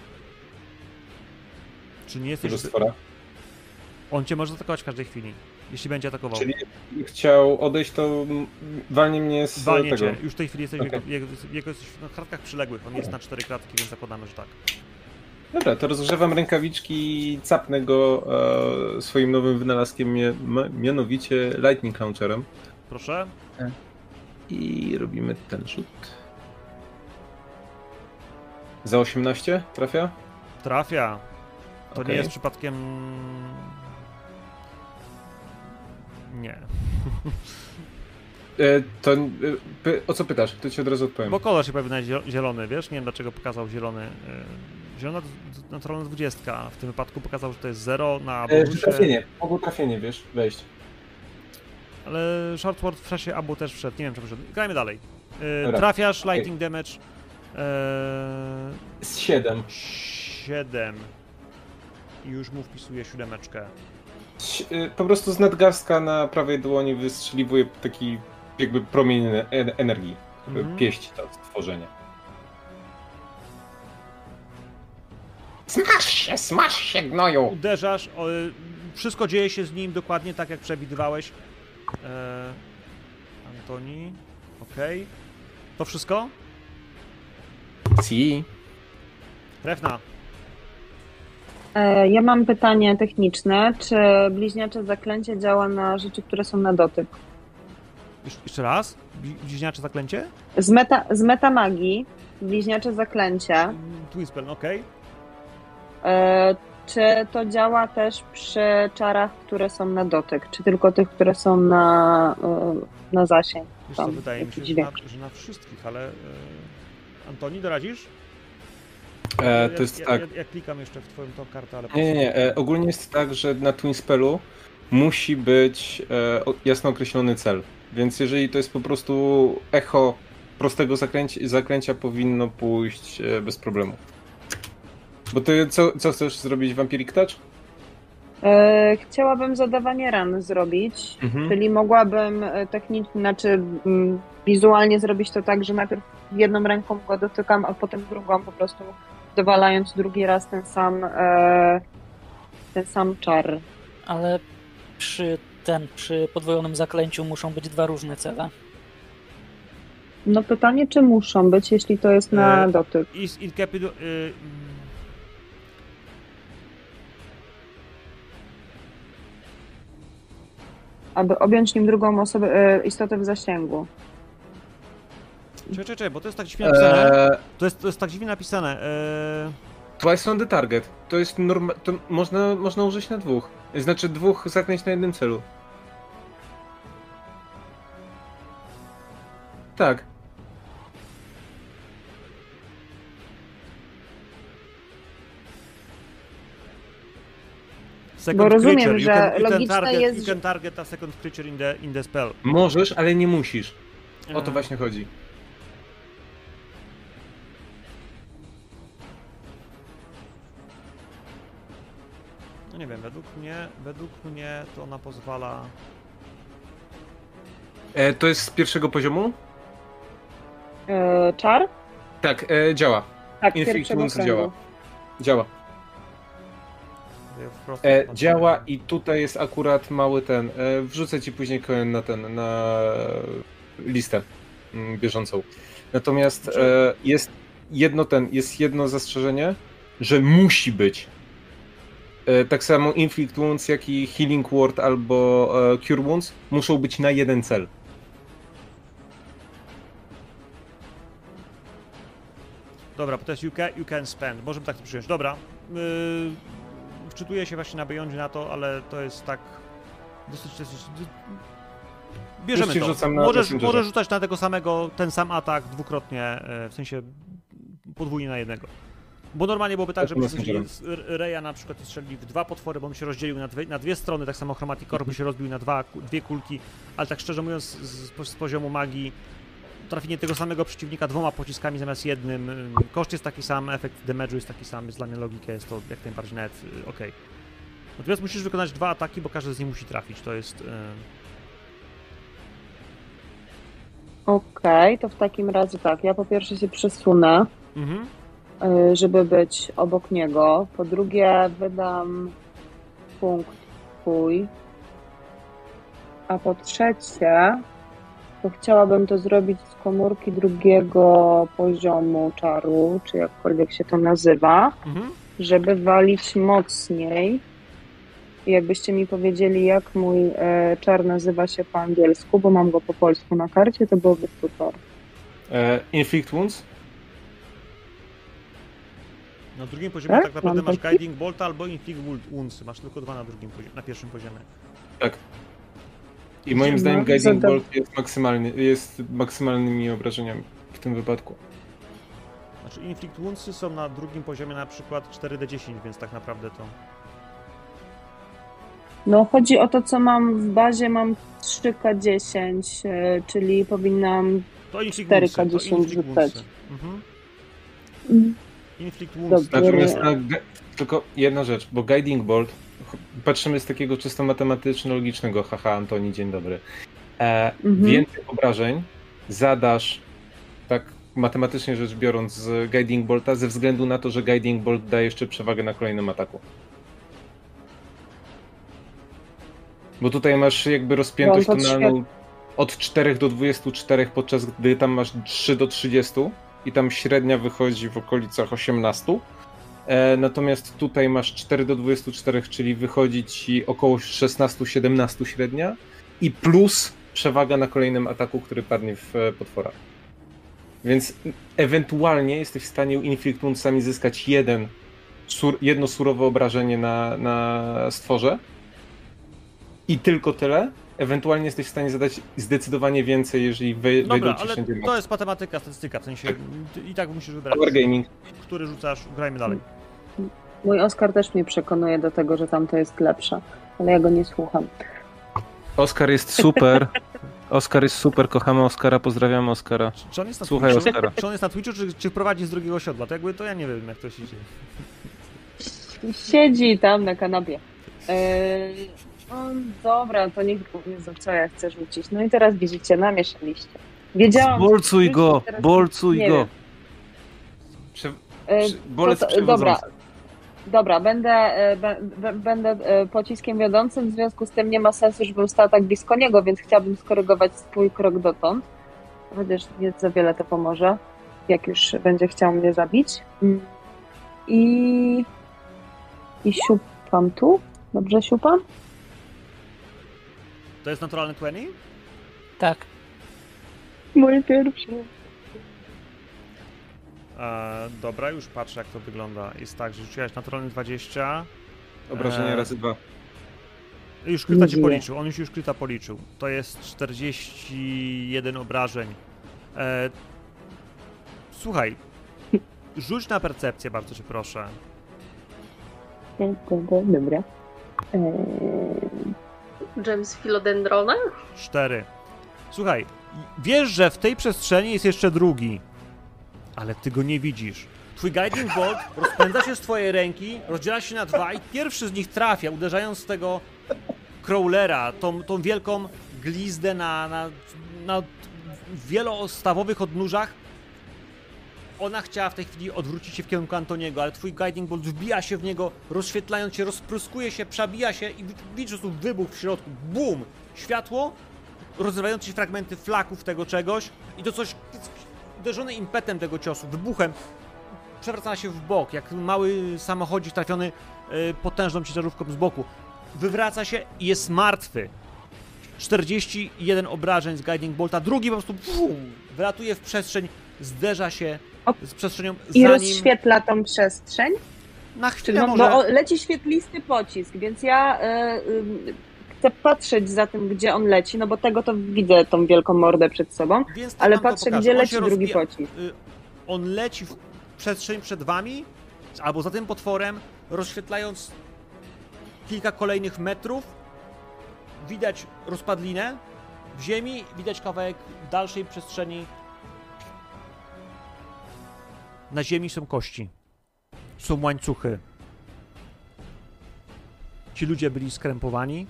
Czy nie jesteś... Tego stwora. On cię może zaatakować w każdej chwili, jeśli będzie atakował. Czyli chciał odejść, to mm, walnie mnie z Walnie tego. cię. Już w tej chwili jesteś w Okej. jego, jego, jego jesteś na kratkach przyległych. On jest na cztery kratki, więc zakładamy, że tak. Dobra, to rozgrzewam rękawiczki i capnę go e, swoim nowym wynalazkiem, mie, m- mianowicie Lightning Launcherem. Proszę. I robimy ten rzut. Za osiemnaście trafia? Trafia. To Okej. nie jest przypadkiem... Nie. E, to e, py, o co pytasz? To ci od razu odpowiem. Bo kolor się pojawił na zie- zielony, wiesz? Nie wiem dlaczego pokazał zielony. Yy, zielona to naturalna dwudziestka, a w tym wypadku pokazał, że to jest zero na E, że bonusie. trafienie, mogło trafienie, wiesz, wejść. Ale Shortword w czasie Abu też wszedł, nie wiem czemu wszedł. Grajmy dalej. Yy, Dobra. trafiasz, Okej. lightning damage. Yy, Z siedem. siedem. I już mu wpisuje siódemeczkę. Si- e, Po prostu z nadgarstka na prawej dłoni wystrzeliwuje taki jakby promień e- energii, który Mhm. pieści to stworzenie. Smash się, smash się, gnoju! Uderzasz, o, y, wszystko dzieje się z nim dokładnie tak jak przewidywałeś. E, Antoni, okej. To wszystko? Si. Refna. E, Ja mam pytanie techniczne. Czy bliźniacze zaklęcie działa na rzeczy, które są na dotyk? Jesz- Jeszcze raz? Bli- Bliźniacze zaklęcie? Z, meta, z metamagii bliźniacze zaklęcie. Mm, Twispell, okej. E, Czy to działa też przy czarach, które są na dotyk? Czy tylko tych, które są na, e, na zasięg? Wiesz co, Tam wydaje mi się, jakiś że na, dźwięk. że na wszystkich, ale... E, Antoni, doradzisz? E, ja, to jest ja, tak. Ja, ja klikam jeszcze w twoją tą kartę, ale... Nie, nie, nie. E, ogólnie jest tak, że na Twin Spellu musi być e, o- jasno określony cel. Więc jeżeli to jest po prostu echo prostego zaklęcia, zaklęcia powinno pójść e, bez problemu. Bo ty co, co chcesz zrobić, Vampiric Touch? E, Chciałabym zadawanie ran zrobić, Mhm. czyli mogłabym e, technicznie, znaczy mm, wizualnie zrobić to tak, że najpierw jedną ręką go dotykam, a potem drugą po prostu dowalając drugi raz ten sam e, ten sam czar. Ale przy ten, przy podwojonym zaklęciu muszą być dwa różne cele. No pytanie, czy muszą być, jeśli to jest na E, dotyk? Is incapable... Y, mm, Aby objąć nim drugą osobę, e, istotę w zasięgu. Czekaj, czekaj, czekaj, bo to jest tak dziwnie napisane. E, To jest, to jest tak dziwnie napisane. E, twice on the target. To jest norma... to można, można użyć na dwóch. Znaczy dwóch zaklęć na jednym celu. Tak. second Bo rozumiem, creature. że you can, you can logiczne target, jest, You że- can target a second creature in the, in the spell. Możesz, ale nie musisz. O to E, właśnie chodzi. No nie wiem, według mnie, według mnie to ona pozwala... E, to jest z pierwszego poziomu? E, czar? Tak, e, działa. Tak, Inflict pierwszego Wounds kręgu. działa. Działa. Ja wprost E, patrzę. działa i tutaj jest akurat mały ten. E, wrzucę ci później kołem na ten, na listę mm, bieżącą. Natomiast e, jest jedno ten, jest jedno zastrzeżenie, że musi być. E, tak samo Inflict Wounds, jak i Healing Word albo e, Cure Wounds muszą być na jeden cel. Dobra, bo to jest you can, you can spend. Możemy tak to przyjąć. Dobra. Yy, wczytuję się właśnie na Beyondzie na to, ale to jest tak... Dosyć, dosyć... Bierzemy Już ci to. rzucam na Możesz, Messengerze. możesz rzucać na tego samego, ten sam atak dwukrotnie, e, w sensie podwójnie na jednego. Bo normalnie byłoby tak, że Tak, byśmy Messengerem. z Reja na przykład strzelili w dwa potwory, bo on się rozdzielił na dwie, na dwie strony, tak samo Chromatic Orb by się rozbił na dwa, dwie kulki, ale tak szczerze mówiąc z, z, z poziomu magii trafienie tego samego przeciwnika dwoma pociskami zamiast jednym, ym, koszt jest taki sam, efekt damage'u jest taki sam, więc dla mnie logikę jest to jak najbardziej nawet y, okej. Natomiast musisz wykonać dwa ataki, bo każdy z nich musi trafić, to jest... Y, Okej, to w takim razie tak, ja po pierwsze się przesunę, mhm. y, żeby być obok niego. Po drugie wydam punkt twój. A po trzecie to chciałabym to zrobić z komórki drugiego poziomu czaru, czy jakkolwiek się to nazywa, Mhm. żeby walić mocniej. I jakbyście mi powiedzieli, jak mój e, czar nazywa się po angielsku, bo mam go po polsku na karcie, to byłoby super. E, Inflict Wounds? Na drugim poziomie Tak? tak naprawdę Mam masz taki? Guiding Bolt albo Inflict Wounds, masz tylko dwa na drugim poziomie, na pierwszym poziomie. Tak. I moim No, zdaniem Guiding zada- Bolt jest maksymalny, jest maksymalnymi obrażeniami w tym wypadku. Znaczy Inflict Woundsy są na drugim poziomie na przykład cztery d dziesięć, więc tak naprawdę to... No chodzi o to, co mam w bazie, mam trzy K dziesięć, e, czyli powinnam... To Inflict cztery Woundsy, K to dziesięć Inflict rzucać. Woundsy. Mhm. Mm, Inflict Woundsy. Dobra. Natomiast na, ge- tylko jedna rzecz, bo Guiding Bolt, ch- patrzymy z takiego czysto matematyczno-logicznego, haha Antoni, dzień dobry. E, Mhm. Więcej obrażeń zadasz, tak matematycznie rzecz biorąc, z Guiding Bolta, ze względu na to, że Guiding Bolt daje jeszcze przewagę na kolejnym ataku. Bo tutaj masz jakby rozpiętość No, to tonalną od czterech do dwudziestu czterech, podczas gdy tam masz trzy do trzydziestu i tam średnia wychodzi w okolicach osiemnastu. E, natomiast tutaj masz cztery do dwudziestu czterech, czyli wychodzi ci około szesnaście siedemnaście średnia i plus przewaga na kolejnym ataku, który padnie w e, potwora. Więc ewentualnie jesteś w stanie infliktuncami zyskać jeden, sur, jedno surowe obrażenie na, na stworze i tylko tyle. Ewentualnie jesteś w stanie zadać zdecydowanie więcej, jeżeli wej, Dobra, wejdą ci ale wszędzie to jest matematyka, statystyka, w sensie ty i tak musisz wybrać, Wargaming. który rzucasz, grajmy dalej. Mój Oskar też mnie przekonuje do tego, że tamto jest lepsze, ale ja go nie słucham. Oskar jest super. Oskar jest super, kochamy Oskara, pozdrawiamy Oskara. Czy, czy on jest na Słuchaj Twitchu? Oskara. Czy on jest na Twitchu, czy, czy prowadzi z drugiego siodła? To jakby to ja nie wiem, jak to się dzieje. Siedzi tam na kanapie. Yy, no, dobra, to niech Jezu, co ja chcę rzucić. No i teraz widzicie, namieszaliście. Wiedziałam. Bolcuj że- go, teraz- bolcuj nie go. wiem. Prze... Yy, Przy- bolec to- to- przewodzący. Dobra, dobra, będę, e, be, be, będę e, pociskiem wiodącym, w związku z tym nie ma sensu, żebym stała tak blisko niego, więc chciałabym skorygować swój krok dotąd. Chociaż nie za wiele to pomoże, jak już będzie chciał mnie zabić. Mm. I... I siupam tu? Dobrze siupam? To jest naturalny dwadzieścia? Tak. Moje pierwsze. E, dobra, już patrzę, jak to wygląda. Jest tak, że rzuciłeś naturalny dwadzieścia. Obrażenia e, razy dwa. Już kryta ci Nie. policzył, on już już kryta policzył. To jest czterdzieści jeden obrażeń. E, słuchaj, rzuć na percepcję, bardzo cię proszę. Dobra. Eee, James Philodendrona? cztery. Słuchaj, wiesz, że w tej przestrzeni jest jeszcze drugi, ale ty go nie widzisz. Twój guiding bolt rozpędza się z twojej ręki, rozdziela się na dwa i pierwszy z nich trafia, uderzając z tego crawlera, tą, tą wielką glizdę na, na, na wielostawowych odnóżach. Ona chciała w tej chwili odwrócić się w kierunku Antoniego, ale twój guiding bolt wbija się w niego, rozświetlając się, rozpryskuje się, przebija się i widzisz tu wybuch w środku. Bum! Światło, rozrywające się fragmenty flaków tego czegoś i to coś uderzone impetem tego ciosu, wybuchem, przewraca się w bok, jak mały samochodzik trafiony y, potężną ciężarówką z boku. Wywraca się i jest martwy. czterdzieści jeden obrażeń z guiding bolta, drugi po prostu pum, wylatuje w przestrzeń, zderza się z przestrzenią, I zanim rozświetla tą przestrzeń? na chwilę No, może... bo o, leci świetlisty pocisk, więc ja y, y, chcę patrzeć za tym, gdzie on leci, no bo tego to widzę, tą wielką mordę przed sobą, Więc tak ale wam to patrzę, pokażę. gdzie On leci się drugi rozbija- pocisk. y, On leci w przestrzeń przed wami, albo za tym potworem, rozświetlając kilka kolejnych metrów. Widać rozpadlinę w ziemi, widać kawałek dalszej przestrzeni. Na ziemi są kości. Są łańcuchy. Ci ludzie byli skrępowani,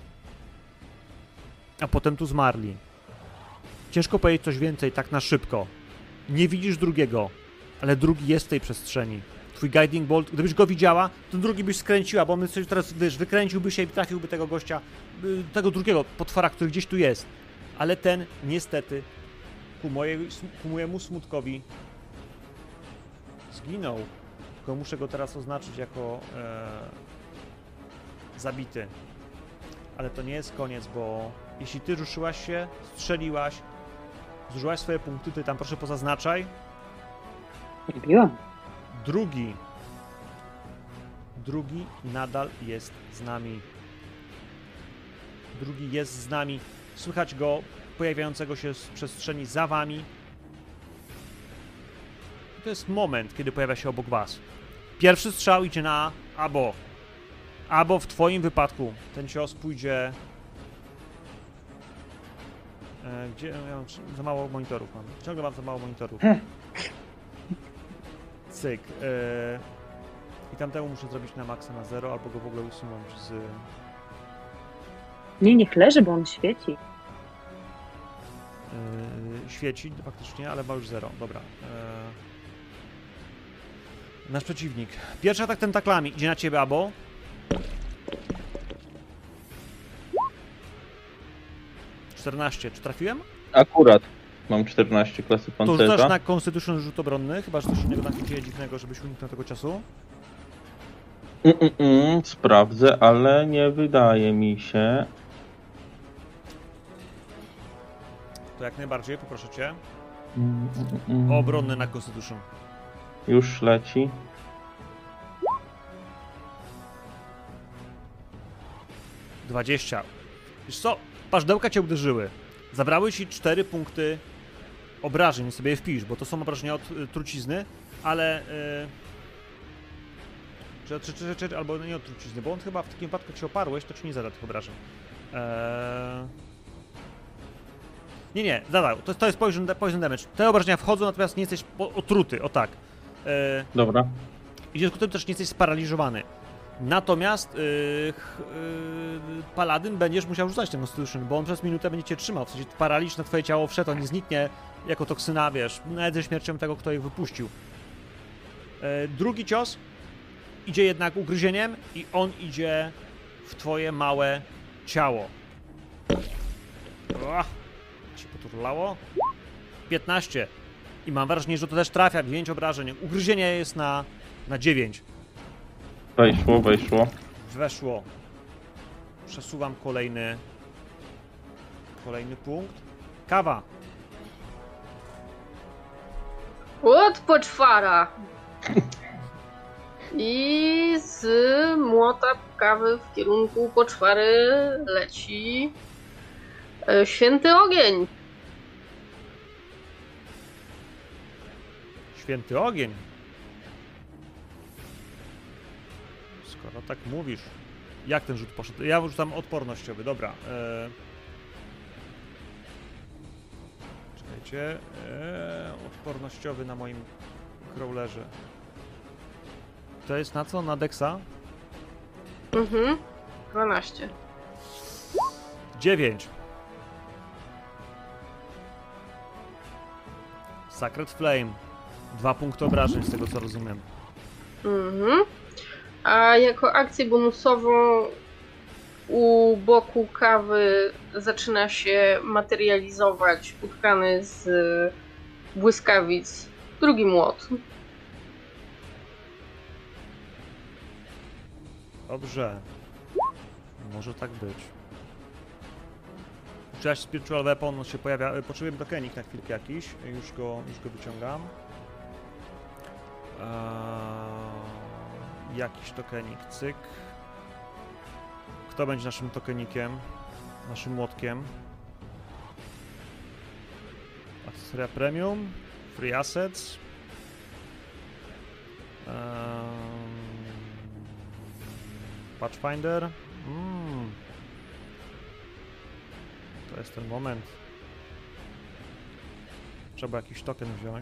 a potem tu zmarli. Ciężko powiedzieć coś więcej tak na szybko. Nie widzisz drugiego, ale drugi jest w tej przestrzeni. Twój guiding bolt, gdybyś go widziała, to drugi byś skręciła, bo my coś teraz, wiesz, wykręciłby się i trafiłby tego gościa, y, tego drugiego potwora, który gdzieś tu jest. Ale ten, niestety, ku, mojej, ku mojemu smutkowi zginął. Tylko muszę go teraz oznaczyć jako e, zabity. Ale to nie jest koniec, bo jeśli ty ruszyłaś się, strzeliłaś, zużyłaś swoje punkty, ty tam proszę pozaznaczaj. Robiłam. Drugi. Drugi nadal jest z nami. Drugi jest z nami. Słychać go pojawiającego się z przestrzeni za wami. I to jest moment, kiedy pojawia się obok was. Pierwszy strzał idzie na Abo. Abo w twoim wypadku ten cios pójdzie... E, gdzie? Ja mam za mało monitorów mam. Ciągle mam za mało monitorów. Cyk. E, I tamtemu muszę zrobić na maksa na zero, albo go w ogóle usunąć z... Nie, niech leży, bo on świeci. Yy, świeci faktycznie, ale ma już zero. Dobra. Yy. Nasz przeciwnik. Pierwszy atak tentaklami. Idzie na ciebie, Abo. czternaście. Czy trafiłem? Akurat mam czternaście klasy To rzucasz pancerza. na Constitution rzut obronny, chyba że coś innego tam się dzieje dziwnego, żebyś uniknął tego czasu. Mm, mm, mm, sprawdzę, ale nie wydaje mi się. To jak najbardziej, poproszę cię. Mm, mm, mm. Obronny na Constitution. Już leci. dwadzieścia. Wiesz co? Pażdełka cię uderzyły. Zabrały ci cztery punkty obrażeń, więc sobie je wpisz, bo to są obrażenia od y, trucizny, ale... Y, czy, czy, czy, czy, albo nie od trucizny, bo on chyba w takim wypadku, jak się oparłeś, to ci nie zada tych obrażeń. Eee... Nie, nie, zadał. To, to jest poison, poison damage. Te obrażenia wchodzą, natomiast nie jesteś po, otruty, o tak. Eee... Dobra. I w związku z tym też nie jesteś sparaliżowany. Natomiast yy, ch, yy, Paladyn będziesz musiał rzucać ten Constitution, bo on przez minutę będzie cię trzymał. W sensie paraliż na twoje ciało wszedł, on nie zniknie jako toksyna, wiesz, nawet ze śmiercią tego, kto ich wypuścił. Yy, drugi cios idzie jednak ugryzieniem i on idzie w twoje małe ciało. O, się poturlało. piętnaście. I mam wrażenie, że to też trafia, dziewięć obrażeń. Ugryzienie jest na, na dziewięć. Wejszło, wejszło. Weszło. Przesuwam kolejny... Kolejny punkt. Kawa. Od poczwara. I z młota kawy w kierunku poczwary leci e, święty ogień. Święty ogień. Skoro tak mówisz. Jak ten rzut poszedł? Ja rzucam odpornościowy, dobra. Eee... Czekajcie. Eee... Odpornościowy na moim crawlerze. To jest na co? Na Dexa? Mhm. dwanaście. dziewięć. Sacred Flame. Dwa punkty obrażeń, z tego co rozumiem. Mhm. A jako akcję bonusową u boku kawy zaczyna się materializować utkany z błyskawic drugi młot. Dobrze. Może tak być. Cześć, Spiritual Weapon się pojawia. Potrzebuję tokenik na chwilkę jakiś. Już go, już go wyciągam. Eee, jakiś tokenik, cyk. Kto będzie naszym tokenikiem? Naszym młotkiem? Akcesoria Premium. Free Assets. Eee, Patchfinder. Mm. To jest ten moment. Trzeba jakiś token wziąć.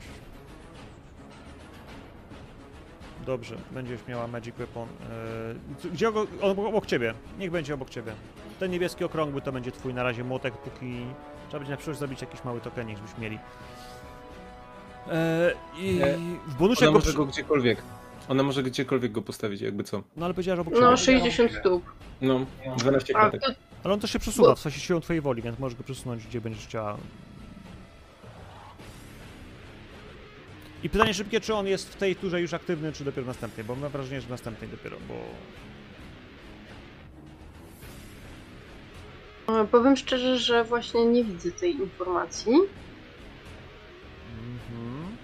Dobrze, będziesz miała Magic Weapon. Yy, gdzie go, obok ciebie? Niech będzie obok ciebie. Ten niebieski okrągły to będzie twój na razie młotek, póki trzeba będzie na przyszłość zrobić jakiś mały tokenik, żebyśmy mieli. Yy, I w bonusie Ona go... może go gdziekolwiek. Ona może gdziekolwiek go postawić, jakby co. No ale powiedziała, że obok ciebie. No, sześćdziesiąt stóp. No, dwanaście A, kratek. to, Ale on też się przesuwa, w sensie siłą twojej woli, więc możesz go przesunąć, gdzie będziesz chciała. I pytanie szybkie, czy on jest w tej turze już aktywny, czy dopiero w następnej, bo mam wrażenie, że w następnej dopiero, bo... powiem szczerze, że właśnie nie widzę tej informacji. Mhm.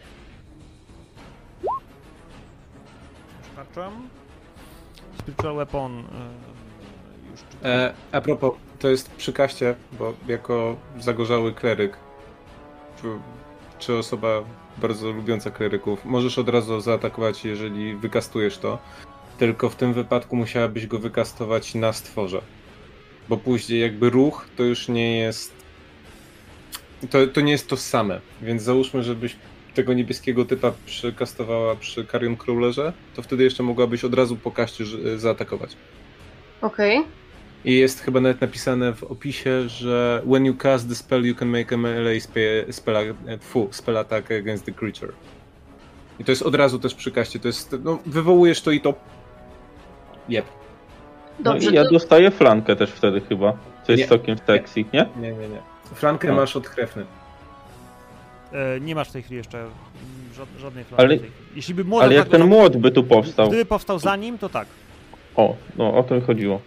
Już patrzam. Spiritual Weapon... Yy, już czytam. E, a propos, to jest przy kaście, bo jako zagorzały kleryk, czy, czy osoba bardzo lubiąca kleryków, możesz od razu zaatakować, jeżeli wykastujesz to, tylko w tym wypadku musiałabyś go wykastować na stworze, bo później jakby ruch to już nie jest, to, to nie jest to same, więc załóżmy, żebyś tego niebieskiego typa przykastowała przy Carrion Crawlerze, to wtedy jeszcze mogłabyś od razu po kaście zaatakować. Okej. Okay. I jest chyba nawet napisane w opisie, że when you cast the spell, you can make a melee spe- spell, fu, spell attack against the creature. I to jest od razu też przy kaście, to jest, no, wywołujesz to i to... Jep. Dobrze, No i ja to... dostaję flankę też wtedy chyba, co jest Nie. tokiem z Texi, nie? Nie, nie, nie. Flankę No. masz od Hrefny. E, nie masz w tej chwili jeszcze ża- żadnej flanki. Ale- tej. Jeśli by młot Ale jak ten atakował- młot by tu powstał. Gdyby powstał za nim, to tak. O, no o to mi chodziło.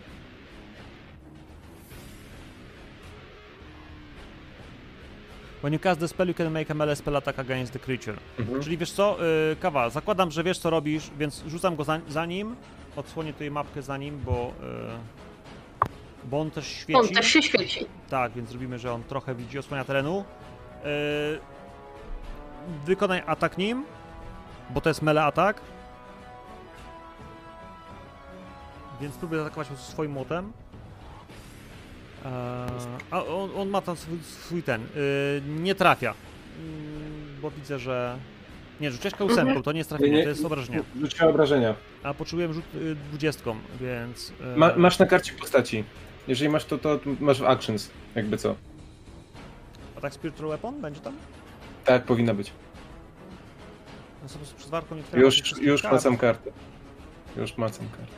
When you cast the spell, you can make a melee spell attack against the creature. Mhm. Czyli wiesz co, yy, Kawa, zakładam, że wiesz co robisz, więc rzucam go za, za nim, odsłonię tutaj mapkę za nim, bo, yy, bo on też świeci. On też się świeci. Tak, więc zrobimy, że on trochę widzi osłania terenu. Yy, wykonaj atak nim, bo to jest melee atak. Więc spróbuj zaatakować po prostu swoim młotem. Eee, a on, on ma tam swój, swój ten. Yy, nie trafia. Yy, bo widzę, że. Nie, rzuciłeś ósemką, to nie jest trafienie, to jest obrażenie. Rzuciła obrażenia. A poczułem rzut y, dwudziestką, więc. Yy, Ma, masz na karcie postaci. Jeżeli masz to, to masz w actions, jakby co. Atak Spiritual Weapon będzie tam? Tak, powinna być. No sobie przez warką nie trafię. Już, już macam kartę. Już macam kartę.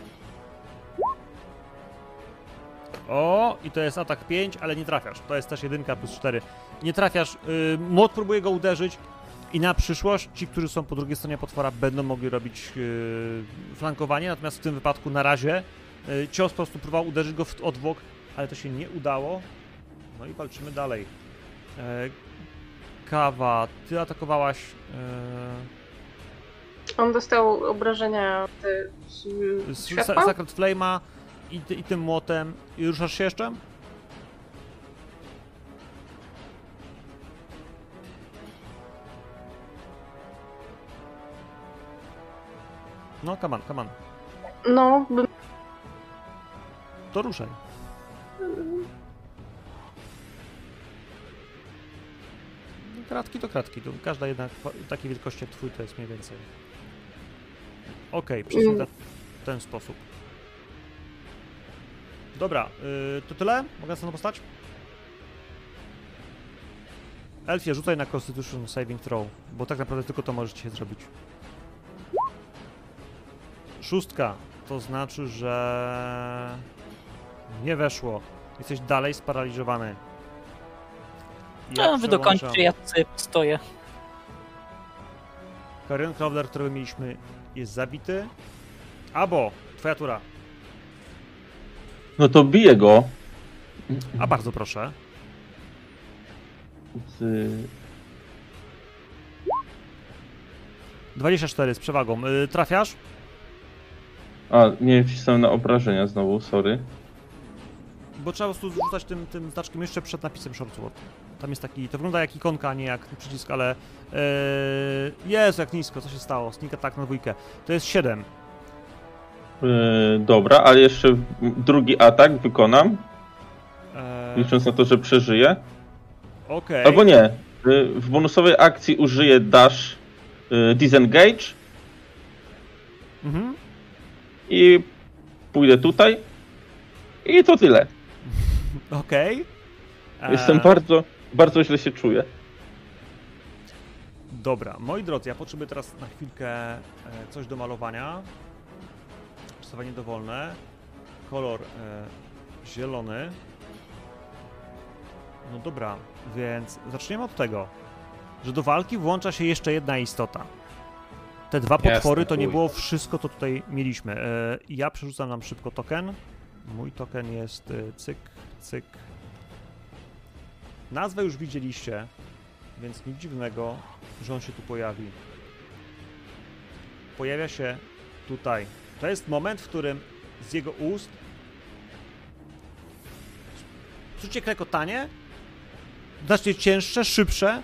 O, i to jest atak pięć, ale nie trafiasz. To jest też jedynka plus cztery. Nie trafiasz. Yy, młot próbuje go uderzyć i na przyszłość ci, którzy są po drugiej stronie potwora, będą mogli robić yy, flankowanie, natomiast w tym wypadku na razie yy, cios po prostu próbował uderzyć go w odwłok, ale to się nie udało. No i walczymy dalej. Yy, Kawa, ty atakowałaś... Yy, On dostał obrażenia te, z, z z Sa- światła? Sacred Flame'a i, ty, i tym młotem. I ruszasz się jeszcze? No, come on, come on. No, bym... To ruszaj. No, kratki to kratki. To każda jednak po- takiej wielkości jak twój to jest mniej więcej. Okej, okay, przesunę w ten sposób. Dobra, yy, to tyle? Mogę następną postać? Elfie, rzucaj na Constitution Saving Throw, bo tak naprawdę tylko to możecie się zrobić. Szóstka, to znaczy, że nie weszło. Jesteś dalej sparaliżowany. Ja No, wy dokończcie, przełączam. ja tu sobie stoję. Carrion Crawler, którego mieliśmy, jest zabity. Abo, twoja tura. No to biję go. A bardzo proszę. Z... dwadzieścia cztery z przewagą. Yy, trafiasz? A, nie wcisnąłem na obrażenia znowu, sorry. Bo trzeba po prostu rzucać tym, tym znaczkiem jeszcze przed napisem Short Sword. Tam jest taki, to wygląda jak ikonka, a nie jak przycisk, ale... Yy, Jezu, jak nisko, co się stało? Sneak attack na dwójkę. To jest siedem. Yy, dobra, ale jeszcze drugi atak wykonam, Yy, licząc na to, że przeżyję. Okej. Albo nie. Yy, w bonusowej akcji użyję dash yy, disengage Mhm. i pójdę tutaj. I to tyle. Okej. Eee, Jestem bardzo, bardzo źle się czuję. Dobra, moi drodzy, ja potrzebuję teraz na chwilkę e, coś do malowania. Rysowanie dowolne. Kolor e, zielony. No dobra, więc zaczniemy od tego, że do walki włącza się jeszcze jedna istota. Te dwa Jasne, potwory to nie chuj. było wszystko, co tutaj mieliśmy. E, ja przerzucam nam szybko token. Mój token jest e, cyk, cyk. Nazwę już widzieliście, więc nic dziwnego, że on się tu pojawi. Pojawia się tutaj. To jest moment, w którym z jego ust czucie klekotanie, znacznie cięższe, szybsze.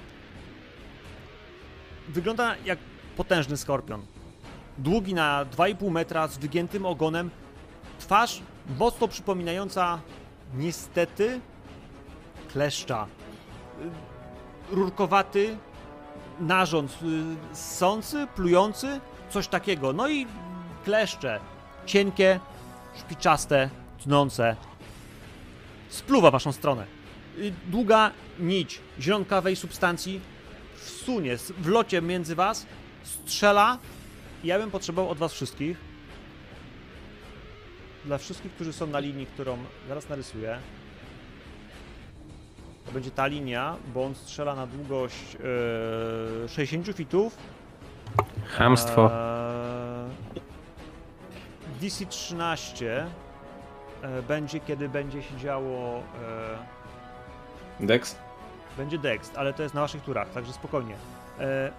Wygląda jak potężny skorpion. Długi na dwa i pół metra, z wygiętym ogonem. Twarz mocno przypominająca, niestety, kleszcza. Y, Rurkowaty narząd, y, ssący, plujący, coś takiego. No i kleszcze, cienkie, szpiczaste, tnące. Spluwa w waszą stronę. Y, Długa nić zielonkawej substancji wsunie s- w locie między was, strzela. I ja bym potrzebował od was wszystkich, dla wszystkich, którzy są na linii, którą zaraz narysuję, to będzie ta linia, bo on strzela na długość yy, sześćdziesiąt fitów. Chamstwo. Eee, D C trzynaście e, będzie, kiedy będzie się działo... E, Dex? będzie Dex, ale to jest na waszych turach, także spokojnie. E,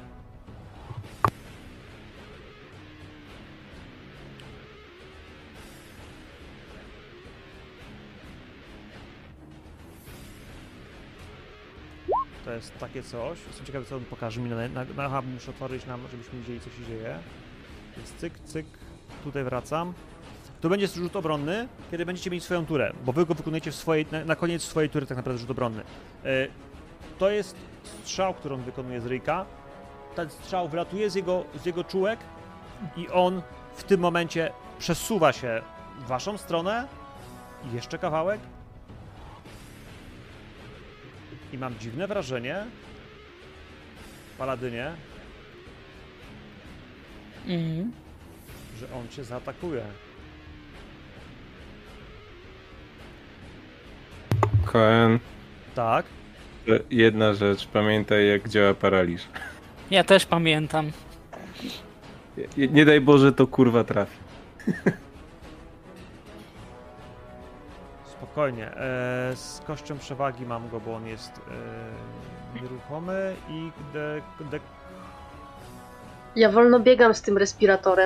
To jest takie coś. Jestem ciekawy, co on pokaże mi. Na, na, na hub muszę otworzyć nam, żebyśmy widzieli, co się dzieje. Więc cyk, cyk. Tutaj wracam. To będzie rzut obronny, kiedy będziecie mieć swoją turę, bo wy go wykonujecie w swojej, na, na koniec swojej tury tak naprawdę rzut obronny. E, to jest strzał, który on wykonuje z ryjka. Ten strzał wylatuje z jego, z jego czułek i on w tym momencie przesuwa się w waszą stronę. I jeszcze kawałek. I mam dziwne wrażenie, Paladynie, Mhm. że on cię zaatakuje. Koen, Tak? jedna rzecz, pamiętaj jak działa paraliż. Ja też pamiętam. Nie, nie daj Boże, to kurwa trafi. Spokojnie. E, z kością przewagi mam go, bo on jest e, nieruchomy i de, de, Ja wolno biegam z tym respiratorem.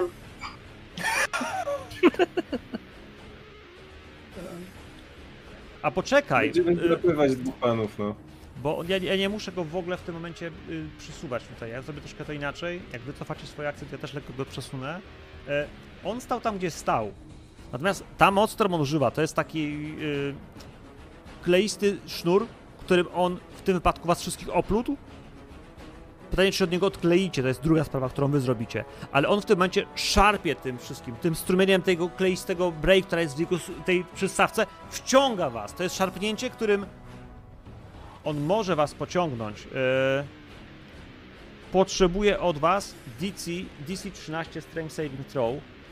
A poczekaj, Będziemy y, napływać dwóch panów, no. bo ja, ja nie muszę go w ogóle w tym momencie y, przysuwać tutaj. Ja zrobię troszkę to inaczej. Jak wycofacie swoje akcje, to ja też lekko go przesunę. E, on stał tam, gdzie stał. Natomiast ta moc, którą on używa, to jest taki y, kleisty sznur, którym on w tym wypadku was wszystkich oplótł. Pytanie, czy od niego odkleicie, to jest druga sprawa, którą wy zrobicie. Ale on w tym momencie szarpie tym wszystkim, tym strumieniem tego kleistego break, która jest w jego tej przystawce, wciąga was. To jest szarpnięcie, którym on może was pociągnąć. Yy, potrzebuje od was D C, D C trzynaście Strength Saving Throw.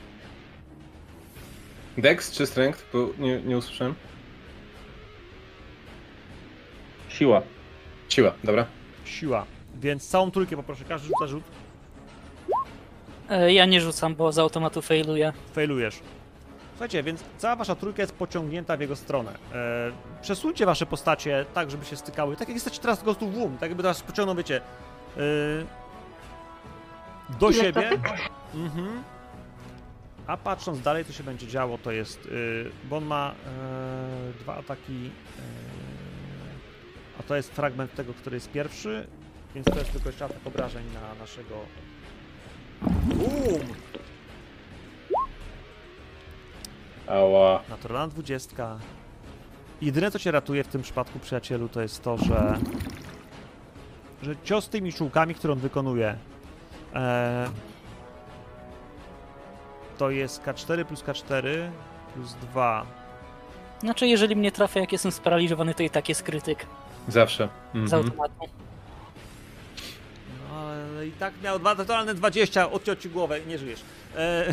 Dex czy strength? Bo nie, nie usłyszałem. Siła. Siła, dobra. Siła. Więc całą trójkę poproszę, każdy rzuca rzut. E, Ja nie rzucam, bo z automatu failuję. Failujesz. Słuchajcie, więc cała wasza trójka jest pociągnięta w jego stronę. E, przesuńcie wasze postacie tak, żeby się stykały. Tak jak jesteście teraz po prostu w łum, tak jakby teraz pociągną, wiecie, e, do Ile siebie. klatek? Mhm. A patrząc dalej, co się będzie działo, to jest, y, bo on ma e, dwa ataki, e, a to jest fragment tego, który jest pierwszy, więc to jest tylko jeszcze atak obrażeń na naszego... Boom! Ała. Naturalna dwudziestka. Jedyne, co cię ratuje w tym przypadku, przyjacielu, to jest to, że... że cios tymi czułkami, które on wykonuje, e, to jest K cztery plus K cztery plus dwa. Znaczy, jeżeli mnie trafia, jak jestem sparaliżowany, to i tak jest krytyk Zawsze. z Mhm. automatu. No ale i tak miał dwa totalne dwadzieścia, odciął ci głowę i nie żyjesz. E...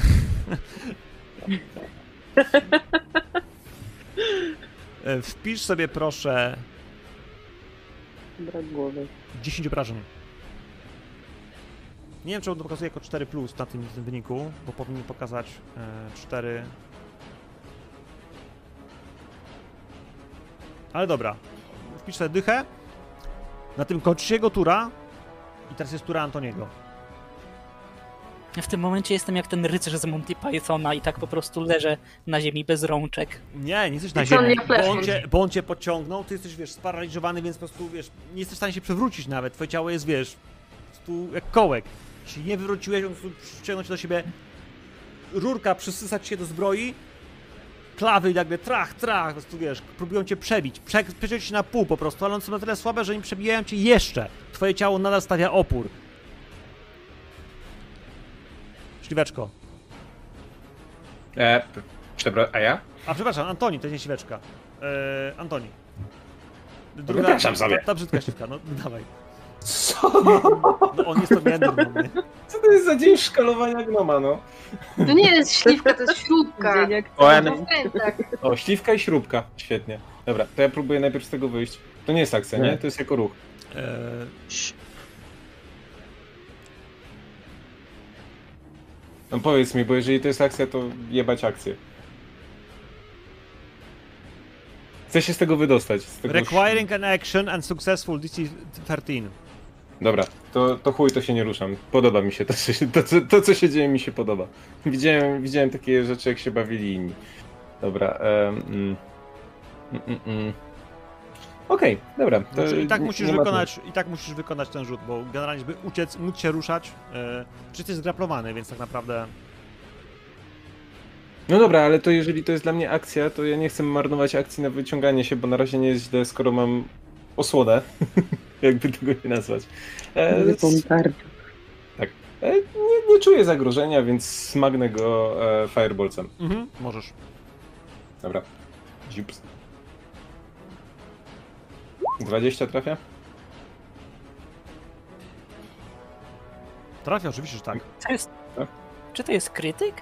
E, Wpisz sobie proszę Brak głowy. dziesięć obrażeń. Nie wiem, czy on to pokazuje jako cztery plus na tym, tym wyniku, bo powinien pokazać e, cztery. Ale dobra. Wpisz sobie dychę. Na tym kończy się jego tura. I teraz jest tura Antoniego. Ja w tym momencie jestem jak ten rycerz z Monty Pythona i tak po prostu leżę na ziemi bez rączek. Nie, nie jesteś na I co, ziemi, nie bo on, fleszem? cię, bo on cię podciągnął, ty jesteś, wiesz, sparaliżowany, więc po prostu, wiesz, nie jesteś w stanie się przewrócić nawet, twoje ciało jest, wiesz, po prostu jak kołek. Jeśli nie wywróciłeś, on po prostu przyciągnął cię do siebie, rurka przysysać się do zbroi, klawy jakby trach, trach, po prostu, wiesz, próbują cię przebić, Prze przeciąć się na pół po prostu, ale one są na tyle słabe, że nie przebijają cię jeszcze. Twoje ciało nadal stawia opór. Śliweczko. E, p- przebra- a ja? A przepraszam, Antoni, to nie śliweczka. Eee, Antoni. Wypraszam sobie. Ta, ta brzydka śliwka, no dawaj. Co? No on jest to między. Co to jest za dzień szkalowania gnoma, no? To nie jest śliwka, to jest śrubka. Dzień jak Koen. W krętach. O, śliwka i śrubka. Świetnie. Dobra, to ja próbuję najpierw z tego wyjść. To nie jest akcja, nie? Nie. To jest jako ruch. Eee, No powiedz mi, bo jeżeli to jest akcja, to jebać akcję. Chcę się z tego wydostać. Z tego Requiring an action and successful D C trzynaście. Dobra, to, to chuj, to się nie ruszam. Podoba mi się to, co się, to, co- to co się dzieje, mi się podoba. Widziałem, widziałem takie rzeczy, jak się bawili inni. Dobra, em, mm, mm, mm, mm. Okej, dobra. To Znaczy, i, tak nie- musisz nie ma wykonać, I tak musisz wykonać ten rzut, bo generalnie, żeby uciec, móc się ruszać, e, czy ty jest zgraplowany, więc tak naprawdę... No dobra, ale to jeżeli to jest dla mnie akcja, to ja nie chcę marnować akcji na wyciąganie się, bo na razie nie jest źle, skoro mam osłodę. Jakby tego nie nazwać. E, s- e, nie, nie czuję zagrożenia, więc smagnę go e, fireballcem. Mhm, możesz. Dobra. Zips. dwadzieścia trafia? Trafia, oczywiście, że tak. To jest... Czy to jest krytyk?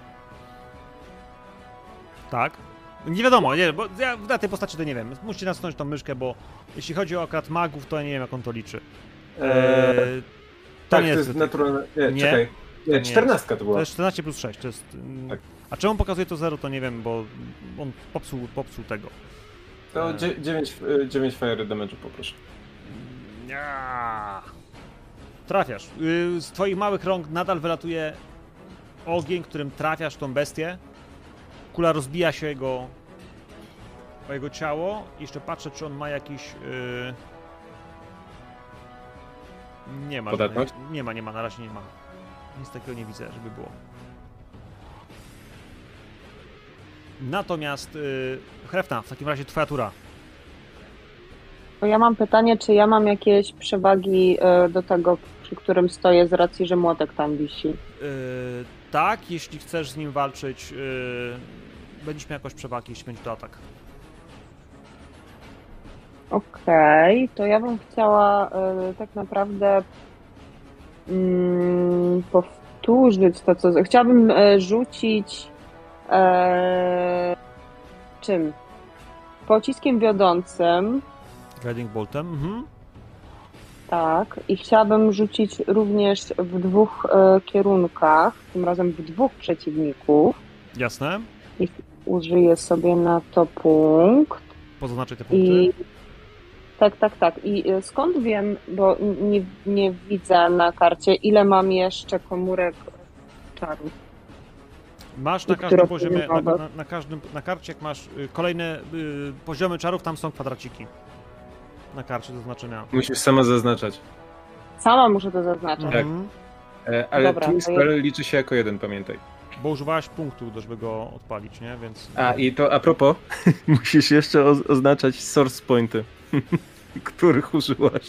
Tak. Nie wiadomo, nie, bo ja na tej postaci to nie wiem. Musicie nasunąć tą myszkę, bo jeśli chodzi o akurat magów, to ja nie wiem, jak on to liczy. Eee, to tak, nie to jest jest krytyk. naturalne. Nie, Nie, czekaj. to Nie, nie czternastka to była. To jest czternaście plus sześć, to jest... mm, Tak. A czemu pokazuje to zero, to nie wiem, bo on popsuł, popsuł tego. To Eee. dziewięć fire damage'u poproszę. Ja. Trafiasz. Y, Z twoich małych rąk nadal wylatuje ogień, którym trafiasz tą bestię. Kula rozbija się jego, o jego ciało. I jeszcze patrzę, czy on ma jakiś... y, Nie ma. Podatność? żadnej- Nie ma, nie ma, na razie nie ma. Nic takiego nie widzę, żeby było. Natomiast y, Hrefna, w takim razie twoja tura. To ja mam pytanie, czy ja mam jakieś przewagi e, do tego, przy którym stoję z racji, że młotek tam wisi. Yy, tak, jeśli chcesz z nim walczyć, yy, będziesz miał jakąś przewagę, jeśli będzie to atak. Okej, to ja bym chciała e, tak naprawdę mm, powtórzyć to, co... Chciałabym e, rzucić e, czym? Pociskiem wiodącym, Guiding Boltem, mhm. tak, i chciałabym rzucić również w dwóch e, kierunkach, tym razem w dwóch przeciwników. Jasne. I użyję sobie na to punkt. Pozaznaczaj te punkty. I tak, tak, tak. I y, skąd wiem, bo n- nie, nie widzę na karcie, ile mam jeszcze komórek czarów. Masz na i każdym która poziomie, na, poziomowa? na, na, każdym, na karcie, jak masz y, kolejne y, poziomy czarów, tam są kwadraciki. Na karcie do znaczenia. Musisz sama zaznaczać. Sama muszę to zaznaczyć. Mhm. E, ale Dobra, Twin to ja- Spell liczy się jako jeden, pamiętaj. Bo używałaś punktu, żeby go odpalić, nie? Więc... A, i to a propos, musisz jeszcze o- oznaczać source pointy, których użyłaś.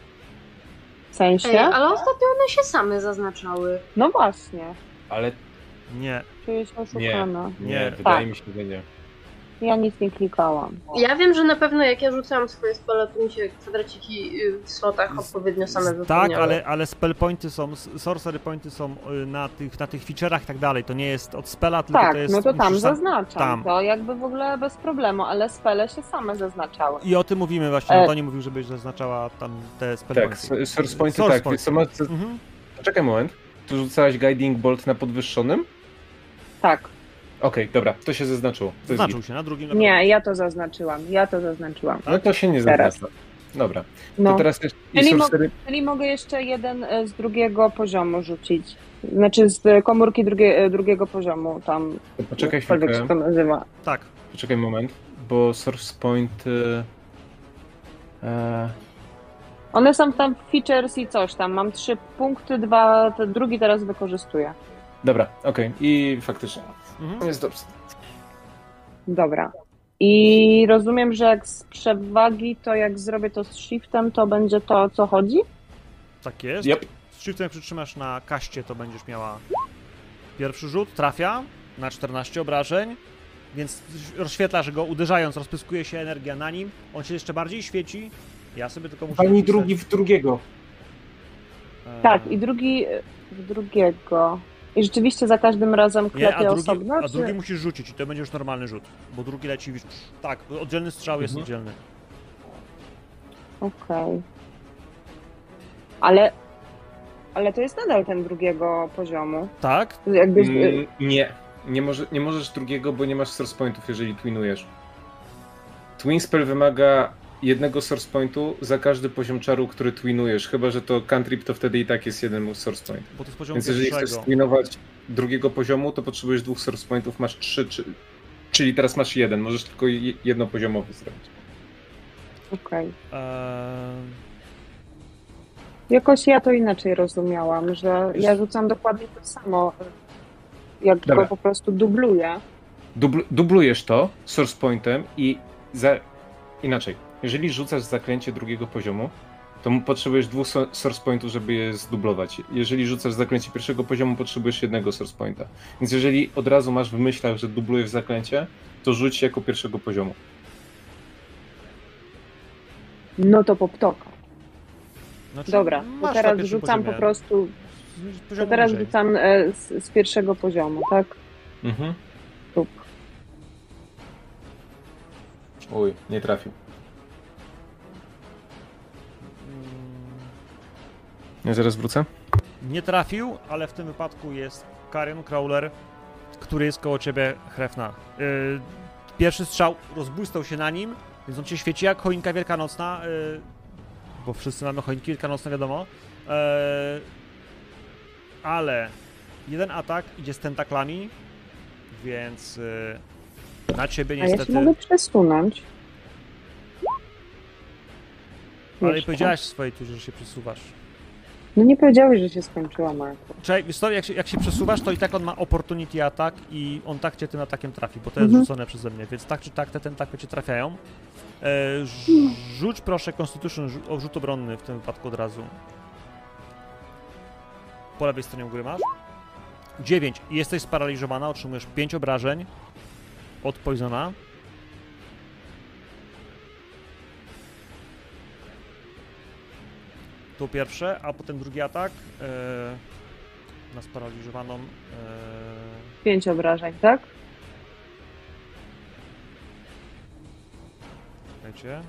W sensie? Ej, ale ostatnio one się same zaznaczały. No właśnie. Ale Nie, Czuję się oszukana. nie, Nie. wydaje Tak. mi się, że nie. Ja nic nie klikałam. Ja wiem, że na pewno jak ja rzucałam swoje spele, to mi się kwadraciki y, w slotach odpowiednio same tak, wypełniały. ale, ale spell pointy są, sorcery pointy są y, na tych, na tych feature'ach i tak dalej. To nie jest od spela, tylko Tak, to jest... no to tam musisz sam- zaznaczam. tam. To jakby w ogóle bez problemu, ale spele się same zaznaczały. I o tym mówimy właśnie, E. no to nie mówił, żebyś zaznaczała tam te spell Tak, pointy. s- source pointy Source tak. pointy. Co ma, co, Mhm. czekaj moment. Tu rzucałaś Guiding Bolt na podwyższonym? Tak. Okej, dobra, to się zaznaczyło. To jest Zaznaczył git. się na drugim. Nie, ja to zaznaczyłam. Ja to zaznaczyłam. No to się nie Teraz. zaznacza. Dobra, No. to teraz jeszcze i Czyli mo- sorcery... Czyli mogę jeszcze jeden e, z drugiego poziomu rzucić. Znaczy z komórki drugie, e, drugiego poziomu tam. Poczekaj jakkolwiek chwilkę, się to nazywa. Tak. poczekaj moment, bo source pointy... E, One są tam features i coś tam. Mam trzy punkty, dwa, te drugi teraz wykorzystuję. dobra, okej, i faktycznie. Mhm. Jest dobrze. Dobra. I rozumiem, że jak z przewagi, to jak zrobię to z shiftem, to będzie to, o co chodzi? Tak jest. Yep. Z shiftem jak przytrzymasz na kaście, to będziesz miała pierwszy rzut, trafia na czternaście obrażeń, więc rozświetlasz go, uderzając, rozpyskuje się energia na nim, on się jeszcze bardziej świeci. Ja sobie tylko muszę Pani napisać, drugi w drugiego. e, Tak, i drugi e, w drugiego. I rzeczywiście za każdym razem Nie, klepię a drugi, osobno, a czy... drugi musisz rzucić i to będzie już normalny rzut, bo drugi leci, wiesz, tak, oddzielny strzał jest Mhm. Ale to jest nadal ten drugiego poziomu. Tak? Jakby... Mm, nie, nie, może, nie możesz drugiego, bo nie masz source pointów, jeżeli twinujesz. Twin spell wymaga jednego source pointu za każdy poziom czaru, który twinujesz, chyba że to cantrip, to wtedy i tak jest jeden source point. Bo to jest poziom Więc jeżeli chcesz pierwszego. twinować drugiego poziomu, to potrzebujesz dwóch source pointów, masz trzy, czy... czyli teraz masz jeden, możesz tylko je- jednopoziomowy zrobić. Okej. Eee, Jakoś ja to inaczej rozumiałam, że ja rzucam dokładnie to samo, jak Dobra. go po prostu dubluję. Dubl- dublujesz to source pointem i za... inaczej. Jeżeli rzucasz zaklęcie drugiego poziomu, to mu potrzebujesz dwóch so- source pointów, żeby je zdublować. Jeżeli rzucasz zaklęcie pierwszego poziomu, potrzebujesz jednego source pointa. Więc jeżeli od razu masz w myślach, że dublujesz zaklęcie, to rzuć jako pierwszego poziomu. No to po ptoka. znaczy, Dobra, masz to na teraz pierwszym rzucam poziomie. po prostu, Z- z to poziomu teraz niżej. rzucam e, z, z pierwszego poziomu, tak? Mhm. Tup. Uj, nie trafił. Ja zaraz wrócę. Nie trafił, ale w tym wypadku jest Carrion Crawler, który jest koło ciebie, Hrefna. Yy, pierwszy strzał rozbłysnął się na nim, więc on cię świeci jak choinka wielkanocna, yy, bo wszyscy mamy choinki wielkanocne, wiadomo. Yy, ale jeden atak idzie z tentaklami, więc yy, na ciebie A ja niestety... się mogę przesunąć. Ale Jeszcze. powiedziałaś w swojej turze, że się przesuwasz. No nie powiedziałeś, że się skończyła, Marko. Czekaj, wiesz co, jak się, jak się przesuwasz, to i tak on ma opportunity attack i on tak cię tym atakiem trafi, bo to jest Mhm. rzucone przeze mnie, więc tak czy tak te tentakle cię trafiają. E, rz- rzuć proszę Constitution, rzu- o rzut obronny w tym wypadku od razu. Po lewej stronie u góry masz. dziewięć. I jesteś sparaliżowana, otrzymujesz pięć obrażeń od Poisona. To pierwsze, a potem drugi atak e, na sparaliżowaną. E, Pięć obrażeń, tak? Czekajcie.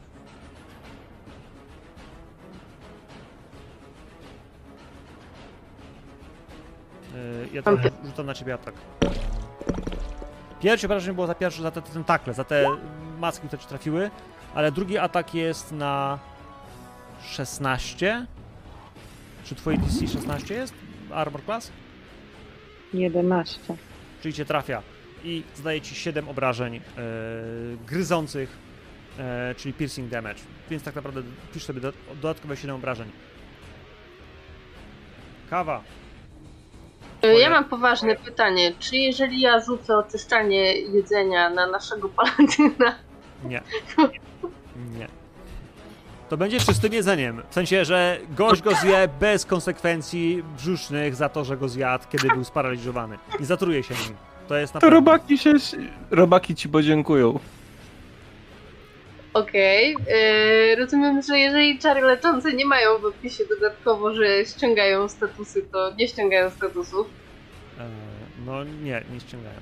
Yy, ja teraz rzucam na ciebie atak. Pierwsze obrażenie było za pierwsze, za te tentakle, za te maski, które ci trafiły, ale drugi atak jest na szesnaście. Czy twoje D C szesnaście jest? Armor class? jedenaście. Czyli cię trafia i zadaje ci siedem obrażeń yy, gryzących, yy, czyli piercing damage. Więc tak naprawdę pisz sobie do, dodatkowe siedem obrażeń. Kawa. Twoje- Ja mam poważne pytanie. Czy jeżeli ja rzucę oczyszczanie jedzenia na naszego paladyna, Nie. Nie. To będzie czystym jedzeniem. W sensie, że gość go zje bez konsekwencji brzusznych za to, że go zjadł, kiedy był sparaliżowany. I zatruje się nim. To jest To naprawdę... robaki się, robaki ci podziękują. okej, yy, rozumiem, że jeżeli czary leczące nie mają w opisie dodatkowo, że ściągają statusy, to nie ściągają statusów. E, no nie, nie ściągają.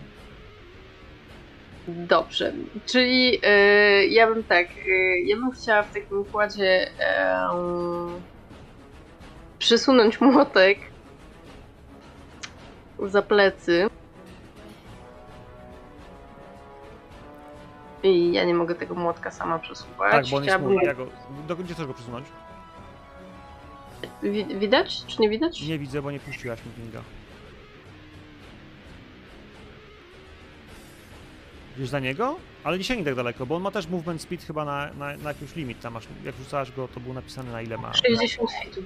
Dobrze, czyli yy, ja bym tak, yy, ja bym chciała w takim układzie yy, przesunąć młotek za plecy. I ja nie mogę tego młotka sama przesuwać. Tak, bo on jest Chciałabym... mój. Ja go... Do, gdzie chcesz go przesunąć? Wi- widać? Czy nie widać? Nie widzę, bo nie puściłaś mi pinga. Gdzieś za niego? Ale nie sięgnij tak daleko, bo on ma też movement speed chyba na, na, na jakiś limit. Tam masz, jak rzucałaś go, to było napisane na ile ma. sześćdziesiąt feetów.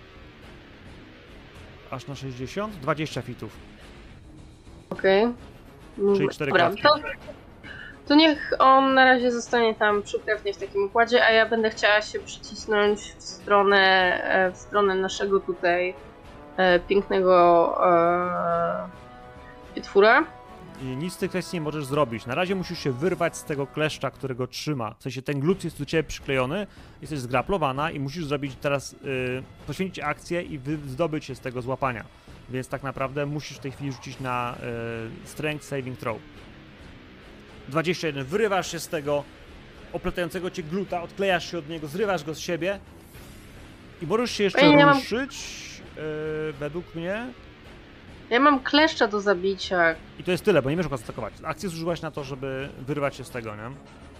Aż na sześćdziesiąt? dwadzieścia fitów. Okej. Czyli cztery Dobra, klatki. to, to niech on na razie zostanie tam przykrewnie w takim układzie, a ja będę chciała się przycisnąć w stronę, e, w stronę naszego tutaj e, pięknego e, pietwura. I nic z tych kwestii nie możesz zrobić. Na razie musisz się wyrwać z tego kleszcza, którego trzyma. W sensie ten glut jest do ciebie przyklejony, jesteś zgraplowana i musisz zrobić teraz, y, poświęcić akcję i wy, zdobyć się z tego złapania. Więc tak naprawdę musisz w tej chwili rzucić na y, Strength Saving Throw. dwadzieścia jeden. Wyrywasz się z tego opletającego cię gluta, odklejasz się od niego, zrywasz go z siebie i możesz się jeszcze Ej, ja mam- ruszyć, yy, według mnie. Ja mam kleszcza do zabicia. I to jest tyle, bo nie możesz go zaatakować. Akcję zużyłaś na to, żeby wyrwać się z tego, nie?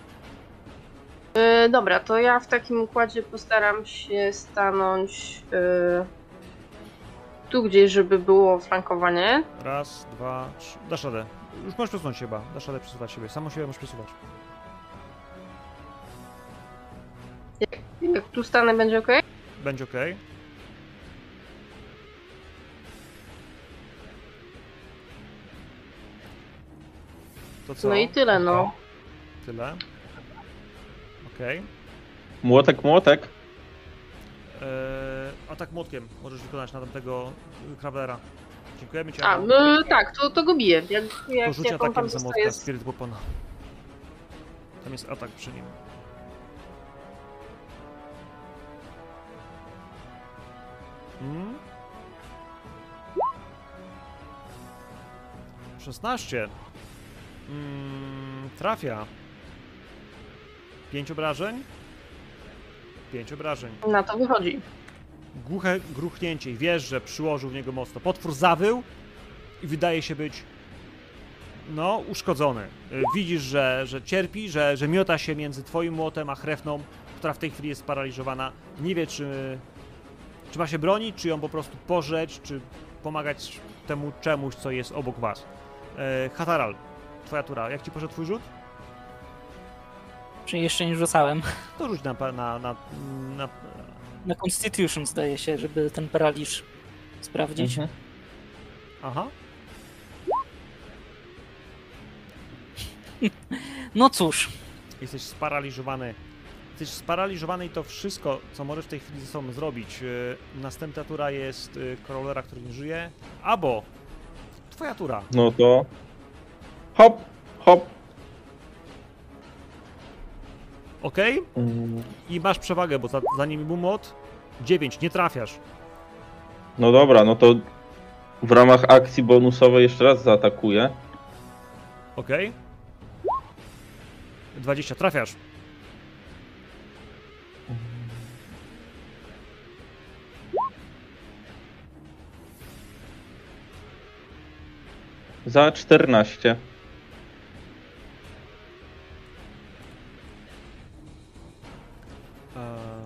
Yy, dobra, to ja w takim układzie postaram się stanąć yy, tu gdzieś, żeby było flankowanie. Raz, dwa, trzy. Dasz radę. Już możesz przesunąć się chyba. Dasz radę przesuwać siebie. Samo siebie możesz przesuwać. Jak, jak tu stanę, będzie ok? Będzie ok. To co? No i tyle, no. Tyle. Okej. Młotek, młotek. Eee, atak młotkiem możesz wykonać na tamtego y, Krawlera. Dziękujemy ci. A, Adam. no, tak, to, to go biję. Jak, To jak, rzuć jak on tam atakiem za dostaje... młotka, Spirit Weapona. Tam jest atak przy nim. Hmm? szesnaście. Mm, trafia. pięć obrażeń. pięć obrażeń. Na to wychodzi. Głuche gruchnięcie i wiesz, że przyłożył w niego mocno. Potwór zawył i wydaje się być no, uszkodzony. Y, Widzisz, że, że cierpi, że, że miota się między twoim młotem a Hrefną, która w tej chwili jest sparaliżowana. Nie wie, czy, czy ma się bronić, czy ją po prostu pożreć, czy pomagać temu czemuś, co jest obok was. E, Hataral, twoja tura. Jak ci poszedł twój rzut? Czy jeszcze nie rzucałem? To rzuć na, na, na, na... Na Constitution zdaje się, żeby ten paraliż sprawdzić. Mhm. Aha. No cóż, Jesteś sparaliżowany. Jesteś sparaliżowany i to wszystko, co możesz w tej chwili ze sobą zrobić. Yy, Następna tura jest yy, Crawlera, który nie żyje, albo twoja tura. No to... Hop, hop. Ok? Mm, I masz przewagę, bo za, za nimi był młot. dziewięć, nie trafiasz. No dobra, no to w ramach akcji bonusowej jeszcze raz zaatakuję. Ok? dwadzieścia, trafiasz. Za czternaście. Eee,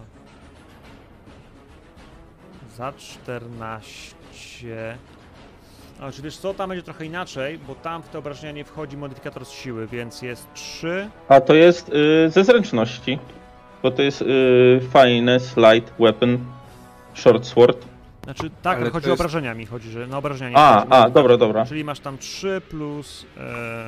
za czternaście. A, czy wiesz co, tam będzie trochę inaczej, bo tam w te obrażenia nie wchodzi modyfikator z siły, więc jest trzy. A to jest y, ze zręczności. Bo to jest y, Finesse, Light Weapon, Short Sword. Znaczy, tak, Ale ale chodzi to o jest- obrażenia mi chodzi, że na obrażenia nie A, wchodzi. a, dobra, dobra. Czyli masz tam trzy plus... E,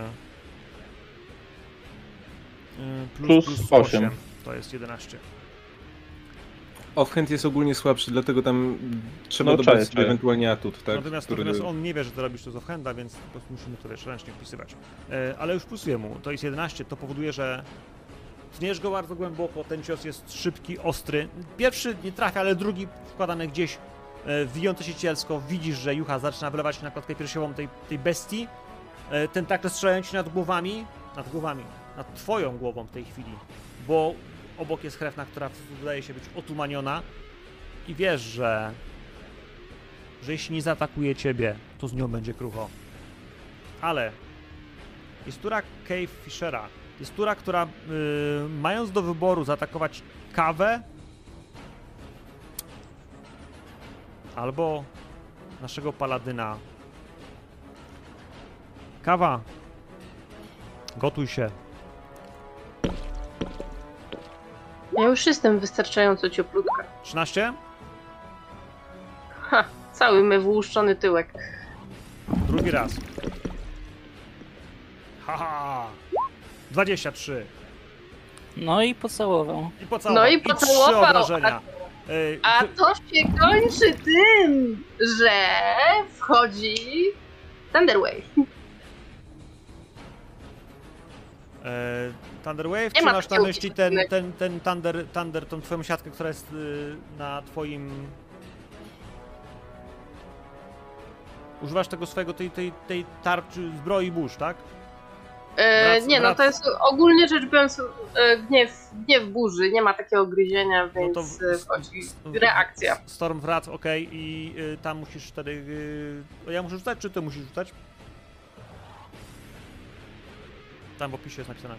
e, plus, Plus plus osiem. osiem. To jest jedenaście. Offhand jest ogólnie słabszy, dlatego tam trzeba No, dobrać czaję, sobie czaję. ewentualnie atut, tak? Natomiast, Który- natomiast on nie wie, że to robisz to z offhanda, więc po prostu musimy to wiesz, ręcznie wpisywać. E, ale już plusuję mu, to jest jedenaście, to powoduje, że tniesz go bardzo głęboko, ten cios jest szybki, ostry. Pierwszy nie trafia, ale drugi wkładany gdzieś e, wijący się cielsko. Widzisz, że Jucha zaczyna wylewać się na klatkę piersiową tej, tej bestii. E, tentakle strzelają ci nad głowami, nad głowami, nad twoją głową w tej chwili, bo obok jest Hrefna, która wydaje się być otumaniona i wiesz, że że jeśli nie zaatakuje ciebie, to z nią będzie krucho. Ale jest tura Cave Fishera. Jest tura, która yy, mając do wyboru zaatakować Kawę albo naszego paladyna. Kawa, gotuj się. Ja już jestem wystarczająco cieplutka. trzynaście? Ha, cały mewłuszczony tyłek. Drugi raz. Haha! dwadzieścia trzy. no i pocałował. I pocałował. No i trzy pocałował, obrażenia. Yy, A to się kończy tym, że wchodzi Thunderwave. E, Thunder Wave, Nie czy ma masz na takiego myśli ten, innego. ten, ten Thunder, Thunder, tą twoją siatkę, która jest y, na twoim... Używasz tego swojego, tej, tej, tej tarczy zbroi burz, tak? E, Wrac- nie, no wrac- to jest ogólnie rzecz biorąc e, gniew, gniew burzy, nie ma takiego gryzienia, No więc to e, s- wchodzi s- reakcja. s- Storm wrac, okej, i y, tam musisz wtedy... Y, ja muszę rzucać, czy ty musisz rzucać? Tam w opisie jest napisane.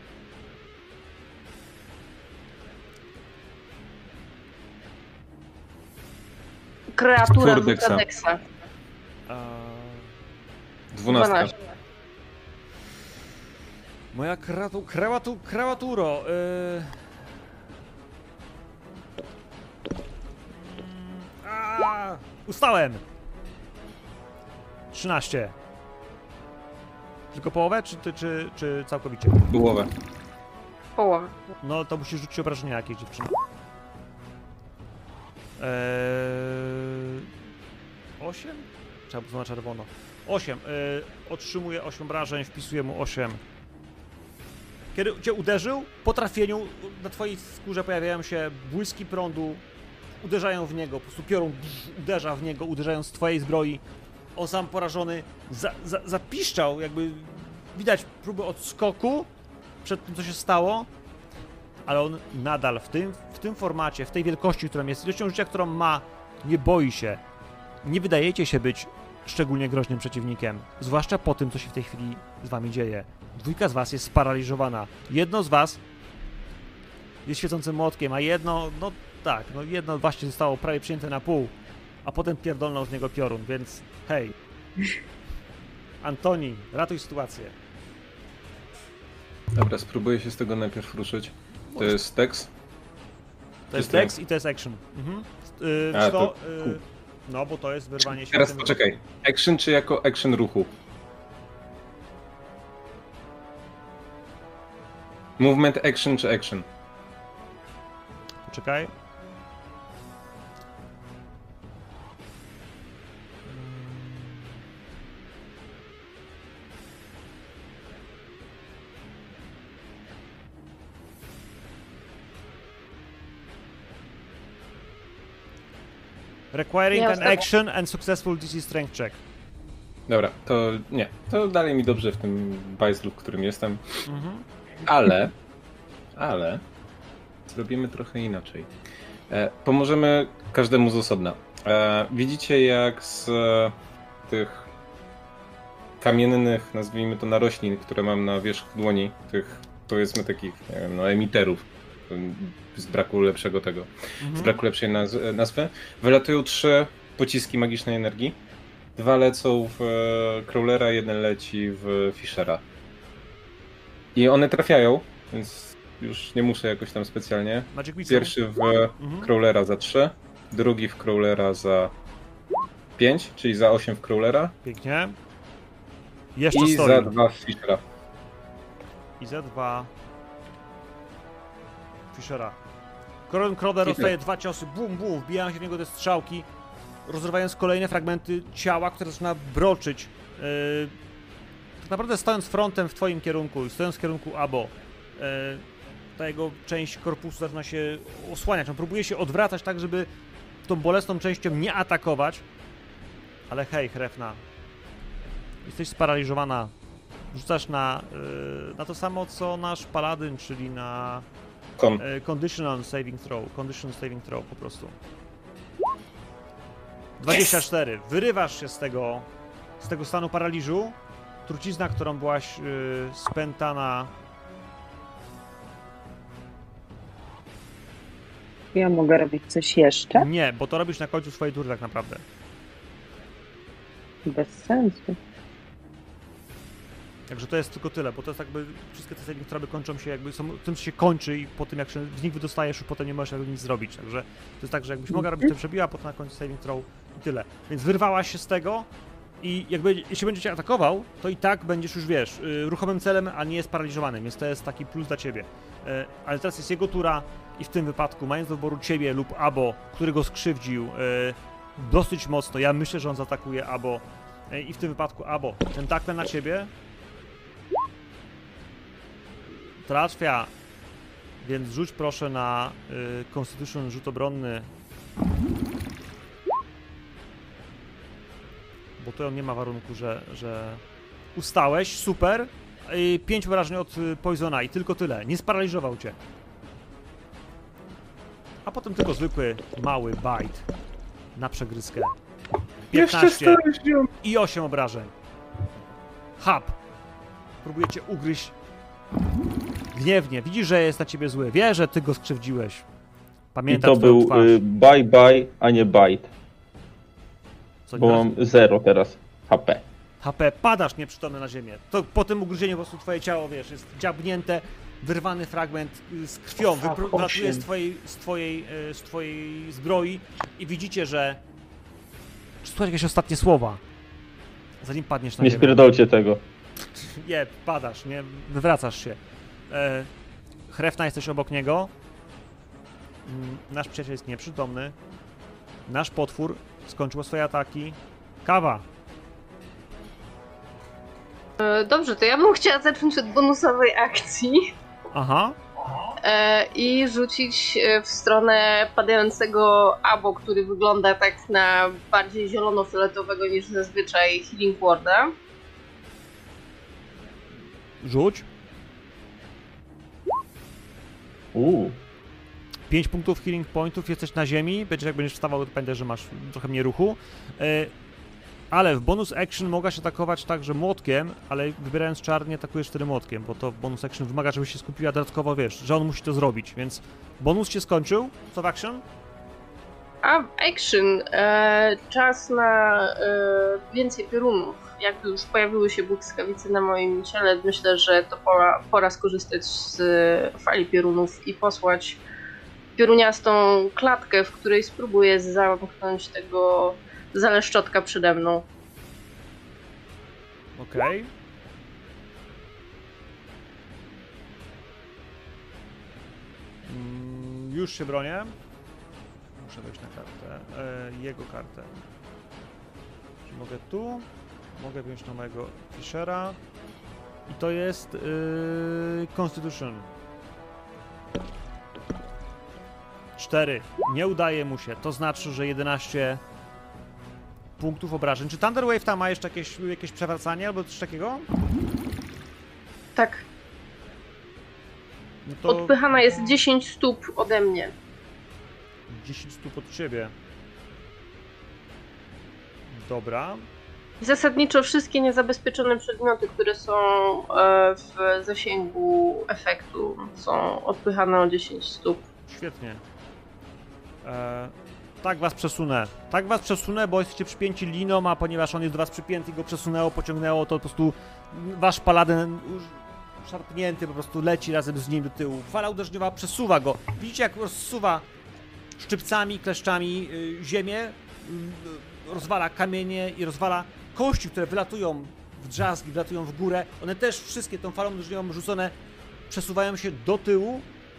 Kreatura Twordeksa. rzuca deksa. A... Dwunastka. dwanaście. Moja kreatu, kreatu, kreaturo. Yy... A, ustałem. trzynaście. Tylko połowę, czy, czy, czy, czy całkowicie? Głowę. Połowa. No to musisz rzucić obrażenia jakieś, dziewczyny. Eee... osiem? Trzeba było na czerwono. osiem. Eee, otrzymuje osiem obrażeń, wpisuję mu osiem. Kiedy cię uderzył, po trafieniu na twojej skórze pojawiają się błyski prądu, uderzają w niego, po prostu piorun uderza w niego, uderzając z twojej zbroi. On sam porażony za, za, zapiszczał, jakby widać próbę odskoku przed tym, co się stało, ale on nadal w tym, w tym formacie, w tej wielkości, którą jest, ilością życia, którą ma, nie boi się. Nie wydajecie się być szczególnie groźnym przeciwnikiem, zwłaszcza po tym, co się w tej chwili z wami dzieje. Dwójka z was jest sparaliżowana. Jedno z was jest świecącym młotkiem, a jedno, no tak, no jedno właśnie zostało prawie przyjęte na pół, a potem pierdolnął z niego piorun, więc hej. Antoni, ratuj sytuację. Dobra, spróbuję się z tego najpierw ruszyć. To jest Dex. To jest Czy Dex i to jest Action. Mhm. Yy, A, to, to- yy, no, bo to jest wyrwanie się... Teraz tym- poczekaj. Action czy jako action ruchu? Movement action czy action? Poczekaj. Requiring Nie, an ostatnio- action and successful D C strength check. Dobra, to nie. To dalej mi dobrze w tym bajzlu, w którym jestem. Mhm. Ale, ale zrobimy trochę inaczej. E, pomożemy każdemu z osobna. E, widzicie, jak z e, tych kamiennych, nazwijmy to naroślin, które mam na wierzchu dłoni, tych powiedzmy takich, nie wiem, no emiterów, m, z braku lepszego tego, z Mhm. braku lepszej naz- nazwy, wylatują trzy pociski magicznej energii. Dwa lecą w e, Crawlera, jeden leci w Fishera. I one trafiają, więc już nie muszę jakoś tam specjalnie. Magic Missile. Pierwszy w Mhm. Crawlera za trzy, drugi w Crawlera za pięć, czyli za osiem w Crawlera Pięknie. Jeszcze i stoi. za dwa w Fishera. I Z dwa Fishera. Coron Crowder I dostaje tyle. dwa ciosy, bum, bum, wbijają się w niego te strzałki, rozrywając kolejne fragmenty ciała, które zaczyna broczyć. Yy, tak naprawdę stojąc frontem w twoim kierunku, stojąc w kierunku Abo, yy, ta jego część korpusu zaczyna się osłaniać. On próbuje się odwracać tak, żeby tą bolesną częścią nie atakować. Ale hej, Hrefna, jesteś sparaliżowana. Rzucasz na, yy, na to samo, co nasz paladyn, czyli na Kon. yy, conditional saving throw. Conditional saving throw po prostu. dwadzieścia cztery. Wyrywasz się z tego, z tego stanu paraliżu. Trucizna, którą byłaś yy, spętana. Ja mogę robić coś jeszcze? Nie, bo to robisz na końcu swojej tury tak naprawdę. Bez sensu. Także to jest tylko tyle, bo to jest jakby wszystkie te saving throwy kończą się jakby, są tym się kończy i po tym jak się z nich wydostajesz, już potem nie możesz jakby nic zrobić. Także to jest tak, że jakbyś mogła robić to przebiła, potem na końcu saving throw i tyle. Więc wyrwałaś się z tego i jakby jeśli będzie cię atakował, to i tak będziesz już, wiesz, y, ruchomym celem, a nie sparaliżowanym, więc to jest taki plus dla ciebie. Y, ale teraz jest jego tura i w tym wypadku, mając do wyboru ciebie lub Abo, który go skrzywdził y, dosyć mocno, ja myślę, że on zaatakuje Abo y, i w tym wypadku Abo, ten takle na ciebie trafia, więc rzuć proszę na y, Constitution rzut obronny. Bo to on nie ma warunku, że, że ustałeś, super. pięć obrażeń od y, Poisona i tylko tyle. Nie sparaliżował cię. A potem tylko zwykły, mały bite na przegryzkę. piętnaście i osiem obrażeń. Hub. Próbujecie ugryźć gniewnie. Widzisz, że jest na ciebie zły. Wie, że ty go skrzywdziłeś. I Pamięta to twoją był twarz. y, bye bye, a nie bite. Co Bo nie mam zero teraz H P. H P, padasz nieprzytomny na ziemię. To po tym ugryzieniu po prostu twoje ciało, wiesz, jest dziabnięte, wyrwany fragment y, z krwią, wypr- wylatuje z twojej, z, twojej, y, z twojej zbroi i widzicie, że... Czy słuchaj jakieś ostatnie słowa, zanim padniesz na Nie ziemię. spierdolcie tego. Nie, padasz, nie, wywracasz się. E, Hrefna, jesteś obok niego. Mm, Nasz przyjaciel jest nieprzytomny. Nasz potwór skończył swoje ataki. Kawa. E, Dobrze, to ja bym chciała zacząć od bonusowej akcji Aha. e, i rzucić e, w stronę padającego Abo, który wygląda tak na bardziej zielono-fioletowego niż zazwyczaj Healing Warda. Rzuć. Uuu. pięć punktów healing pointów, jesteś na ziemi, będziesz jak będziesz wstawał, to pamiętaj, że masz trochę mniej ruchu. E, ale w bonus action mogłaś atakować także młotkiem, ale wybierając czarnie atakujesz wtedy młotkiem, bo to w bonus action wymaga, żebyś się skupiła dodatkowo, wiesz, że on musi to zrobić, więc bonus się skończył, co w action? A w action e, czas na e, więcej piorunów. Jak już pojawiły się błyskawice na moim ciele, myślę, że to pora, pora skorzystać z e, fali piorunów i posłać pioruniastą klatkę, w której spróbuję zamknąć tego zaleszczotka przede mną. Okej. Okay. Mm, już się bronię. Muszę wejść na kartę, e, jego kartę. Czy mogę tu? Mogę wziąć na mojego Fishera. I to jest yy, Constitution. cztery. Nie udaje mu się. To znaczy, że jedenaście punktów obrażeń. Czy Thunder Wave tam ma jeszcze jakieś, jakieś przewracanie albo coś takiego? Tak. No to Odpychana jest dziesięć stóp ode mnie. dziesięć stóp od ciebie. Dobra. Zasadniczo wszystkie niezabezpieczone przedmioty, które są e, w zasięgu efektu, są odpychane o dziesięć stóp. Świetnie. E, tak was przesunę. Tak was przesunę, bo jesteście przypięci liną, a ponieważ on jest do was przypięty i go przesunęło, pociągnęło, to po prostu wasz paladyn szarpnięty po prostu leci razem z nim do tyłu. Fala uderzeniowa przesuwa go. Widzicie, jak rozsuwa szczypcami, kleszczami y, ziemię, y, rozwala kamienie i rozwala kości, które wylatują w drzazgi, wylatują w górę. One też wszystkie tą falą uderzeniową rzucone przesuwają się do tyłu.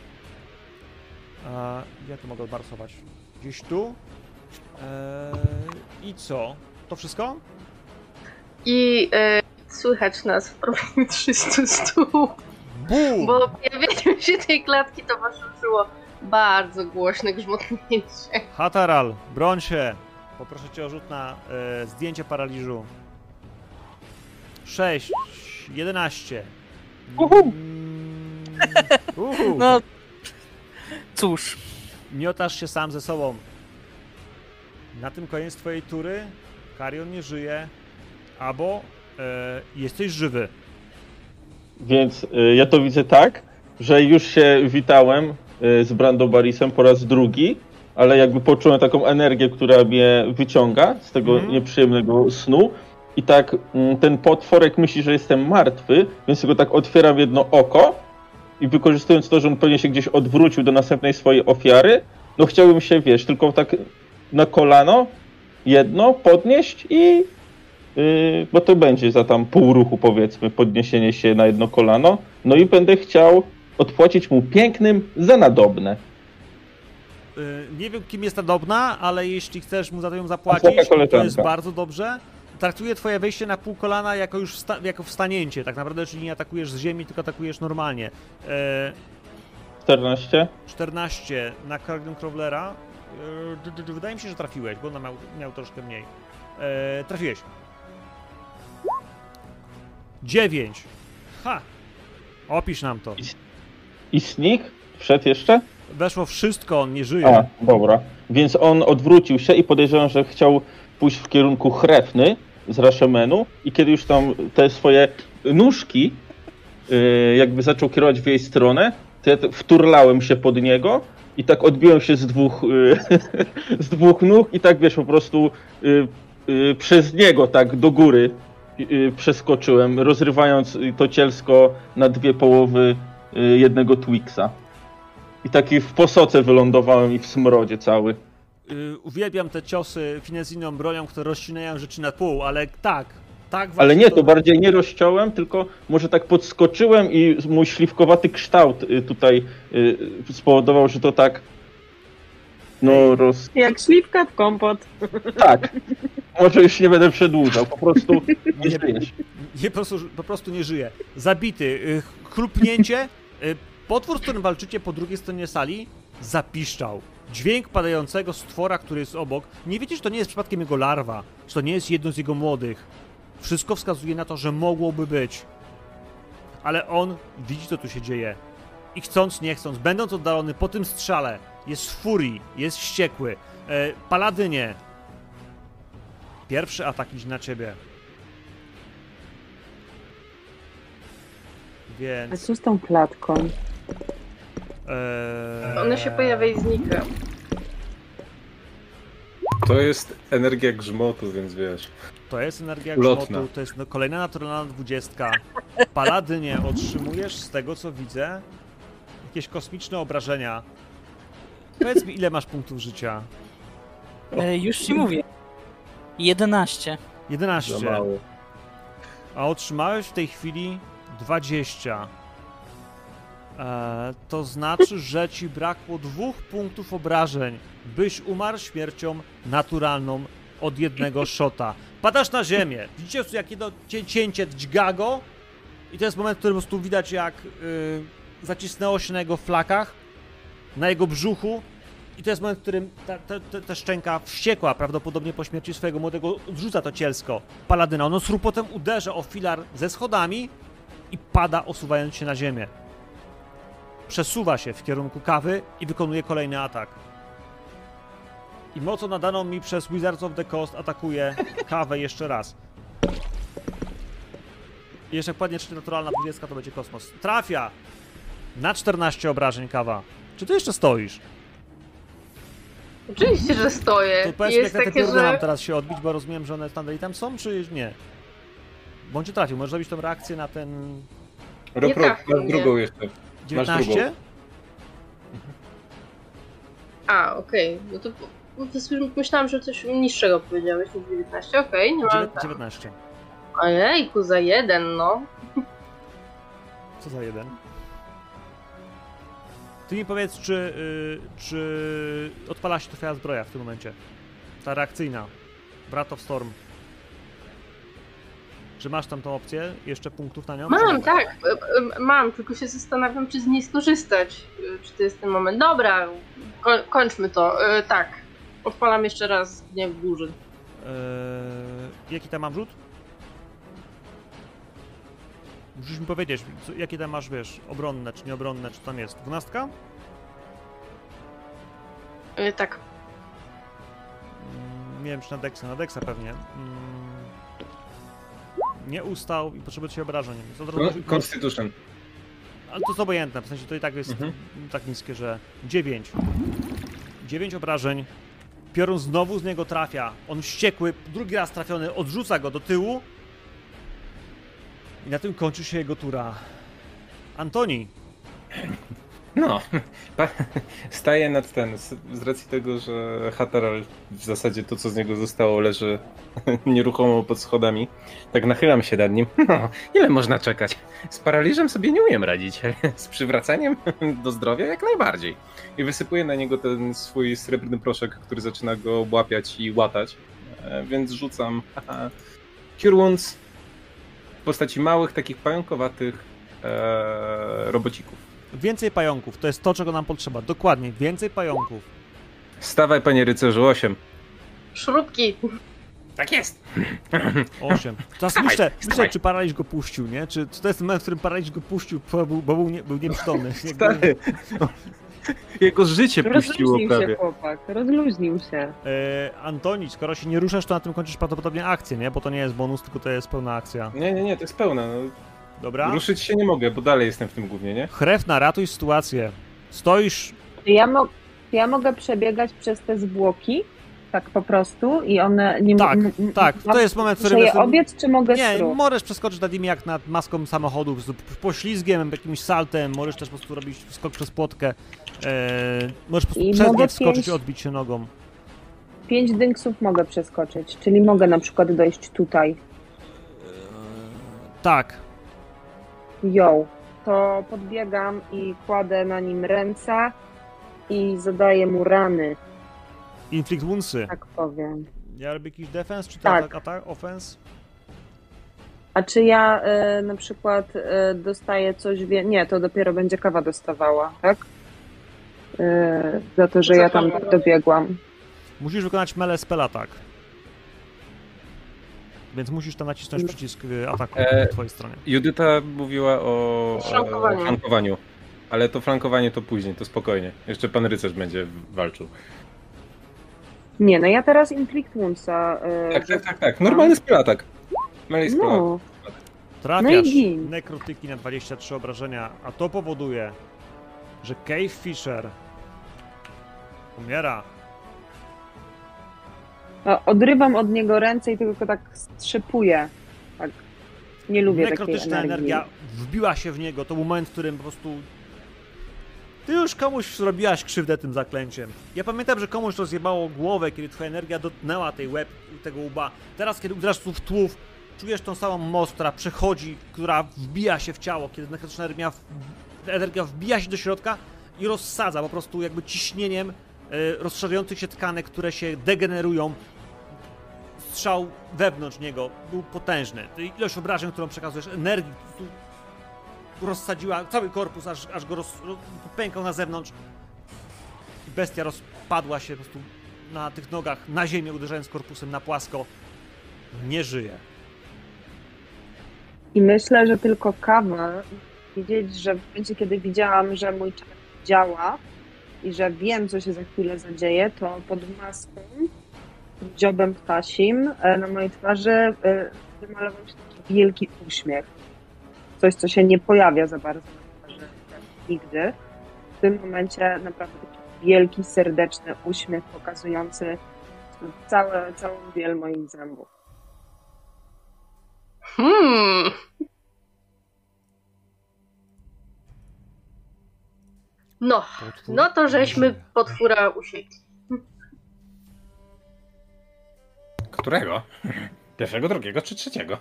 A, ja to mogę odbarsować. Gdzieś tu. Eee, I co? To wszystko? I e, słychać nas w promieniu trzystu stóp. Bum! Bo pojawieniem się tej klatki towarzyszyło bardzo głośne grzmotnięcie. Hataral, broń się! Poproszę cię o rzut na e, zdjęcie paraliżu. sześć, jedenaście. Uhu. Mm, uhu. No, cóż. Miotasz się sam ze sobą. Na tym koniec twojej tury. Karion nie żyje. Albo e, jesteś żywy. Więc y, ja to widzę tak, że już się witałem y, z Brandobarisem po raz drugi, ale jakby poczułem taką energię, która mnie wyciąga z tego Mhm. nieprzyjemnego snu. I tak mm, ten potworek myśli, że jestem martwy, więc go tak otwieram jedno oko i wykorzystując to, że on pewnie się gdzieś odwrócił do następnej swojej ofiary, no chciałbym się, wiesz, tylko tak na kolano jedno podnieść i Yy, bo to będzie za tam pół ruchu, powiedzmy, podniesienie się na jedno kolano. No i będę chciał odpłacić mu pięknym za nadobne. Y, nie wiem, kim jest ta dobna, ale jeśli chcesz mu za to ją A zapłacić, słaba to koleżanka. jest bardzo dobrze. Traktuję twoje wejście na pół kolana jako już wsta jako wstanięcie, tak naprawdę, czyli nie atakujesz z ziemi, tylko atakujesz normalnie. E, czternaście? czternaście na Cardion Crawlera. E, d- d- d- wydaje mi się, że trafiłeś, bo on miał, miał troszkę mniej. E, trafiłeś. dziewięć. Ha! Opisz nam to. I Snik wszedł jeszcze? Weszło wszystko, on nie żyje. A, dobra. Więc on odwrócił się i podejrzewam, że chciał pójść w kierunku Chrefny z Rashomenu i kiedy już tam te swoje nóżki yy, jakby zaczął kierować w jej stronę, to ja wturlałem się pod niego i tak odbiłem się z dwóch, yy, z dwóch nóg i tak wiesz, po prostu yy, yy, przez niego tak do góry yy, przeskoczyłem, rozrywając to cielsko na dwie połowy yy, jednego Twixa. I taki w posoce wylądowałem i w smrodzie cały. Yy, uwielbiam te ciosy finezyjną bronią, które rozcinają rzeczy na pół, ale tak, tak właśnie. Ale nie, to bardziej nie rozciąłem, tylko może tak podskoczyłem i mój śliwkowaty kształt y, tutaj y, spowodował, że to tak no roz... Jak śliwka w kompot. Tak. Może już nie będę przedłużał, po prostu nie żyjesz. Nie, po prostu, po prostu nie żyje. Zabity, yy, chrupnięcie, yy, potwór, z którym walczycie po drugiej stronie sali, zapiszczał. Dźwięk padającego stwora, który jest obok. Nie wiecie, czy to nie jest przypadkiem jego larwa, czy to nie jest jedno z jego młodych. Wszystko wskazuje na to, że mogłoby być. Ale on widzi, co tu się dzieje. I chcąc, nie chcąc, będąc oddalony po tym strzale, jest w furii, jest wściekły. E, Paladynie. Pierwszy atak idzie na ciebie. A Więc... co z tą klatką? E... Ona się pojawia i znika. To jest energia grzmotu, więc wiesz. To jest energia Ulotna. grzmotu, to jest no, kolejna naturalna dwudziestka. Paladynie, otrzymujesz z tego, co widzę, jakieś kosmiczne obrażenia. Powiedz mi, ile masz punktów życia? E, już ci mówię. jedenaście. jedenaście. Za mało. A otrzymałeś w tej chwili dwadzieścia. E, to znaczy, że ci brakło dwóch punktów obrażeń, byś umarł śmiercią naturalną od jednego szota. Padasz na ziemię. Widzicie, jak jedno cię, cięcie dźga go i to jest moment, w którym po prostu widać, jak yy, zacisnęło się na jego flakach, na jego brzuchu i to jest moment, w którym ta, ta, ta, ta szczęka wściekła, prawdopodobnie po śmierci swojego młodego, odrzuca to cielsko Paladyna. Ono sru potem uderza o filar ze schodami i pada, osuwając się na ziemię. Przesuwa się w kierunku kawy i wykonuje kolejny atak. I mocą nadaną mi przez Wizards of the Coast atakuje kawę jeszcze raz. I jeszcze jak padnie trzecia naturalna dwudziestka, to będzie kosmos. Trafia! Na czternaście obrażeń kawa. Czy ty jeszcze stoisz? Oczywiście, że stoję. To powiedz mi, jak Jest na te takie, piórne mam że... teraz się odbić, bo rozumiem, że one standardy tam są, czy nie? Bądź trafił, możesz zrobić tą reakcję na ten... Rok, rok, trafił masz mnie. drugą jeszcze. dziewiętnaście? A, okej. Okay. No to no to myślałam, że coś niższego powiedziałeś niż dziewiętnaście. Okej, okay, nie ma... Dziewię- dziewiętnaście. Ojejku, za jeden, no. Co za jeden? Ty mi powiedz, czy, yy, czy odpala się to twoja zbroja w tym momencie? Ta reakcyjna. Wrath of Storm. Czy masz tam tą opcję? Jeszcze punktów na nią? Mam, Czy- tak. e, e, Mam, tylko się zastanawiam, czy z niej skorzystać. e, Czy to jest ten moment. Dobra, ko- kończmy to. E, Tak. Odpalam jeszcze raz gniew burzy. Yy, jaki tam mam rzut? Musisz mi powiedzieć, co, jakie tam masz, wiesz, obronne czy nieobronne, czy tam jest? Dwunastka? E, Tak. Mm, nie wiem, czy na Dexa, na Dexa pewnie. Mm, nie ustał i potrzebuje ci obrażeń. Więc od razu- Con- Constitution. Ale to jest obojętne, w sensie to i tak jest Mhm. tak niskie, że dziewięć. dziewięć obrażeń. Piorun znowu z niego trafia. On wściekły, drugi raz trafiony, odrzuca go do tyłu. I na tym kończy się jego tura. Antoni. No, pa- staję nad ten, z, z racji tego, że Hataral w zasadzie to, co z niego zostało, leży nieruchomo pod schodami. Tak nachylam się nad nim. No, ile można czekać? Z paraliżem sobie nie umiem radzić. Z przywracaniem do zdrowia jak najbardziej. I wysypuję na niego ten swój srebrny proszek, który zaczyna go łapiać i łatać. E, Więc rzucam haha, Cure Wounds w postaci małych, takich pająkowatych e, robocików. Więcej pająków, to jest to, czego nam potrzeba. Dokładnie, więcej pająków. Stawaj, panie rycerzu, osiem. Szrubki. Tak jest! osiem. Teraz Dawaj, myślę, wstawaj. myślę, czy paraliż go puścił, nie? Czy, czy to jest moment, w którym paraliż go puścił, bo był, bo był, nie, był nieprzytomny. Jakby- Stary! Jego życie puściło Rozluźnił się prawie. chłopak, rozluźnił się. E, Antoni, skoro się nie ruszasz, to na tym kończysz prawdopodobnie akcję, nie? Bo to nie jest bonus, tylko to jest pełna akcja. Nie, nie, nie, to jest pełna. No. Dobra? Ruszyć się nie mogę, bo dalej jestem w tym głównie, nie? Chrefna, ratuj sytuację. Stoisz... Czy ja, mo- czy ja mogę przebiegać przez te zwłoki? Tak po prostu i one nie Tak, m- m- tak, to jest moment, w którym... Muszę je jestem- obiec, czy mogę Nie, stru? możesz przeskoczyć nad nimi jak nad maską samochodów, z poślizgiem, jakimś saltem, możesz też po prostu robić skok przez płotkę. E, możesz po prostu I przez mogę nie wskoczyć pięć- i odbić się nogą. Pięć dynksów mogę przeskoczyć, czyli mogę na przykład dojść tutaj. Tak, Yo, to podbiegam i kładę na nim ręce i zadaję mu rany, inflict woundsy. tak powiem. Ja robię jakiś defense, czy to Tak. atak, atak, offense? A czy ja e, na przykład e, dostaję coś wie... Nie, to dopiero będzie kawa dostawała, tak? E, za to, że ja tam dobiegłam. Musisz wykonać melee spell attack. Więc musisz tam nacisnąć przycisk y, ataku E, po twojej stronie. Judyta mówiła o Flankowaniu. o flankowaniu. Ale to flankowanie to później, to spokojnie. Jeszcze pan rycerz będzie walczył. Nie, no ja teraz Inflict Woundsa... E, Tak, tak, tak, tak. Normalny spell attack. Melee spell attack. No, Trafiasz no i gin. nekrotyki na dwadzieścia trzy obrażenia, a to powoduje, że Cave Fisher umiera. no, odrywam od niego ręce i tylko tak strzepuję. Tak. Nie lubię takiej Nekrotyczna energii. energia wbiła się w niego. To był moment, w którym po prostu ty już komuś zrobiłaś krzywdę tym zaklęciem. Ja pamiętam, że komuś rozjebało głowę, kiedy twoja energia dotknęła tej łeb, tego łba. Teraz, kiedy uderzasz tu w tłów, czujesz tą samą moc, która przechodzi, która wbija się w ciało, kiedy nekrotyczna energia, energia wbija się do środka i rozsadza po prostu jakby ciśnieniem y, rozszerzających się tkanek, które się degenerują. Strzał wewnątrz niego był potężny. Ilość obrażeń, którą przekazujesz, energii, tu rozsadziła cały korpus, aż, aż go roz, roz, pękał na zewnątrz. I bestia rozpadła się po prostu na tych nogach, na ziemię, uderzając korpusem na płasko. Nie żyje. I myślę, że tylko kawa wiedzieć, że w momencie, kiedy widziałam, że mój czar działa i że wiem, co się za chwilę zadzieje, to pod maską, dziobem ptasim e, na mojej twarzy e, wymalował się taki wielki uśmiech. Coś, co się nie pojawia za bardzo na twarzy nigdy. W tym momencie naprawdę taki wielki, serdeczny uśmiech pokazujący całe, całą biel moich zębów. Hmm. No, Potwór no to żeśmy żyje. potwora usiekli. Którego? Pierwszego, drugiego czy trzeciego?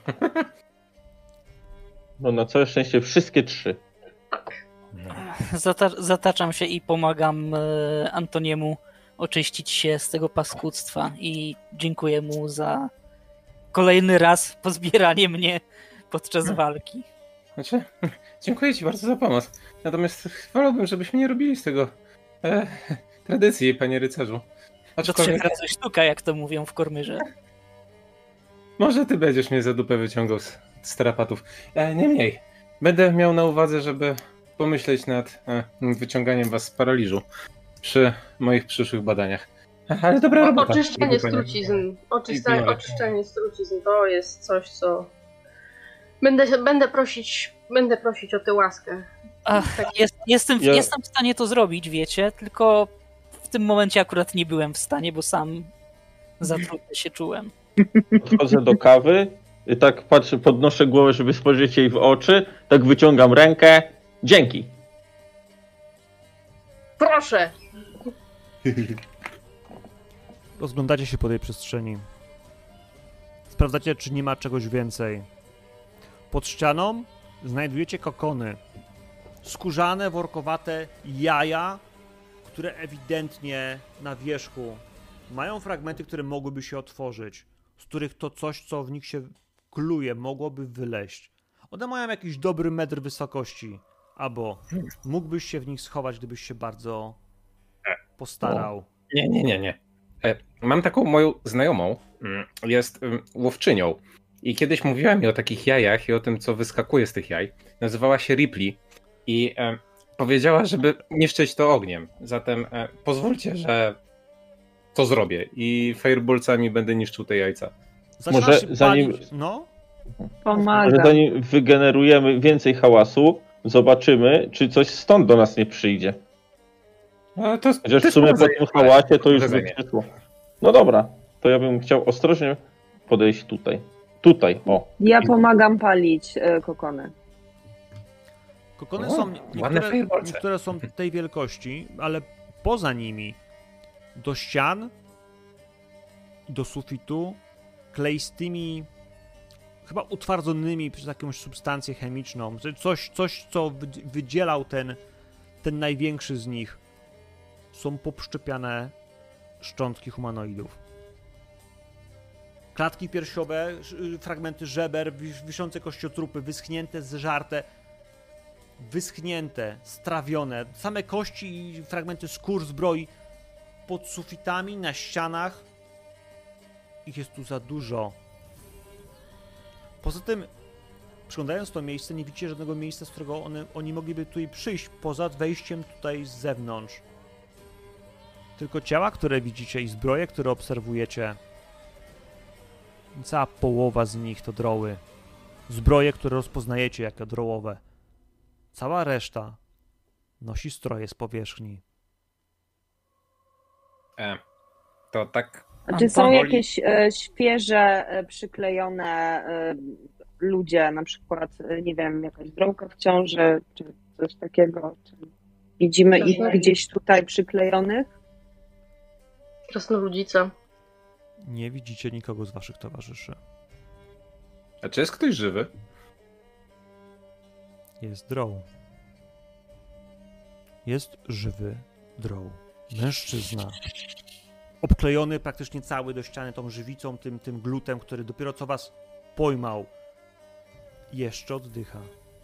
No na całe szczęście wszystkie trzy. Zata- zataczam się i pomagam e, Antoniemu oczyścić się z tego paskudztwa i dziękuję mu za kolejny raz pozbieranie mnie podczas walki. Znaczy, dziękuję ci bardzo za pomoc. Natomiast wolałbym, żebyśmy nie robili z tego e, tradycji, panie rycerzu. Do Aczkolwiek trzech razy sztuka, jak to mówią w Kormyrze. może ty będziesz mnie za dupę wyciągał z, z tarapatów. E, niemniej, będę miał na uwadze, żeby pomyśleć nad e, wyciąganiem was z paraliżu przy moich przyszłych badaniach. E, Ale dobra robota. Oczyszczenie drogi panie. strucizn. Oczyszcza, I biorę. oczyszczenie strucizn to jest coś, co. Będę, się- będę prosić. Będę prosić o tę łaskę. Ach, jest, jestem, Ja- jestem w stanie to zrobić, wiecie, tylko w tym momencie akurat nie byłem w stanie, bo sam zatrudny się czułem. Podchodzę do kawy, i tak patrzę, podnoszę głowę, żeby spojrzeć jej w oczy, tak wyciągam rękę. Dzięki. Proszę! Rozglądacie się po tej przestrzeni. Sprawdzacie, czy nie ma czegoś więcej. Pod ścianą znajdujecie kokony. Skórzane, workowate jaja, które ewidentnie na wierzchu mają fragmenty, które mogłyby się otworzyć, z których to coś, co w nich się kluje, mogłoby wyleść. One mają jakiś dobry metr wysokości, albo mógłbyś się w nich schować, gdybyś się bardzo postarał. Nie, nie, nie, nie. E, Mam taką moją znajomą, mm, jest mm, łowczynią. I kiedyś mówiła mi o takich jajach i o tym, co wyskakuje z tych jaj. Nazywała się Ripley i e, powiedziała, żeby niszczyć to ogniem. Zatem e, pozwólcie, że to zrobię i fireballcami będę niszczył te jajca. Zaczynasz Może się zanim- palić, no, Ale Pomaga. zanim wygenerujemy więcej hałasu, zobaczymy, czy coś stąd do nas nie przyjdzie. No, to, Chociaż to w sumie po sprawdzę. tym hałasie to już by Sprawdzenie. przyszło. No dobra, to ja bym chciał ostrożnie podejść tutaj. Tutaj, o. Ja pomagam palić e, kokony. kokony O, są, ładne niektóre, fireballce. niektóre są tej wielkości, ale poza nimi do ścian, do sufitu, kleistymi, chyba utwardzonymi przez jakąś substancję chemiczną, coś, coś co wy- wydzielał ten, ten największy z nich, są poprzczepiane szczątki humanoidów. Klatki piersiowe, ż- fragmenty żeber, wis- wiszące kościotrupy, wyschnięte, zżarte, wyschnięte, strawione, same kości i fragmenty skór, zbroi pod sufitami, na ścianach. Ich jest tu za dużo. Poza tym, przyglądając to miejsce, nie widzicie żadnego miejsca, z którego one, oni mogliby tutaj przyjść, poza wejściem tutaj z zewnątrz. Tylko ciała, które widzicie i zbroje, które obserwujecie. Cała połowa z nich to droły. Zbroje, które rozpoznajecie jako drołowe. Cała reszta nosi stroje z powierzchni. E, to tak. A czy są Powoli. jakieś e, świeże, e, przyklejone e, ludzie, na przykład, e, nie wiem, jakaś droga w ciąży, czy coś takiego? Czy widzimy ich Krasnolud. gdzieś tutaj przyklejonych? Krasnoludzica. Nie widzicie nikogo z waszych towarzyszy. A czy jest ktoś żywy? Jest drow. Jest żywy drow. Mężczyzna. Obklejony praktycznie cały do ściany tą żywicą, tym, tym glutem, który dopiero co was pojmał. Jeszcze oddycha.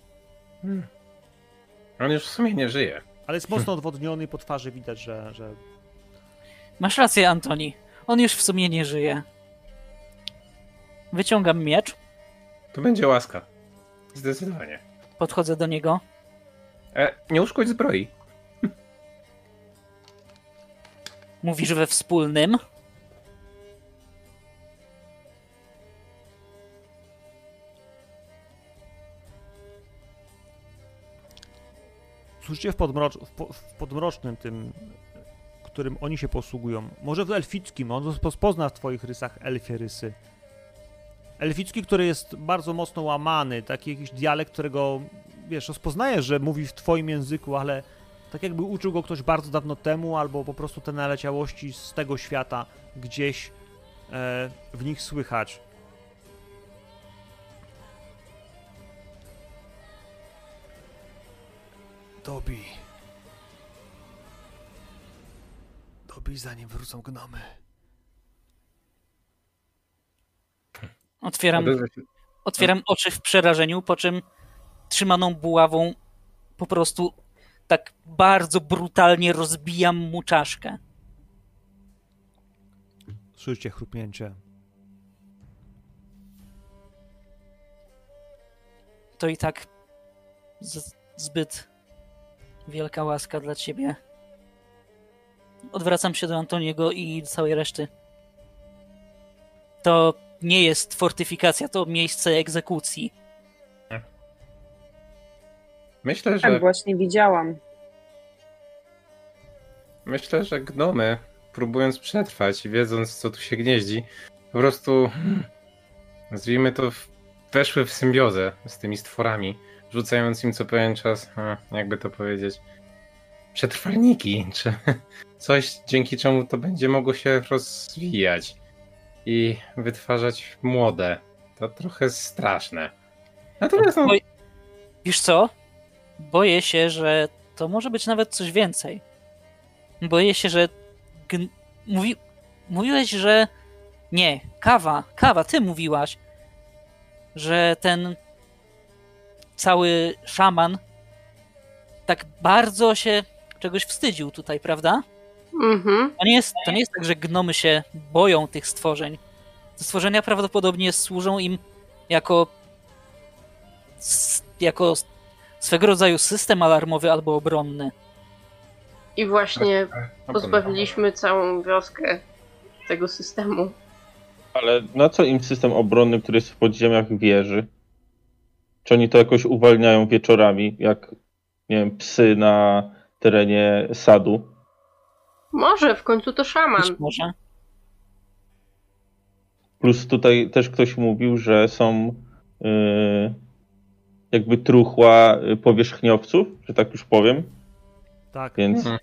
On już w sumie nie żyje. Ale jest mocno odwodniony, po twarzy widać, że, że Masz rację, Antoni. On już w sumie nie żyje. Wyciągam miecz, To będzie łaska. Zdecydowanie. podchodzę do niego. E, nie uszkodź zbroi. Mówisz we wspólnym. słyszycie w, podmrocz, w, po, w podmrocznym tym, którym oni się posługują. Może w elfickim, on rozpozna w twoich rysach elfie rysy. Elficki, który jest bardzo mocno łamany, taki jakiś dialekt, którego, wiesz, rozpoznajesz, że mówi w twoim języku, ale tak jakby uczył go ktoś bardzo dawno temu, albo po prostu te naleciałości z tego świata gdzieś e, w nich słychać. Dobi. Dobi, zanim wrócą gnomy. Otwieram, Odezwę się- otwieram oczy w przerażeniu, po czym trzymaną buławą po prostu tak bardzo brutalnie rozbijam mu czaszkę. Słyszycie chrupnięcie. To i tak z, zbyt wielka łaska dla ciebie. Odwracam się do Antoniego i całej reszty. To nie jest fortyfikacja, to miejsce egzekucji. Myślę, Tak, że, właśnie widziałam. myślę, że gnomy, próbując przetrwać i wiedząc, co tu się gnieździ, po prostu, hmm, nazwijmy to, w- weszły w symbiozę z tymi stworami, rzucając im co pewien czas, hmm, jakby to powiedzieć, przetrwalniki, czy coś, dzięki czemu to będzie mogło się rozwijać i wytwarzać młode. To trochę straszne. Natomiast no, Oj, wiesz co? Boję się, że to może być nawet coś więcej. Boję się, że gn... Mówi... mówiłeś, że nie, kawa, kawa, ty mówiłaś, że ten cały szaman tak bardzo się czegoś wstydził tutaj, prawda? Mhm. To nie jest, to nie jest tak, że gnomy się boją tych stworzeń. Te stworzenia prawdopodobnie służą im jako, s- jako swego rodzaju system alarmowy albo obronny. I właśnie No, pozbawiliśmy całą wioskę tego systemu. Ale na co im system obronny, który jest w podziemiach wieży? Czy oni to jakoś uwalniają wieczorami, jak, nie wiem, psy na terenie sadu? Może w końcu to szaman. Być może. Plus tutaj też ktoś mówił, że są yy, jakby truchła y, powierzchniowców, że tak już powiem, Tak. więc Mhm.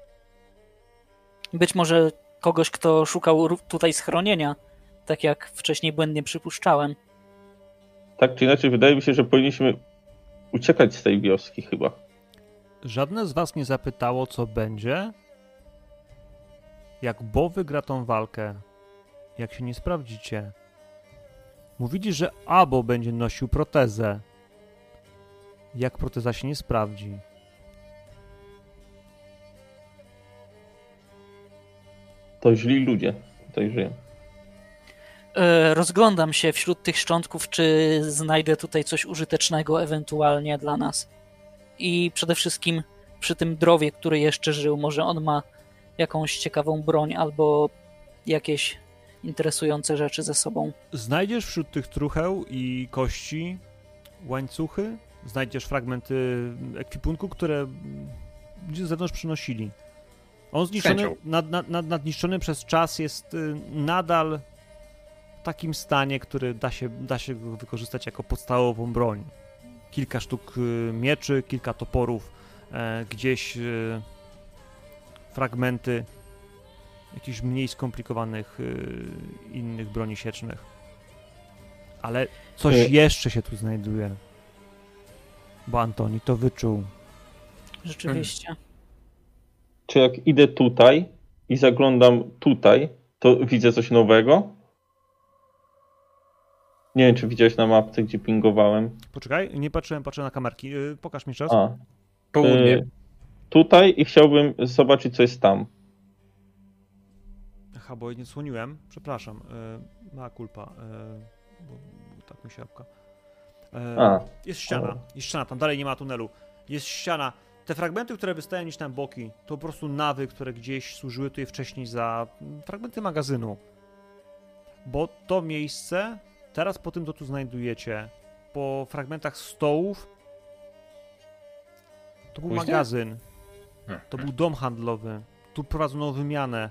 Być może kogoś, kto szukał ró- tutaj schronienia, tak jak wcześniej błędnie przypuszczałem. tak czy inaczej wydaje mi się, że powinniśmy uciekać z tej wioski chyba. Żadne z was nie zapytało, co będzie, jak Bo wygra tą walkę, jak się nie sprawdzicie. Mówili, że Abo będzie nosił protezę. Jak proteza się nie sprawdzi. To źli ludzie tutaj żyją. E, Rozglądam się wśród tych szczątków, czy znajdę tutaj coś użytecznego ewentualnie dla nas. I przede wszystkim przy tym drowie, który jeszcze żył, może on ma jakąś ciekawą broń albo jakieś interesujące rzeczy ze sobą. Znajdziesz wśród tych trucheł i kości łańcuchy, znajdziesz fragmenty ekwipunku, które ludzie z zewnątrz przynosili. On zniszczony, chęcią. nad, nad, nad, nadniszczony przez czas jest y, nadal w takim stanie, który da się, da się go wykorzystać jako podstawową broń. Kilka sztuk y, mieczy, kilka toporów, e, gdzieś y, fragmenty jakichś mniej skomplikowanych y, innych broni siecznych. Ale coś Y- jeszcze się tu znajduje. Bo Antoni to wyczuł. Rzeczywiście. Czy jak idę tutaj i zaglądam tutaj, to widzę coś nowego? Nie wiem, czy widziałeś na mapce, gdzie pingowałem. Poczekaj, nie patrzyłem, patrzę na kamerki. Yy, pokaż mi jeszcze raz. A, Południe. y, tutaj i chciałbym zobaczyć, co jest tam. Aha, bo nie słoniłem. Przepraszam. Yy, ma culpa. Yy, bo, bo tak mi się apka. Yy, A. Jest ściana. Jest ściana, tam dalej nie ma tunelu. Jest ściana. Te fragmenty, które wystają gdzieś tam boki, to po prostu nawy, które gdzieś służyły tutaj wcześniej za mm, fragmenty magazynu. Bo to miejsce, teraz po tym, co tu znajdujecie, po fragmentach stołów, to był Później? magazyn. To był dom handlowy. Tu prowadzono wymianę.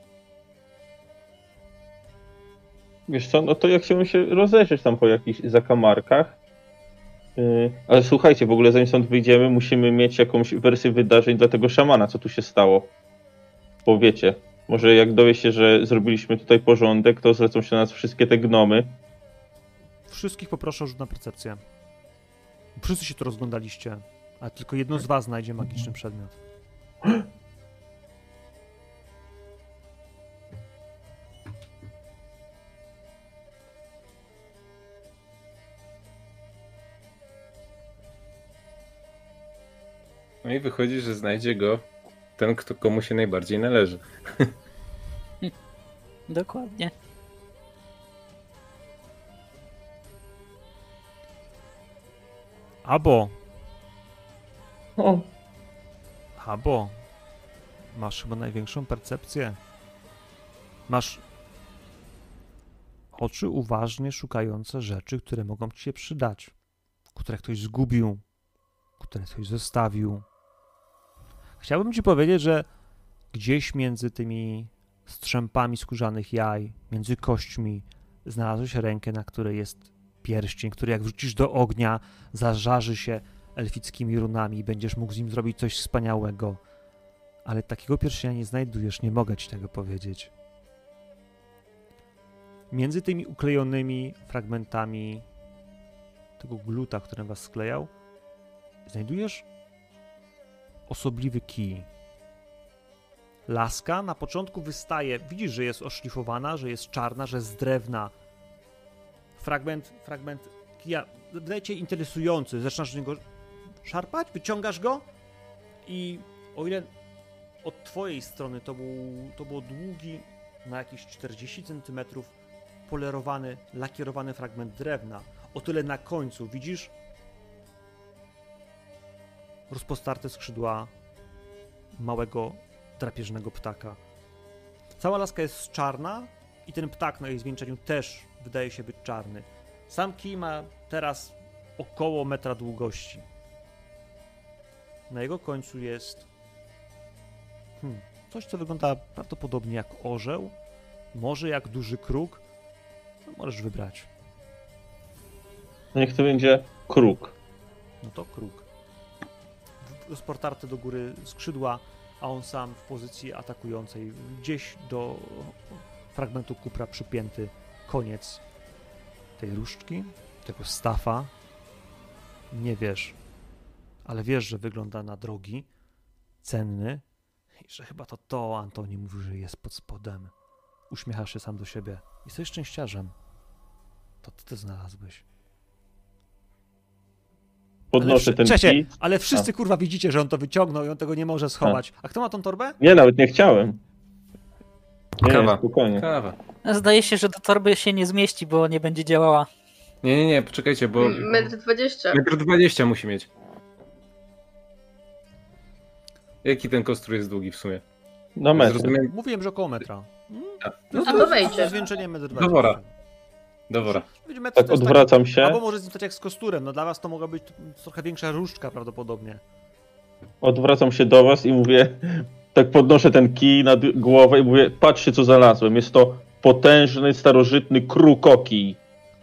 Wiesz co, no to ja chciałbym się rozejrzeć tam po jakichś zakamarkach. Yy, ale słuchajcie, w ogóle zanim stąd wyjdziemy, musimy mieć jakąś wersję wydarzeń dla tego szamana, co tu się stało. Bo wiecie, może jak dowie się, że zrobiliśmy tutaj porządek, to zlecą się na nas wszystkie te gnomy. Wszystkich poproszę o rzut na percepcję. Wszyscy się tu rozglądaliście, a tylko jedno z was znajdzie magiczny przedmiot. No i wychodzi, że znajdzie go ten, kto komu się najbardziej należy. Dokładnie. Abo, O, Abo, masz chyba największą percepcję. Masz oczy uważnie szukające rzeczy, które mogą ci się przydać, które ktoś zgubił, które ktoś zostawił. Chciałbym ci powiedzieć, że gdzieś między tymi strzępami skórzanych jaj, między kośćmi, znalazłeś rękę, na której jest pierścień, który jak wrzucisz do ognia, zażarzy się elfickimi runami i będziesz mógł z nim zrobić coś wspaniałego. Ale takiego pierścienia nie znajdujesz, nie mogę ci tego powiedzieć. Między tymi uklejonymi fragmentami tego gluta, którym was sklejał, znajdujesz osobliwy kij. Laska na początku wystaje, widzisz, że jest oszlifowana, że jest czarna, że jest z drewna. Fragment, fragment kija, wydaje cię interesujący, zaczynasz do niego szarpać, wyciągasz go i o ile od twojej strony to, był, to było długi, na jakieś czterdzieści centymetrów, polerowany, lakierowany fragment drewna. O tyle na końcu widzisz rozpostarte skrzydła małego, drapieżnego ptaka. Cała laska jest czarna i ten ptak na jej zwieńczeniu też wydaje się być czarny. Sam kij ma teraz około metra długości. Na jego końcu jest hmm, coś, co wygląda prawdopodobnie jak orzeł, może jak duży kruk. No, możesz wybrać. Niech to będzie kruk. No to kruk. Rozportarte do góry skrzydła, a on sam w pozycji atakującej. Gdzieś do fragmentu kupra przypięty koniec tej różdżki, tego stafa. Nie wiesz, ale wiesz, że wygląda na drogi, cenny i że chyba to to Antoni mówił, że jest pod spodem. Uśmiechasz się sam do siebie. Jesteś szczęściarzem. To ty to znalazłeś. Podnoszę ale, ten Cześć, kij. ale wszyscy A. kurwa widzicie, że on to wyciągnął i on tego nie może schować. A, A kto ma tą torbę? Nie, nawet nie chciałem. Nie, Kawa. spokojnie. Kawa. Zdaje się, że do torby się nie zmieści, bo nie będzie działała. Nie, nie, nie, poczekajcie, bo... Metr dwadzieścia. Metr dwadzieścia musi mieć. Jaki ten kostur jest długi w sumie? No metr. Zrozumiałem. Mówiłem, że około metra. No A to wejdzie. Ze zwieńczeniem metr dwadzieścia. Dowora. Dowora. Będzie metr, Tak to jest odwracam taki, się. albo może stać jak z kosturem. No dla was to mogła być trochę większa różdżka prawdopodobnie. Odwracam się do was i mówię, tak podnoszę ten kij nad głowę i mówię, patrzcie co znalazłem. Jest to potężny, starożytny krukokij.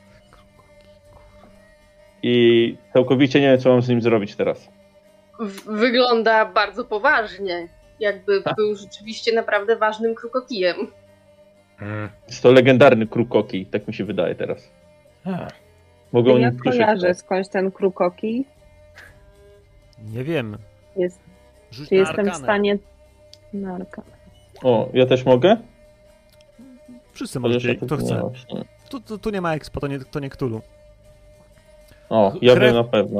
I całkowicie nie wiem, co mam z nim zrobić teraz. W- Wygląda bardzo poważnie. Jakby był rzeczywiście naprawdę ważnym krukokijem. Mm. Jest to legendarny krukokij, tak mi się wydaje teraz. A. Mogę o Ja nim słyszeć. kojarzę skądś ten krukoki. Nie wiem. Jest, Rzuć czy na jestem w arkanę. stanie... Narka. O, ja też mogę? Wszyscy Chociaż możecie, ja kto tak nie chce. właśnie. Tu, tu, tu nie ma expo, to nie, to nie Cthulhu. O, ja Krew- wiem na pewno.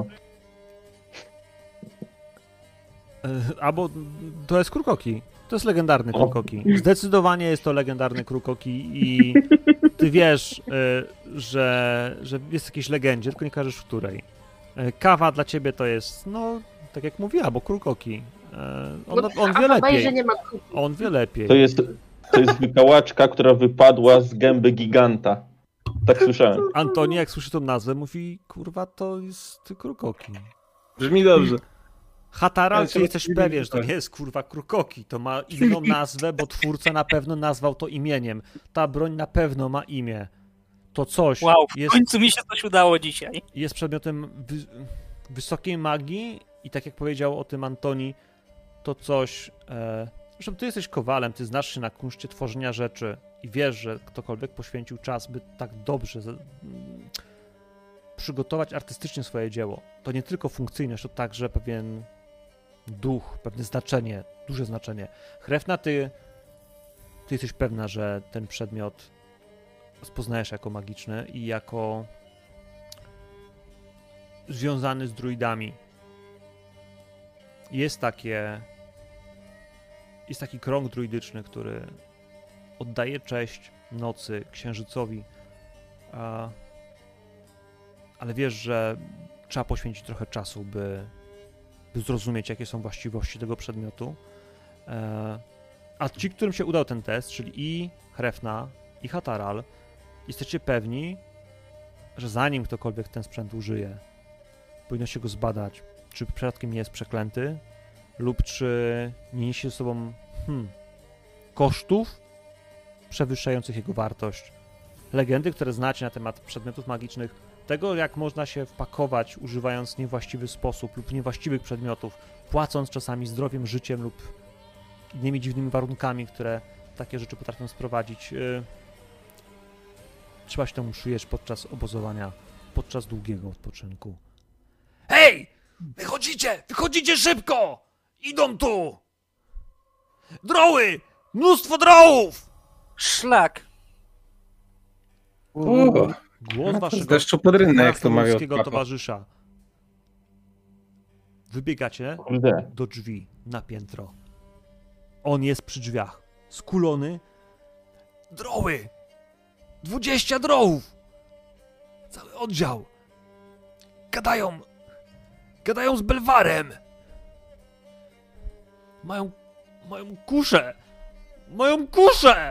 E, Albo to jest krukoki. To jest legendarny O. krukoki. Zdecydowanie jest to legendarny krukoki i ty wiesz, e, że, że jest w jakiejś legendzie, tylko nie każesz w której. E, Kawa dla ciebie to jest, no, tak jak mówiła, bo krukoki. E, On, Bo on wie a Bajże lepiej. nie ma kruków. On wie lepiej. To jest, to jest wykałaczka, która wypadła z gęby giganta. Tak słyszałem. Antoni, jak słyszy tą nazwę, mówi, kurwa, to jest krukoki. Brzmi dobrze. Hataral, Ale ty trzeba jesteś powiedzieć, pewien, że to tak. nie jest kurwa krukoki, to ma inną nazwę, bo twórca na pewno nazwał to imieniem. Ta broń na pewno ma imię. To coś Wow, w jest, końcu mi się coś udało dzisiaj. jest przedmiotem wy, wysokiej magii i tak jak powiedział o tym Antoni, to coś... E, zresztą ty jesteś kowalem, ty znasz się na kunszcie tworzenia rzeczy i wiesz, że ktokolwiek poświęcił czas, by tak dobrze za, mm, przygotować artystycznie swoje dzieło. To nie tylko funkcyjność, to także pewien duch, pewne znaczenie, duże znaczenie. Hrefna, ty, ty jesteś pewna, że ten przedmiot rozpoznajesz jako magiczny i jako związany z druidami. Jest takie jest taki krąg druidyczny, który oddaje cześć nocy, księżycowi, a, ale wiesz, że trzeba poświęcić trochę czasu, by, by zrozumieć, jakie są właściwości tego przedmiotu. E, a ci, którym się udał ten test, czyli i Hrefna, i Hataral, jesteście pewni, że zanim ktokolwiek ten sprzęt użyje, powinno się go zbadać, czy przypadkiem nie jest przeklęty, lub czy nie niesie ze sobą hmm, kosztów przewyższających jego wartość. Legendy, które znacie na temat przedmiotów magicznych, tego jak można się wpakować używając w niewłaściwy sposób lub niewłaściwych przedmiotów, płacąc czasami zdrowiem, życiem lub innymi dziwnymi warunkami, które takie rzeczy potrafią sprowadzić. Yy, trzeba się temu przyjrzeć podczas obozowania, podczas długiego odpoczynku. Hej! Wychodzicie! Wychodzicie szybko! Idą tu! Droły! Mnóstwo drołów! Szlak. O, Głos waszego z deszczu pod rynek, jak to mawiał krasnoludzkiego papa. towarzysza. Wybiegacie Kurde. do drzwi na piętro. On jest przy drzwiach. Skulony. Droły! Dwudzieścia drołów! Cały oddział. Gadają. Gadają z Belwarem. Mają... Mają kuszę. Mają kuszę!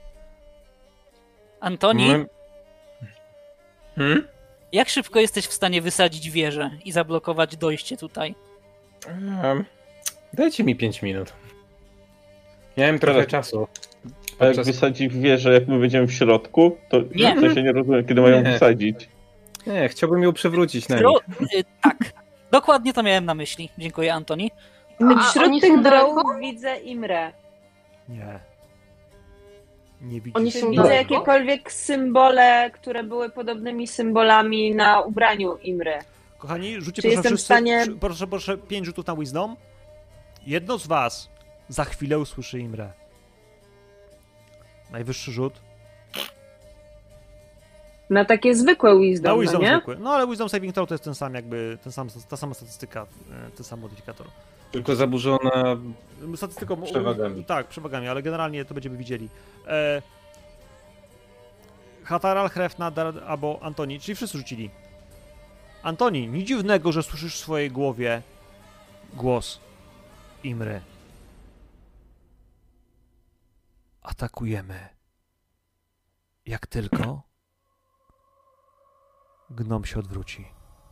Antoni, Hmm? Hmm? jak szybko jesteś w stanie wysadzić wieżę i zablokować dojście tutaj? Um, dajcie mi pięć minut. Miałem trochę Teraz- czasu. A jak Podczas- wysadzi wieżę, jak my będziemy w środku, to Nie. to się nie rozumie, kiedy mają Nie. wysadzić. Nie, chciałbym ją przywrócić na Tro... nich. y, tak, dokładnie to miałem na myśli. Dziękuję, Antoni. A Wśród oni tych są drołów daleko? widzę Imrę. Nie. Nie widzisz. Oni Czy są widzę daleko? jakiekolwiek symbole, które były podobnymi symbolami na ubraniu Imry? Kochani, rzućcie Czy proszę jestem w wszyscy, stanie- przy- proszę, proszę, pięć rzutów na Wisdom. Jedno z was za chwilę usłyszy Imrę. Najwyższy rzut. Na takie zwykłe Na wisdom, no Wisdom nie? zwykły. No ale Wisdom Saving Throw to jest ten sam jakby, ten sam, ta sama statystyka, e, ten sam modyfikator. Tylko zaburzona. Statystyką... Przewagami. Tak, przewagami, ale generalnie to będziemy widzieli. E, Hataral, Hrefna, Dar albo Antoni, czyli wszyscy rzucili. Antoni, nic dziwnego, że słyszysz w swojej głowie głos Imry. Atakujemy. Jak tylko gnom się odwróci.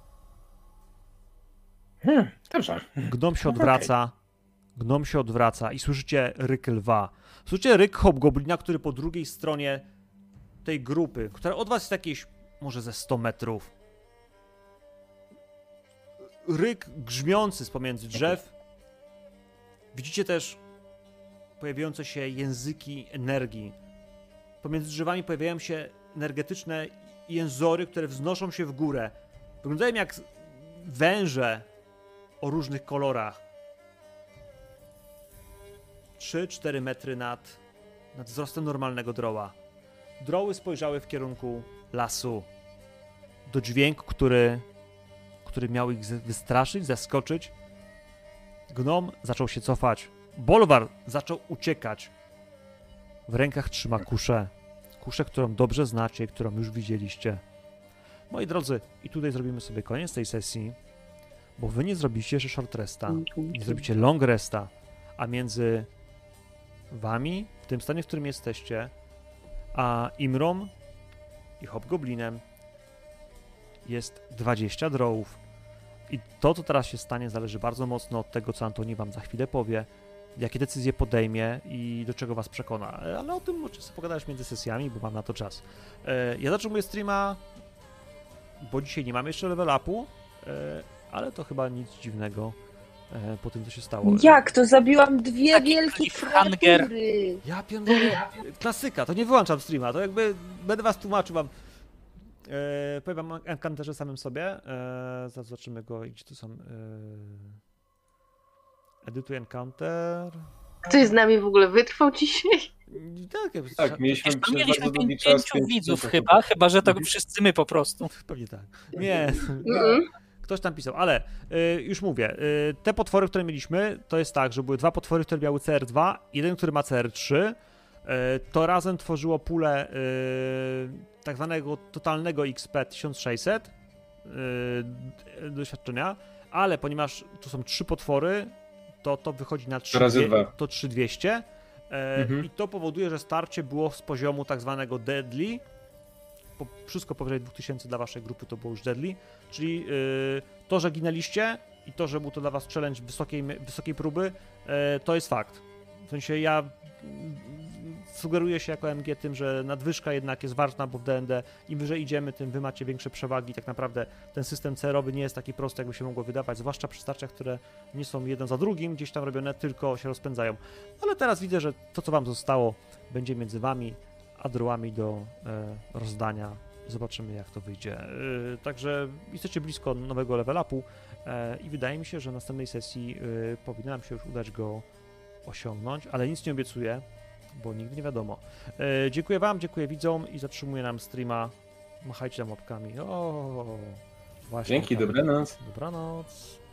Hmm, dobrze. Gnom się Okej. odwraca. Gnom się odwraca i słyszycie ryk lwa. Słyszycie ryk hobgoblina, który po drugiej stronie tej grupy, która od was jest jakieś może ze sto metrów. Ryk grzmiący z pomiędzy drzew. Widzicie też pojawiające się języki energii. Pomiędzy drzewami pojawiają się energetyczne jęzory, które wznoszą się w górę. Wyglądają jak węże o różnych kolorach. trzy cztery metry nad, nad wzrostem normalnego droła. Droły spojrzały w kierunku lasu. Do dźwięku, który, który miał ich z- wystraszyć, zaskoczyć. Gnom zaczął się cofać. Bolwar zaczął uciekać. W rękach trzyma kuszę. Kuszę, którą dobrze znacie, którą już widzieliście. Moi drodzy, i tutaj zrobimy sobie koniec tej sesji, bo wy nie zrobiliście jeszcze short resta, nie zrobicie long resta, a między wami, w tym stanie, w którym jesteście, a Imrą i Hobgoblinem jest dwadzieścia drołów. I to, co teraz się stanie, zależy bardzo mocno od tego, co Antoni wam za chwilę powie, jakie decyzje podejmie i do czego was przekona. Ale o tym oczywiście pogadać między sesjami, bo mam na to czas. E, Ja zatrzymuję streama, bo dzisiaj nie mamy jeszcze level upu, e, ale to chyba nic dziwnego e, po tym, co się stało. Jak to? Zabiłam dwie Taki wielkie cliffhanger. kreatury. Ja pierdolę, klasyka, to nie wyłączam streama, to jakby będę was tłumaczył wam. E, powiem wam o encounterze samym sobie, e, zaraz zobaczymy go, gdzie tu są. E, edytuj encounter. Ktoś z nami w ogóle wytrwał dzisiaj? Tak, jakby- Tak, mieliśmy, Wiesz, przez tam mieliśmy bardzo długi pięć, czas pięciu pięć widzów minut. chyba, chyba że to wszyscy my po prostu. Pewnie tak. Nie, Mm-mm. ktoś tam pisał, ale y, już mówię, y, te potwory, które mieliśmy, to jest tak, że były dwa potwory, które miały C R dwa, jeden, który ma C R trzy. Y, to razem tworzyło pulę y, tak zwanego totalnego X P tysiąc sześćset y, doświadczenia, ale ponieważ tu są trzy potwory, to to wychodzi na trzy Razy dwie- dwa. to trzy dwieście. E, Mhm. I to powoduje, że starcie było z poziomu tak zwanego deadly. Po, wszystko powyżej dwa tysiące dla waszej grupy to było już deadly. Czyli y, to, że ginęliście i to, że był to dla was challenge wysokiej, wysokiej próby, e, to jest fakt. W sensie ja mm, sugeruję się jako M G tym, że nadwyżka jednak jest ważna, bo w D and D im wyżej idziemy, tym wy macie większe przewagi. Tak naprawdę ten system C R-owy nie jest taki prosty, jakby się mogło wydawać, zwłaszcza przy starciach, które nie są jeden za drugim gdzieś tam robione, tylko się rozpędzają. Ale teraz widzę, że to, co wam zostało, będzie między wami a drołami do e, rozdania. Zobaczymy, jak to wyjdzie. E, także jesteście blisko nowego level upu e, i wydaje mi się, że w następnej sesji e, powinno nam się już udać go osiągnąć, ale nic nie obiecuję, bo nigdy nie wiadomo. E, dziękuję wam, dziękuję widzom i zatrzymuję nam streama. Machajcie tam łapkami. O, właśnie. Dzięki, tak. dobranoc. Dobranoc.